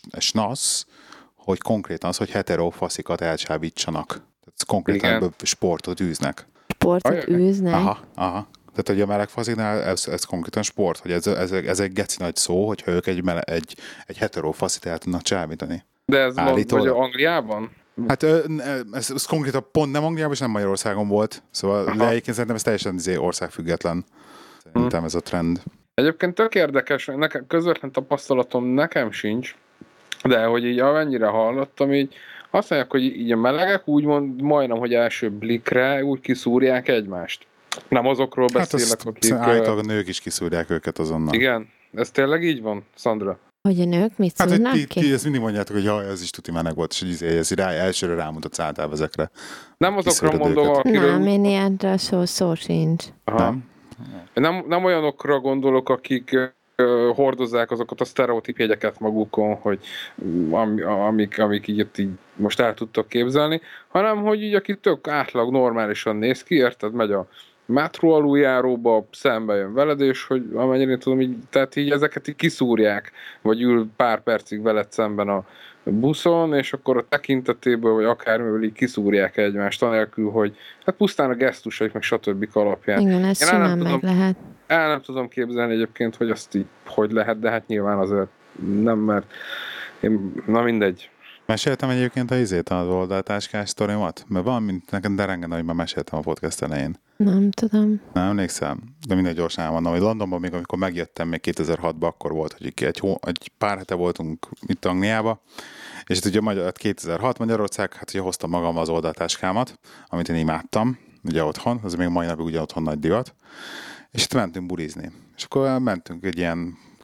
snasz, hogy konkrétan az, hogy hetero faszikat elcsábítsanak. Tehát konkrétan Igen. sportot űznek. Sportot űznek? Aha, aha. Tehát, hogy a meleg fasziknál ez, ez konkrétan sport, hogy ez, ez, ez egy geci nagy szó, hogyha ők egy, mele, egy, egy hetero faszit el tudnak csábítani. De ez van, vagy Angliában? Hát ez, ez konkrétan pont nem Angliában, és nem Magyarországon volt. Szóval Aha. de egyébként szerintem ez teljesen országfüggetlen. Szerintem hmm. ez a trend. Egyébként tök érdekes, nekem közvetlen tapasztalatom nekem sincs, de hogy így amennyire hallottam, így azt mondják, hogy így a melegek úgymond majdnem, hogy első blikre úgy kiszúrják egymást. Nem azokról beszélek, hát akik... Általában a nők is kiszúrják őket azonnal. Igen, ez tényleg így van, Szandra? Hogy a nők mit hát, szúrnak ti, ki? Ti ezt mindig mondjátok, hogy jaj, ez is tuti meleg volt, és hogy ez rá, elsőre rámutatsz általában ezekre. Nem azokra mondom, akiről... Nem, én ilyenre szó, szó sincs. Aha. Nem? Nem, nem olyanokra gondolok, akik uh, hordozzák azokat a sztereotíp jegyeket magukon, hogy am, amik, amik így, így most el tudtak képzelni, hanem hogy így aki tök átlag normálisan néz ki, érted, megy a metró aluljáróba, szembe jön veled, és hogy amennyire tudom, így, tehát így ezeket így kiszúrják, vagy ül pár percig veled szemben a buszon, és akkor a tekintetéből, vagy akármiből így kiszúrják egymást, anélkül, hogy hát pusztán a gesztusaik, meg stb. Alapján. Igen, ez simán meg tudom, lehet. El nem tudom képzelni egyébként, hogy azt így hogy lehet, de hát nyilván azért nem, mert én, na mindegy. Meséltem egyébként a izét, az oldaltáskás sztorimat? Mert valamint nekem derengen, hogy már meséltem a podcast elején. Nem tudom. Nem emlékszem, de mindegy gyorsan elmondom, hogy Londonban még amikor megjöttem, még kétezer-hatban akkor volt, hogy egy, hó, egy pár hete voltunk itt Angliába, és itt ugye Magyar, kétezer-hat Magyarország, hát ugye hoztam magam az oldaltáskámat, amit én imádtam, ugye otthon, az még mai napig ugye otthon nagy divat, és itt mentünk bulizni. És akkor mentünk egy ilyen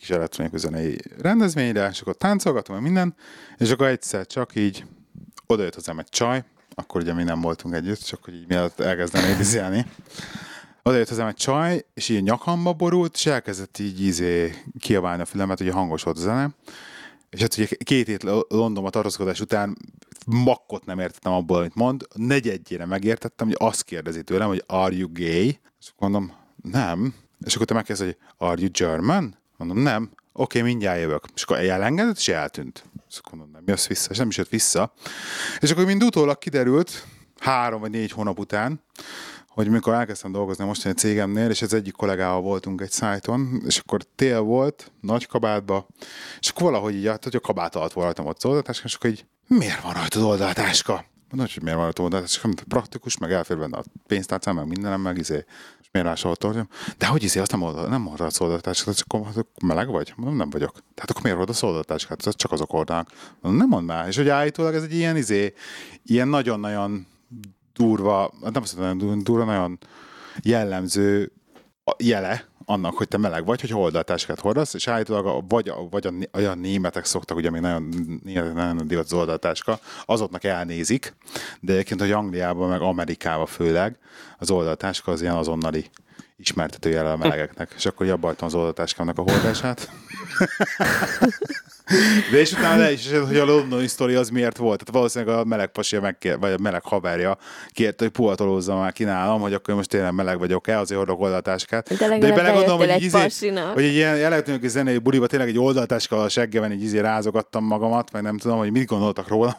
kis elektronikus zenei rendezvényre, és akkor táncolgatom, meg minden, és akkor egyszer csak így oda jött hozzám egy csaj, akkor ugye mi nem voltunk együtt, csak hogy így mielőtt elkezdenék izélni. Oda jött hozzám egy csaj, és így nyakamba borult, és elkezdett így izé kiabálni a fülemet, hogy hangos volt a zene. És hát ugye két hét Londonba tartózkodás után makkot nem értettem abból, amit mond. Negyedjére megértettem, hogy azt kérdezi tőlem, hogy are you gay? És akkor mondom, nem. És akkor te megkérdez, hogy are you German? Mondom, nem. Oké, okay, mindjárt jövök. És akkor elengedett, és eltűnt. És akkor mondom, nem jössz vissza, és nem is jött vissza. És akkor mind utólag kiderült, három vagy négy hónap után, hogy mikor elkezdtem dolgozni a mostani cégemnél, és az egyik kollégával voltunk egy szájton, és akkor tél volt, nagy kabátba, és akkor valahogy így, hogy a kabát alatt voltam ott az oldaltáska, és akkor így, miért van rajta az oldaltáska? Mondom, hogy miért van rajta az oldaltáska? Praktikus, meg elfér benne a pénztárcám, meg mindenem, meg izé, és miért másoltam? De hogy izé, azt nem oldal, nem oldal az oldaltáskát, csak akkor meleg vagy? Mondom, nem vagyok. Tehát akkor miért oldal az oldaltáskát? Ez csak azok oldalnak. Mondom, nem mondd már. És hogy állítólag ez egy ilyen izé, ilyen nagyon-nagyon durva, nem azt mondom, durva, nagyon jellemző jele annak, hogy te meleg vagy, hogy oldaltáskát hordasz, és állítólag vagy, vagy a, olyan németek szoktak, ugye még nagyon, nagyon divat az oldaltáska, azoknak elnézik, de egyébként, hogy Angliában, meg Amerikában főleg az oldaltáska az ilyen azonnali ismertető jele a melegeknek, és akkor abba hagytam az oldaltáskámnak a hordását. De és utána le is, hogy a londoni sztori az miért volt. Tehát valószínűleg a meleg pasia megkér, vagy a meleg haverja kérte, hogy puhatolózzam már ki nálam, hogy akkor most tényleg meleg vagyok-e, azért hordok oldaltáskát. De, De belegondolom, hogy egy, izé, hogy egy ilyen elektronikus zenei buliba tényleg egy oldaltáska a seggeben egy izé rázogattam magamat, meg nem tudom, hogy mit gondoltak rólam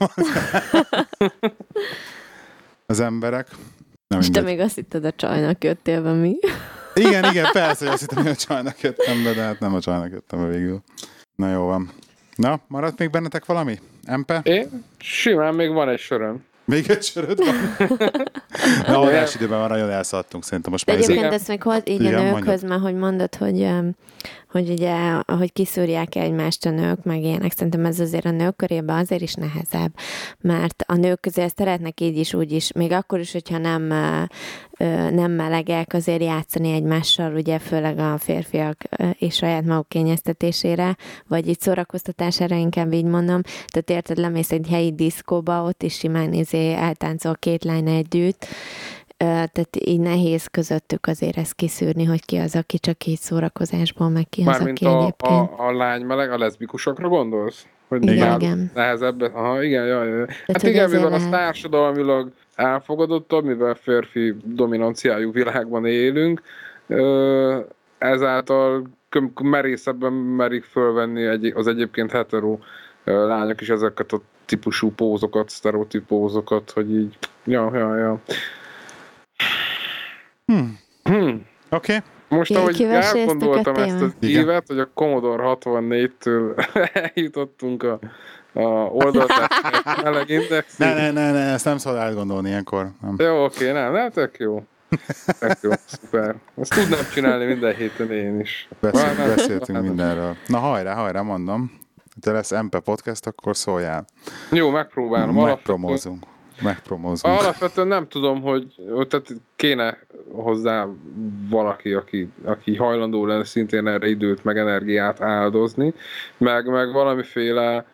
az emberek. Nem és mindegy. Te még azt hitted, a csajnak jöttél be, mi? Igen, igen, persze, hogy azt hittem, hogy a csajnak jöttem be, de hát nem a csajnak jöttem be végül. Na jó van. Na, maradt még bennetek valami? Empe? Én? Simán még van egy söröm. Még egy söröd van? Na, adás időben már nagyon elszaladtunk, szerintem most már. De egyébként ezt még hoz, így igen, a nőkhöz, mert hogy mondod, hogy, hogy ugye, ahogy kiszúrják egymást a nők, meg ilyenek, szerintem ez azért a nők körében azért is nehezebb, mert a nők közé szeretnek így is, úgy is, még akkor is, hogyha nem, nem melegek, azért játszani egymással, ugye főleg a férfiak és saját maguk kényeztetésére, vagy így szórakoztatására, inkább így mondom. Tehát érted, lemész egy helyi diszkóba, ott is simán izé eltáncol két lány együtt, tehát így nehéz közöttük azért ezt kiszűrni, hogy ki az, aki csak így szórakozásból, meg ki az, aki a, egyébként. A, a lány meleg, a leszbikusokra gondolsz? Hogy igen, igen. Nehezebb. Aha, igen, jaj, jaj. Hát igen, mivel lehet... az társadalmilag elfogadottabb, mivel férfi dominanciájú világban élünk, ezáltal merészebben merik fölvenni egy, az egyébként hetero lányok is ezeket a típusú pózokat, sztereotípózokat, hogy így, ja, ja, ja. Hmm. Hmm. Oké. Okay. Most, ahogy elgondoltam ezt az évet, hogy a Commodore hatvannégytől eljutottunk a, a oldaltársak meleg indexig. Ne, ne, ne, ne, ezt nem szabad átgondolni ilyenkor. Nem. Jó, oké, nem, nem, tök jó. Tök jó, szuper. Ezt tudnám csinálni minden héten én is. Beszél, beszéltünk mindenről. Na hajrá, hajrá, mondom. Ha lesz em pé podcast, akkor szóljál. Jó, megpróbálom. Megpromózunk. Megpromózunk. Alapvetően nem tudom, hogy tehát kéne hozzá valaki, aki, aki hajlandó lenne szintén erre időt, meg energiát áldozni, meg, meg valamiféle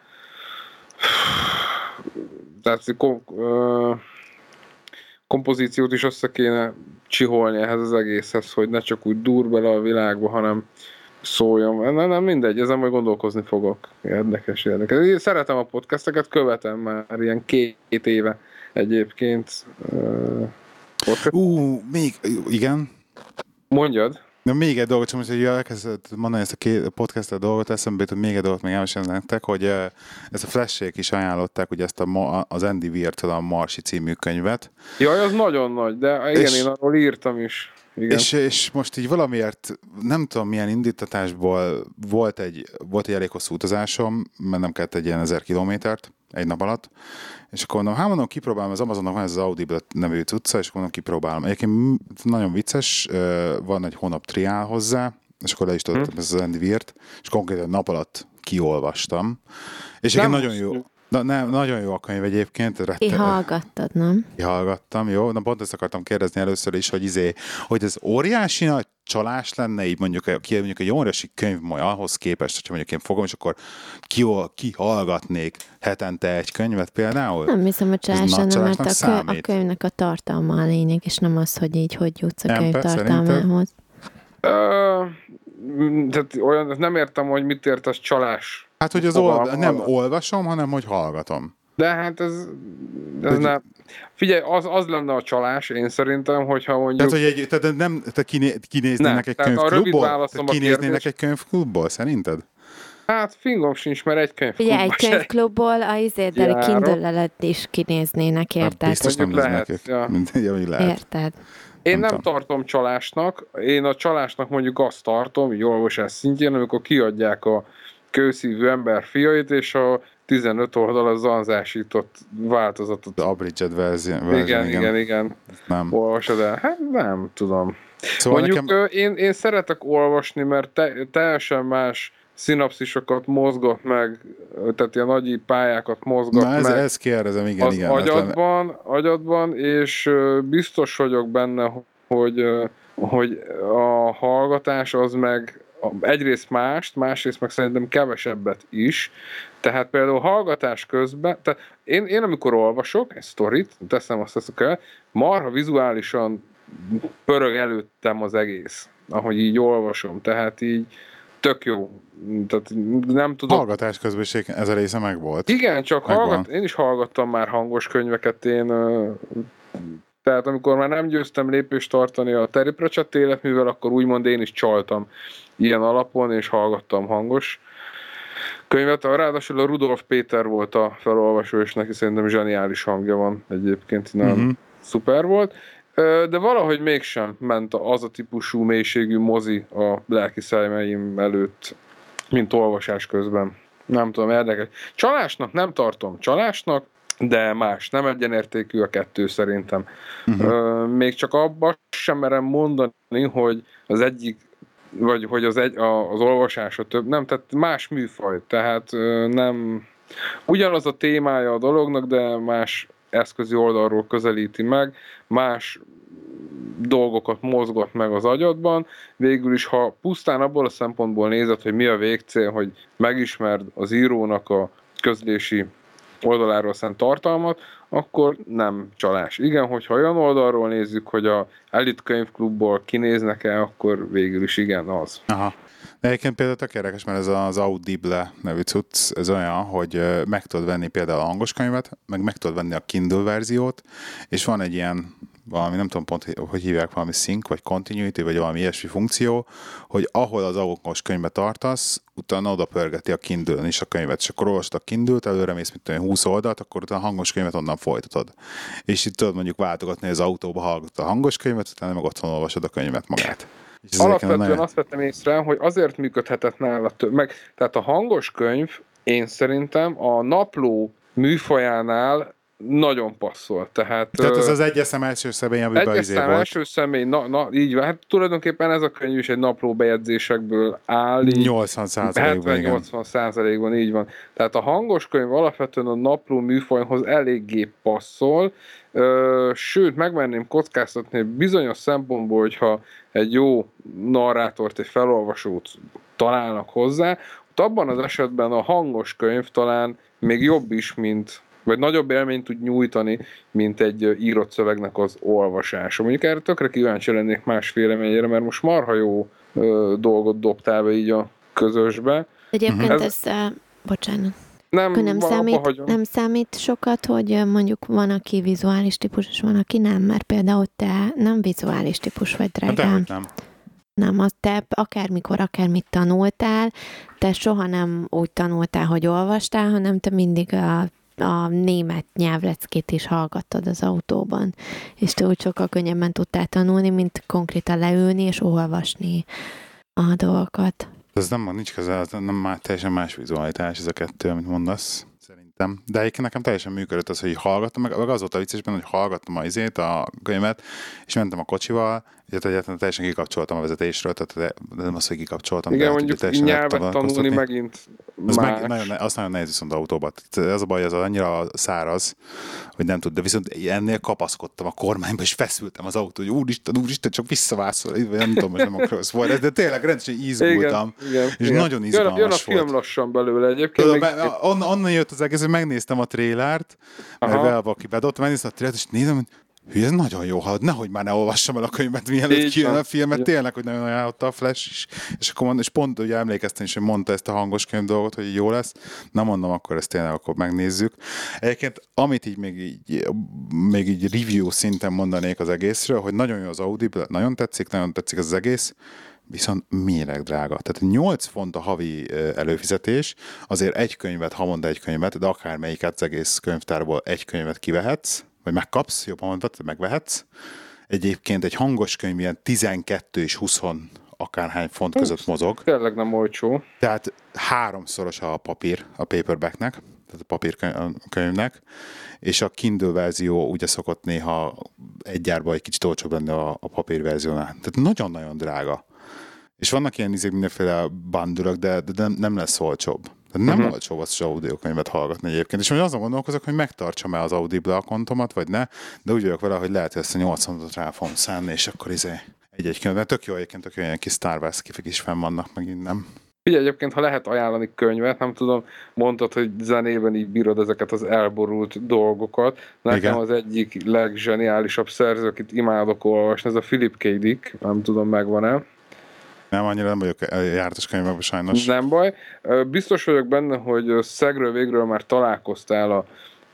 tehát kom, ö, kompozíciót is össze kéne csiholni ehhez az egészhez, hogy ne csak úgy dur bele a világba, hanem szóljon. Nem, nem mindegy, ezen majd gondolkozni fogok. Érdekes, érdekes. Én szeretem a podcasteket, követem már ilyen két éve egyébként. Ú, uh, még, igen. Mondjad. Na, még egy dolgot, csak most, hogy elkezdett mondani ezt a két podcast dolgot, eszembe jutott még egy dolgot még elmesélni nektek, hogy ezt a Flash-ék is ajánlották, ugye ezt a, az Andy Weir-től a Marsi című könyvet. Jaj, az nagyon nagy, de igen, és, én arról írtam is. Igen. És, és most így valamiért, nem tudom milyen indítatásból volt egy, volt egy elég hosszú utazásom, mert nem kellett egy ilyen ezer kilométert egy nap alatt, és akkor mondom, hát mondom, kipróbálom, az Amazonnak van ez az Audible nevű cucca, és akkor mondom, kipróbálom. Egyébként nagyon vicces, van egy hónap triál hozzá, és akkor le is tudtam hmm. ezt az Andy Weir-t, és konkrétan nap alatt kiolvastam. És egyébként nagyon jó. Na, nem, nagyon jó a könyv egyébként. Ki hallgattad, nem? Ki hallgattam, jó. Na pont ezt akartam kérdezni először is, hogy izé, hogy ez óriási nagy csalás lenne, így mondjuk, ki, mondjuk egy óriási könyv majd ahhoz képest, hogyha mondjuk én fogom, és akkor kihallgatnék hetente egy könyvet például? Nem hiszem, hogy csalás lenne, mert a, könyv, a könyvnek a tartalma a lényeg, és nem az, hogy így hogy jutsz a könyv tartalmához. Uh, tehát olyan, nem értem, hogy mit ért az csalás. Hát, hogy az ol, nem olvasom, hanem hogy hallgatom. De hát ez, ez hogy... nem... Figyelj, az, az lenne a csalás, én szerintem, hogyha mondjuk... Tehát, hogy egy, tehát nem, te kiné, kinéznének egy könyvklubból? Kinéznének egy könyvklubból, szerinted? Hát fingom sincs, mert egy könyvklubból... Ugye, egy könyvklubból a izérdeli Kindle-elet is kinéznének, érted? Hát biztos nem lehet, ja. Mint, ja, lehet. Érted? Én nem, nem tartom csalásnak, én a csalásnak mondjuk azt tartom, így olvasás szintjén, amikor kiadják a kőszívű ember fiait, és a tizenöt oldal zanzásított változatot. Az abridged verzió. Igen, igen, igen, igen. Nem. Olvasod el? Hát nem tudom. Szóval mondjuk nekem... én, én szeretek olvasni, mert te, teljesen más szinapszisokat mozgat meg, tehát ilyen agyi pályákat mozgat Na ez, meg. ezt kérdezem, igen, az igen. agyadban, agyadban, és biztos vagyok benne, hogy, hogy a hallgatás az meg egyrészt mást, másrészt meg szerintem kevesebbet is. Tehát például hallgatás közben, tehát én, én amikor olvasok egy sztorit, teszem azt teszek el, marha vizuálisan pörög előttem az egész, ahogy így olvasom, tehát így tök jó. Tehát nem tudom. Hallgatás közben is ez a része megvolt. Igen, csak hallgat, én is hallgattam már hangos könyveket, én tehát amikor már nem győztem lépést tartani a Terry Pratchett életművel, akkor úgymond én is csaltam ilyen alapon, és hallgattam hangos könyvet. Ráadásul a Rudolf Péter volt a felolvasó, és neki szerintem zseniális hangja van egyébként, nagyon uh-huh. szuper volt. De valahogy mégsem ment az a típusú mélységű mozi a lelki szemeim előtt, mint olvasás közben. Nem tudom, érdekes. Csalásnak nem tartom csalásnak, de más, nem egyenértékű a kettő szerintem. Uh-huh. Még csak abban sem merem mondani, hogy az egyik, vagy hogy az, egy, az olvasás a több, nem, tehát más műfaj, tehát nem ugyanaz a témája a dolognak, de más eszközi oldalról közelíti meg, más dolgokat mozgat meg az agyadban. Végül is, ha pusztán abból a szempontból nézed, hogy mi a végcél, hogy megismerd az írónak a közlési oldaláról szent tartalmat, akkor nem csalás. Igen, hogyha olyan oldalról nézzük, hogy a Elit könyvklubból kinéznek-e, akkor végül is igen, az. Aha. De egyébként például tök érdekes, mert ez az Audible nevű cucc, ez olyan, hogy meg tudod venni például a hangos könyvet, meg meg tudod venni a Kindle verziót, és van egy ilyen valami, nem tudom pont, hogy hívják, valami sync, vagy continuity, vagy valami ilyesmi funkció, hogy ahol az hangos könyvbe tartasz, utána oda pörgeti a Kindle-n is a könyvet, és akkor olvasod a Kindle-t, előre mész, mint olyan húsz oldalt, akkor utána a hangos könyvet onnan folytatod. És itt tudod mondjuk váltogatni, hogy az autóba hallgatod a hangos könyvet, utána meg otthon olvasod a könyvet magát. Alapvetően nagyon... azt vettem észre, hogy azért működhetett nála több, meg, tehát a hangos könyv, én szerintem a napló műfajánál nagyon passzol. Tehát, Tehát ez az egyes szem első személy, amiben egyes szem első személy, na, na, így van. Hát tulajdonképpen ez a könyv is egy napló bejegyzésekből áll. nyolcvan százalékban, hetven-nyolcvan százalékban, így van. Tehát a hangos könyv alapvetően a napló műfajhoz eléggé passzol, sőt, megmerném kockáztatni bizonyos szempontból, hogyha egy jó narrátort, egy felolvasót találnak hozzá, ott abban az esetben a hangos könyv talán még jobb is, mint vagy nagyobb élményt tud nyújtani, mint egy írott szövegnek az olvasása. Mondjuk erre tökre kíváncsi lennék más véleményére, mert most marha jó ö, dolgot dobtál be így a közösbe. Egyébként ez, ez uh, bocsánat. Nem, nem, számít, nem számít sokat, hogy mondjuk van, aki vizuális típus, és van, aki nem, mert például te nem vizuális típus vagy, drágám. Nem. Nem, az te akármikor, akármit tanultál, te soha nem úgy tanultál, hogy olvastál, hanem te mindig a a német nyelvleckét is hallgattad az autóban, és te úgy sokkal könnyebben tudtál tanulni, mint konkrétan leülni és olvasni a dolgokat. Ez nem, nincs közel, nem már teljesen más vizualitás ez a kettő, amit mondasz, szerintem. De egyébként nekem teljesen működött az, hogy hallgattam, meg, meg az volt a vicces benne, hogy hallgattam a izét, a könyvet, és mentem a kocsival, egyáltalán teljesen kikapcsoltam a vezetésről, tehát nem azt, hogy kikapcsoltam. Igen, de mondjuk hát, nyelvet tanulni megint az meg, nagyon, azt nagyon nehéz viszont autóban. Ez a baj, az annyira száraz, hogy nem tud, de viszont ennél kapaszkodtam a kormányba, és feszültem az autó, hogy úristen, úristen, csak visszavászol, nem tudom, hogy nem akarsz volt, de tényleg rendszerűen izgultam, igen, igen, és igen. Nagyon izgalmas jön a, jön a volt. film lassan belőle egyébként. Tudom, még... on, onnan jött az egész, hogy megnéztem a trélert, mert Velvaki bedott, megnéztem a trélert, és nézem, hogy hű, ez nagyon jó hallod, nehogy már ne olvassam el a könyvet, mielőtt kijön a film, mert tényleg, hogy nagyon ajánlotta a Flash is. És, akkor mond, és pont ugye emlékeztem is, hogy mondta ezt a hangos könyv dolgot, hogy jó lesz. Na mondom, akkor ezt tényleg akkor megnézzük. Egyébként, amit így még így, még így review szinten mondanék az egészről, hogy nagyon jó az Audible, nagyon tetszik, nagyon tetszik az egész, viszont méreg drága. Tehát nyolc font a havi előfizetés, azért egy könyvet, ha mond egy könyvet, de akármelyiket az egész könyvtárból egy könyvet kivehetsz, vagy megkapsz, jobban mondtad, megvehetsz. Egyébként egy hangos könyv ilyen tizenkettő és húsz akárhány font között mozog. Tényleg nem olcsó. Tehát háromszoros a papír a paperbacknek, tehát a papírkönyvnek, és a Kindle verzió ugye szokott néha egy gyárban egy kicsit olcsóbb lenni a, a papírverziónál. Tehát nagyon-nagyon drága. És vannak ilyen izék mindenféle bandulak, de, de nem, nem lesz olcsóbb. Tehát nem uh-huh. olcsó az audiokönyvet hallgatni egyébként. És most azon gondolkozok, hogy megtartsam-e az Audible akkontomat, vagy ne, de úgy vagyok vele, hogy lehet, hogy ezt a nyolcvanat rá fogom szánni, és akkor izé egy-egy könyv. De tök jó egyébként, tök jó ilyen kis Star Wars kifik is fenn vannak, meg innen. Figyelj, egyébként, ha lehet ajánlani könyvet, nem tudom, mondtad, hogy zenében így bírod ezeket az elborult dolgokat. Nekem igen. Az egyik legzseniálisabb szerző, akit imádok olvasni, ez a Philip K. Dick, nem tudom, megvan-e. Nem, annyira nem vagyok jártas könyvekben sajnos. Nem baj. Biztos vagyok benne, hogy szegről végről már találkoztál a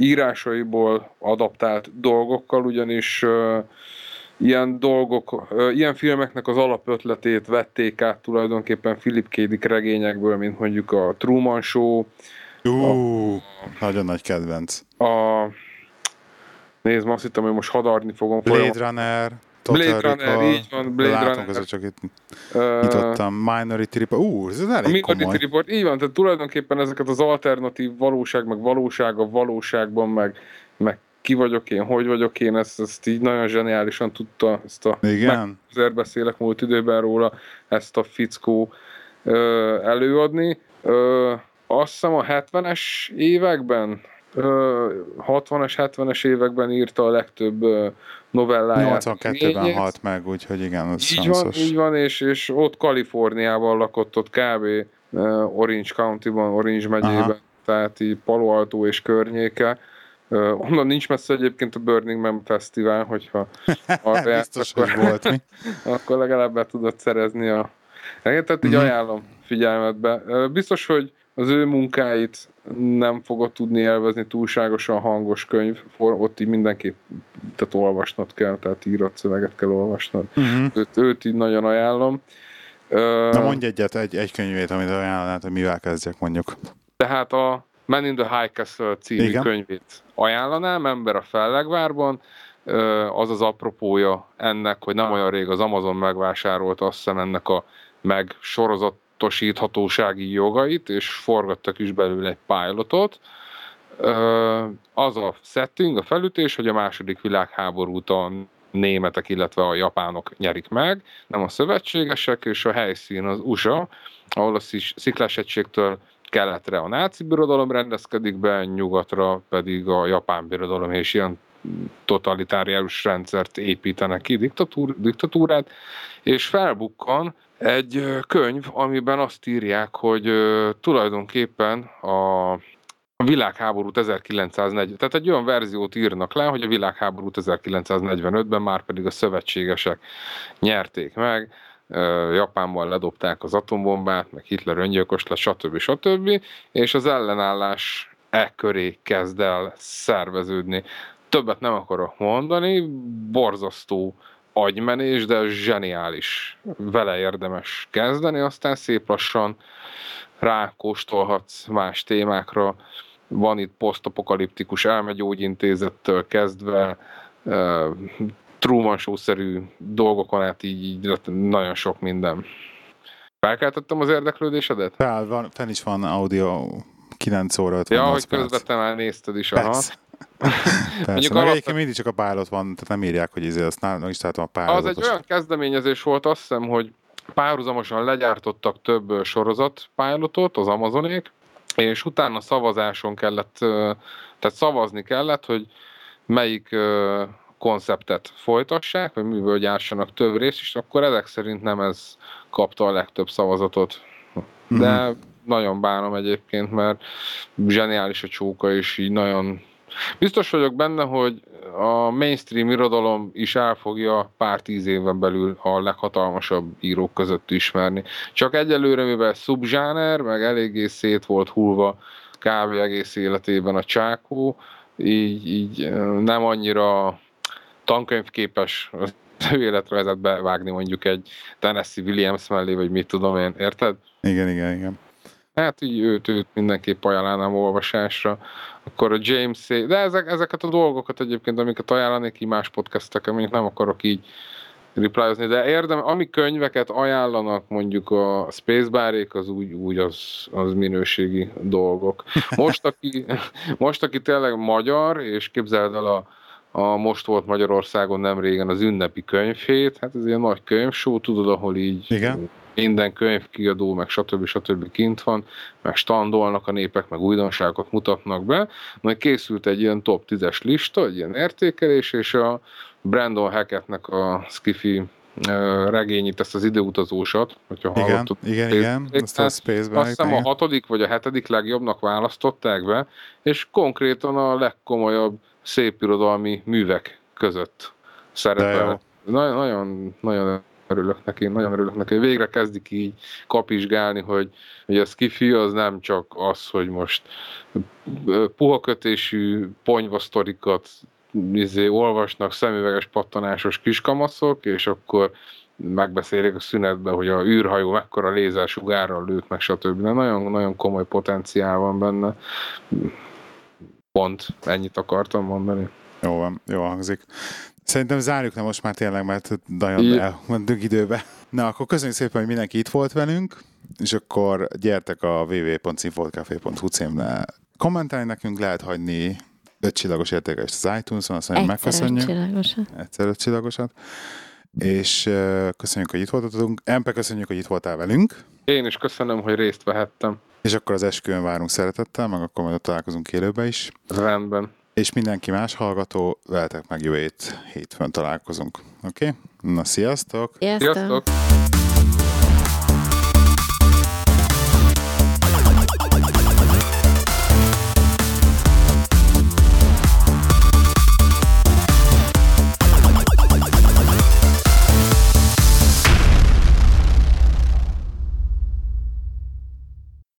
írásaiból adaptált dolgokkal, ugyanis uh, ilyen dolgok, uh, ilyen filmeknek az alapötletét vették át tulajdonképpen Philip K. Dick regényekből, mint mondjuk a Truman Show. Uh, a, nagyon nagy kedvenc. A, nézd, azt hittem, hogy most hadarni fogom. Blade folyamat. Runner. Blade Runner, így van, Blade Látom Runner. között, csak itt uh, nyitottam. Minority Report. Ú, ez elég a Minority komoly. Report, így van, tehát tulajdonképpen ezeket az alternatív valóság, meg valóság a valóságban, meg, meg ki vagyok én, hogy vagyok én, ezt, ezt így nagyon zseniálisan tudta, ezt a, igen. Meg beszélek múlt időben róla, ezt a fickó ö, előadni. Ö, azt hiszem a hetvenes években, hatvanas, hetvenes években írta a legtöbb novelláját. nyolcvankettőben halt meg, úgyhogy igen, az így van, így van, és, és ott Kaliforniában lakott, ott kb. Orange County-ban, Orange megyében, aha. Tehát így Palo Alto és környéke. Uh, onnan nincs messze egyébként a Burning Man Fesztivál, hogyha arra biztos, akkor, hogy volt mi. akkor legalább be tudod szerezni a... Tehát így mm-hmm. ajánlom figyelmetbe. Uh, biztos, hogy az ő munkáit nem fogod tudni élvezni túlságosan hangos könyv, ott így mindenképp tehát olvasnod kell, tehát írott szöveget kell olvasnod. Mm-hmm. Őt, őt így nagyon ajánlom. Na mondj egyet, egy, egy könyvét, amit ajánlanád, hogy mivel kezdjek mondjuk. Tehát a Man in the High Castle című igen. könyvét ajánlanám, Ember a Fellegvárban. Az az apropója ennek, hogy nem olyan rég az Amazon megvásárolta azt hiszem ennek a megsorozatosíthatósági jogait, és forgattak is belőle egy pilotot. Az a setting, a felütés, hogy a második világháborút a németek, illetve a japánok nyerik meg, nem a szövetségesek, és a helyszín az u es á, ahol a Sziklás egységtől keletre a náci birodalom rendezkedik be, nyugatra pedig a japán birodalom, és ilyen totalitárius rendszert építenek ki, diktatúr, diktatúrát, és felbukkan egy könyv, amiben azt írják, hogy tulajdonképpen a a világháborút ezerkilencszáznegyven, tehát egy olyan verziót írnak le, hogy a világháborút ezerkilencszáznegyvenötben már pedig a szövetségesek nyerték meg, Japánban ledobták az atombombát, meg Hitler öngyilkos lett, stb. stb. És az ellenállás e köré kezd el szerveződni. Többet nem akarok mondani, borzasztó agymenés, de zseniális. Vele érdemes kezdeni, aztán szép lassan rákóstolhatsz más témákra. Van itt posztapokaliptikus elmegyógyintézettől kezdve, uh, Truman Show-szerű dolgokon át így, így nagyon sok minden. Felkeltettem az érdeklődésedet? Fel, van, fenn is van audio kilenc óra ötvennyolc ja, hogy közvetlenül nézted is. Aha. Persze, meg egyébként mindig csak a pilot van, tehát nem írják, hogy izé, azt nem is találtam a pilotot. Az egy olyan kezdeményezés volt, azt hiszem, hogy párhuzamosan legyártottak több sorozat pilotot, az Amazonék, és utána szavazáson kellett, tehát szavazni kellett, hogy melyik konceptet folytassák, vagy miből gyártsanak több részt, és akkor ezek szerint nem ez kapta a legtöbb szavazatot. De mm-hmm. nagyon bánom egyébként, mert zseniális a csóka, és így nagyon... Biztos vagyok benne, hogy a mainstream irodalom is el fogja pár tíz éven belül a leghatalmasabb írók között ismerni. Csak egyelőre, mivel szubzsáner, meg eléggé szét volt hullva kb. Egész életében a csákó, így, így nem annyira tankönyvképes az ő életrajzát bevágni mondjuk egy Tennessee Williams mellé, vagy mit tudom én, érted? Igen, igen, igen. Hát így őt, őt mindenképp ajánlánám olvasásra. Akkor a James, de ezek, ezeket a dolgokat egyébként, amiket ajánlanék ki más podcasteken, mondjuk nem akarok így replyozni, de érdem, ami könyveket ajánlanak mondjuk a Spacebarék, az úgy, úgy az, az minőségi dolgok. Most aki, most, aki tényleg magyar, és képzeld el a A most volt Magyarországon nem régen az ünnepi könyvhét, hát ez ilyen nagy könyvsó, tudod, ahol így igen. Minden könyvkiadó, meg stb. stb. Kint van, meg standolnak a népek, meg újdonságokat mutatnak be. Majd készült egy ilyen top tízes lista, egy ilyen értékelés, és a Brandon Hackettnek a sci-fi regényét, ezt az időutazósat, hogyha igen, hallottad. Igen, igen, azt a Spaceback. Azt hiszem a hatodik vagy a hetedik legjobbnak választották be, és konkrétan a legkomolyabb szépirodalmi művek között szerepel. Nagyon, nagyon, nagyon örülök neki, nagyon örülök neki. Végre kezdik így kapizsgálni, hogy, hogy a sci-fi az nem csak az, hogy most puhakötésű ponyvasztorikat izé, olvasnak szemüveges pattanásos kiskamaszok, és akkor megbeszélik a szünetben, hogy a űrhajó mekkora lézersugárral lőtt, meg stb. De nagyon, nagyon komoly potenciál van benne. Pont ennyit akartam mondani. Jó van, jó hangzik. Szerintem zárjuk le most már tényleg, mert nagyon elmentünk időbe. Na, akkor köszönjük szépen, hogy mindenki itt volt velünk, és akkor gyertek a double-u double-u double-u pont színfoltcafé pont hu címre kommentálni nekünk, lehet hagyni öt csillagos értékelést az iTunes-on, azt nagyon megköszönjük. Egyszer öt csillagosat. Egyszer öt csillagosat. És uh, köszönjük, hogy itt voltatunk. Empe, köszönjük, hogy itt voltál velünk. Én is köszönöm, hogy részt vehettem. És akkor az esküvőn várunk szeretettel, meg akkor majd találkozunk élőbe is. Rendben. És mindenki más hallgató, veletek meg jövő hét hétfőn találkozunk. Oké? Okay? Na, sziasztok! Sziasztok! Sziasztok.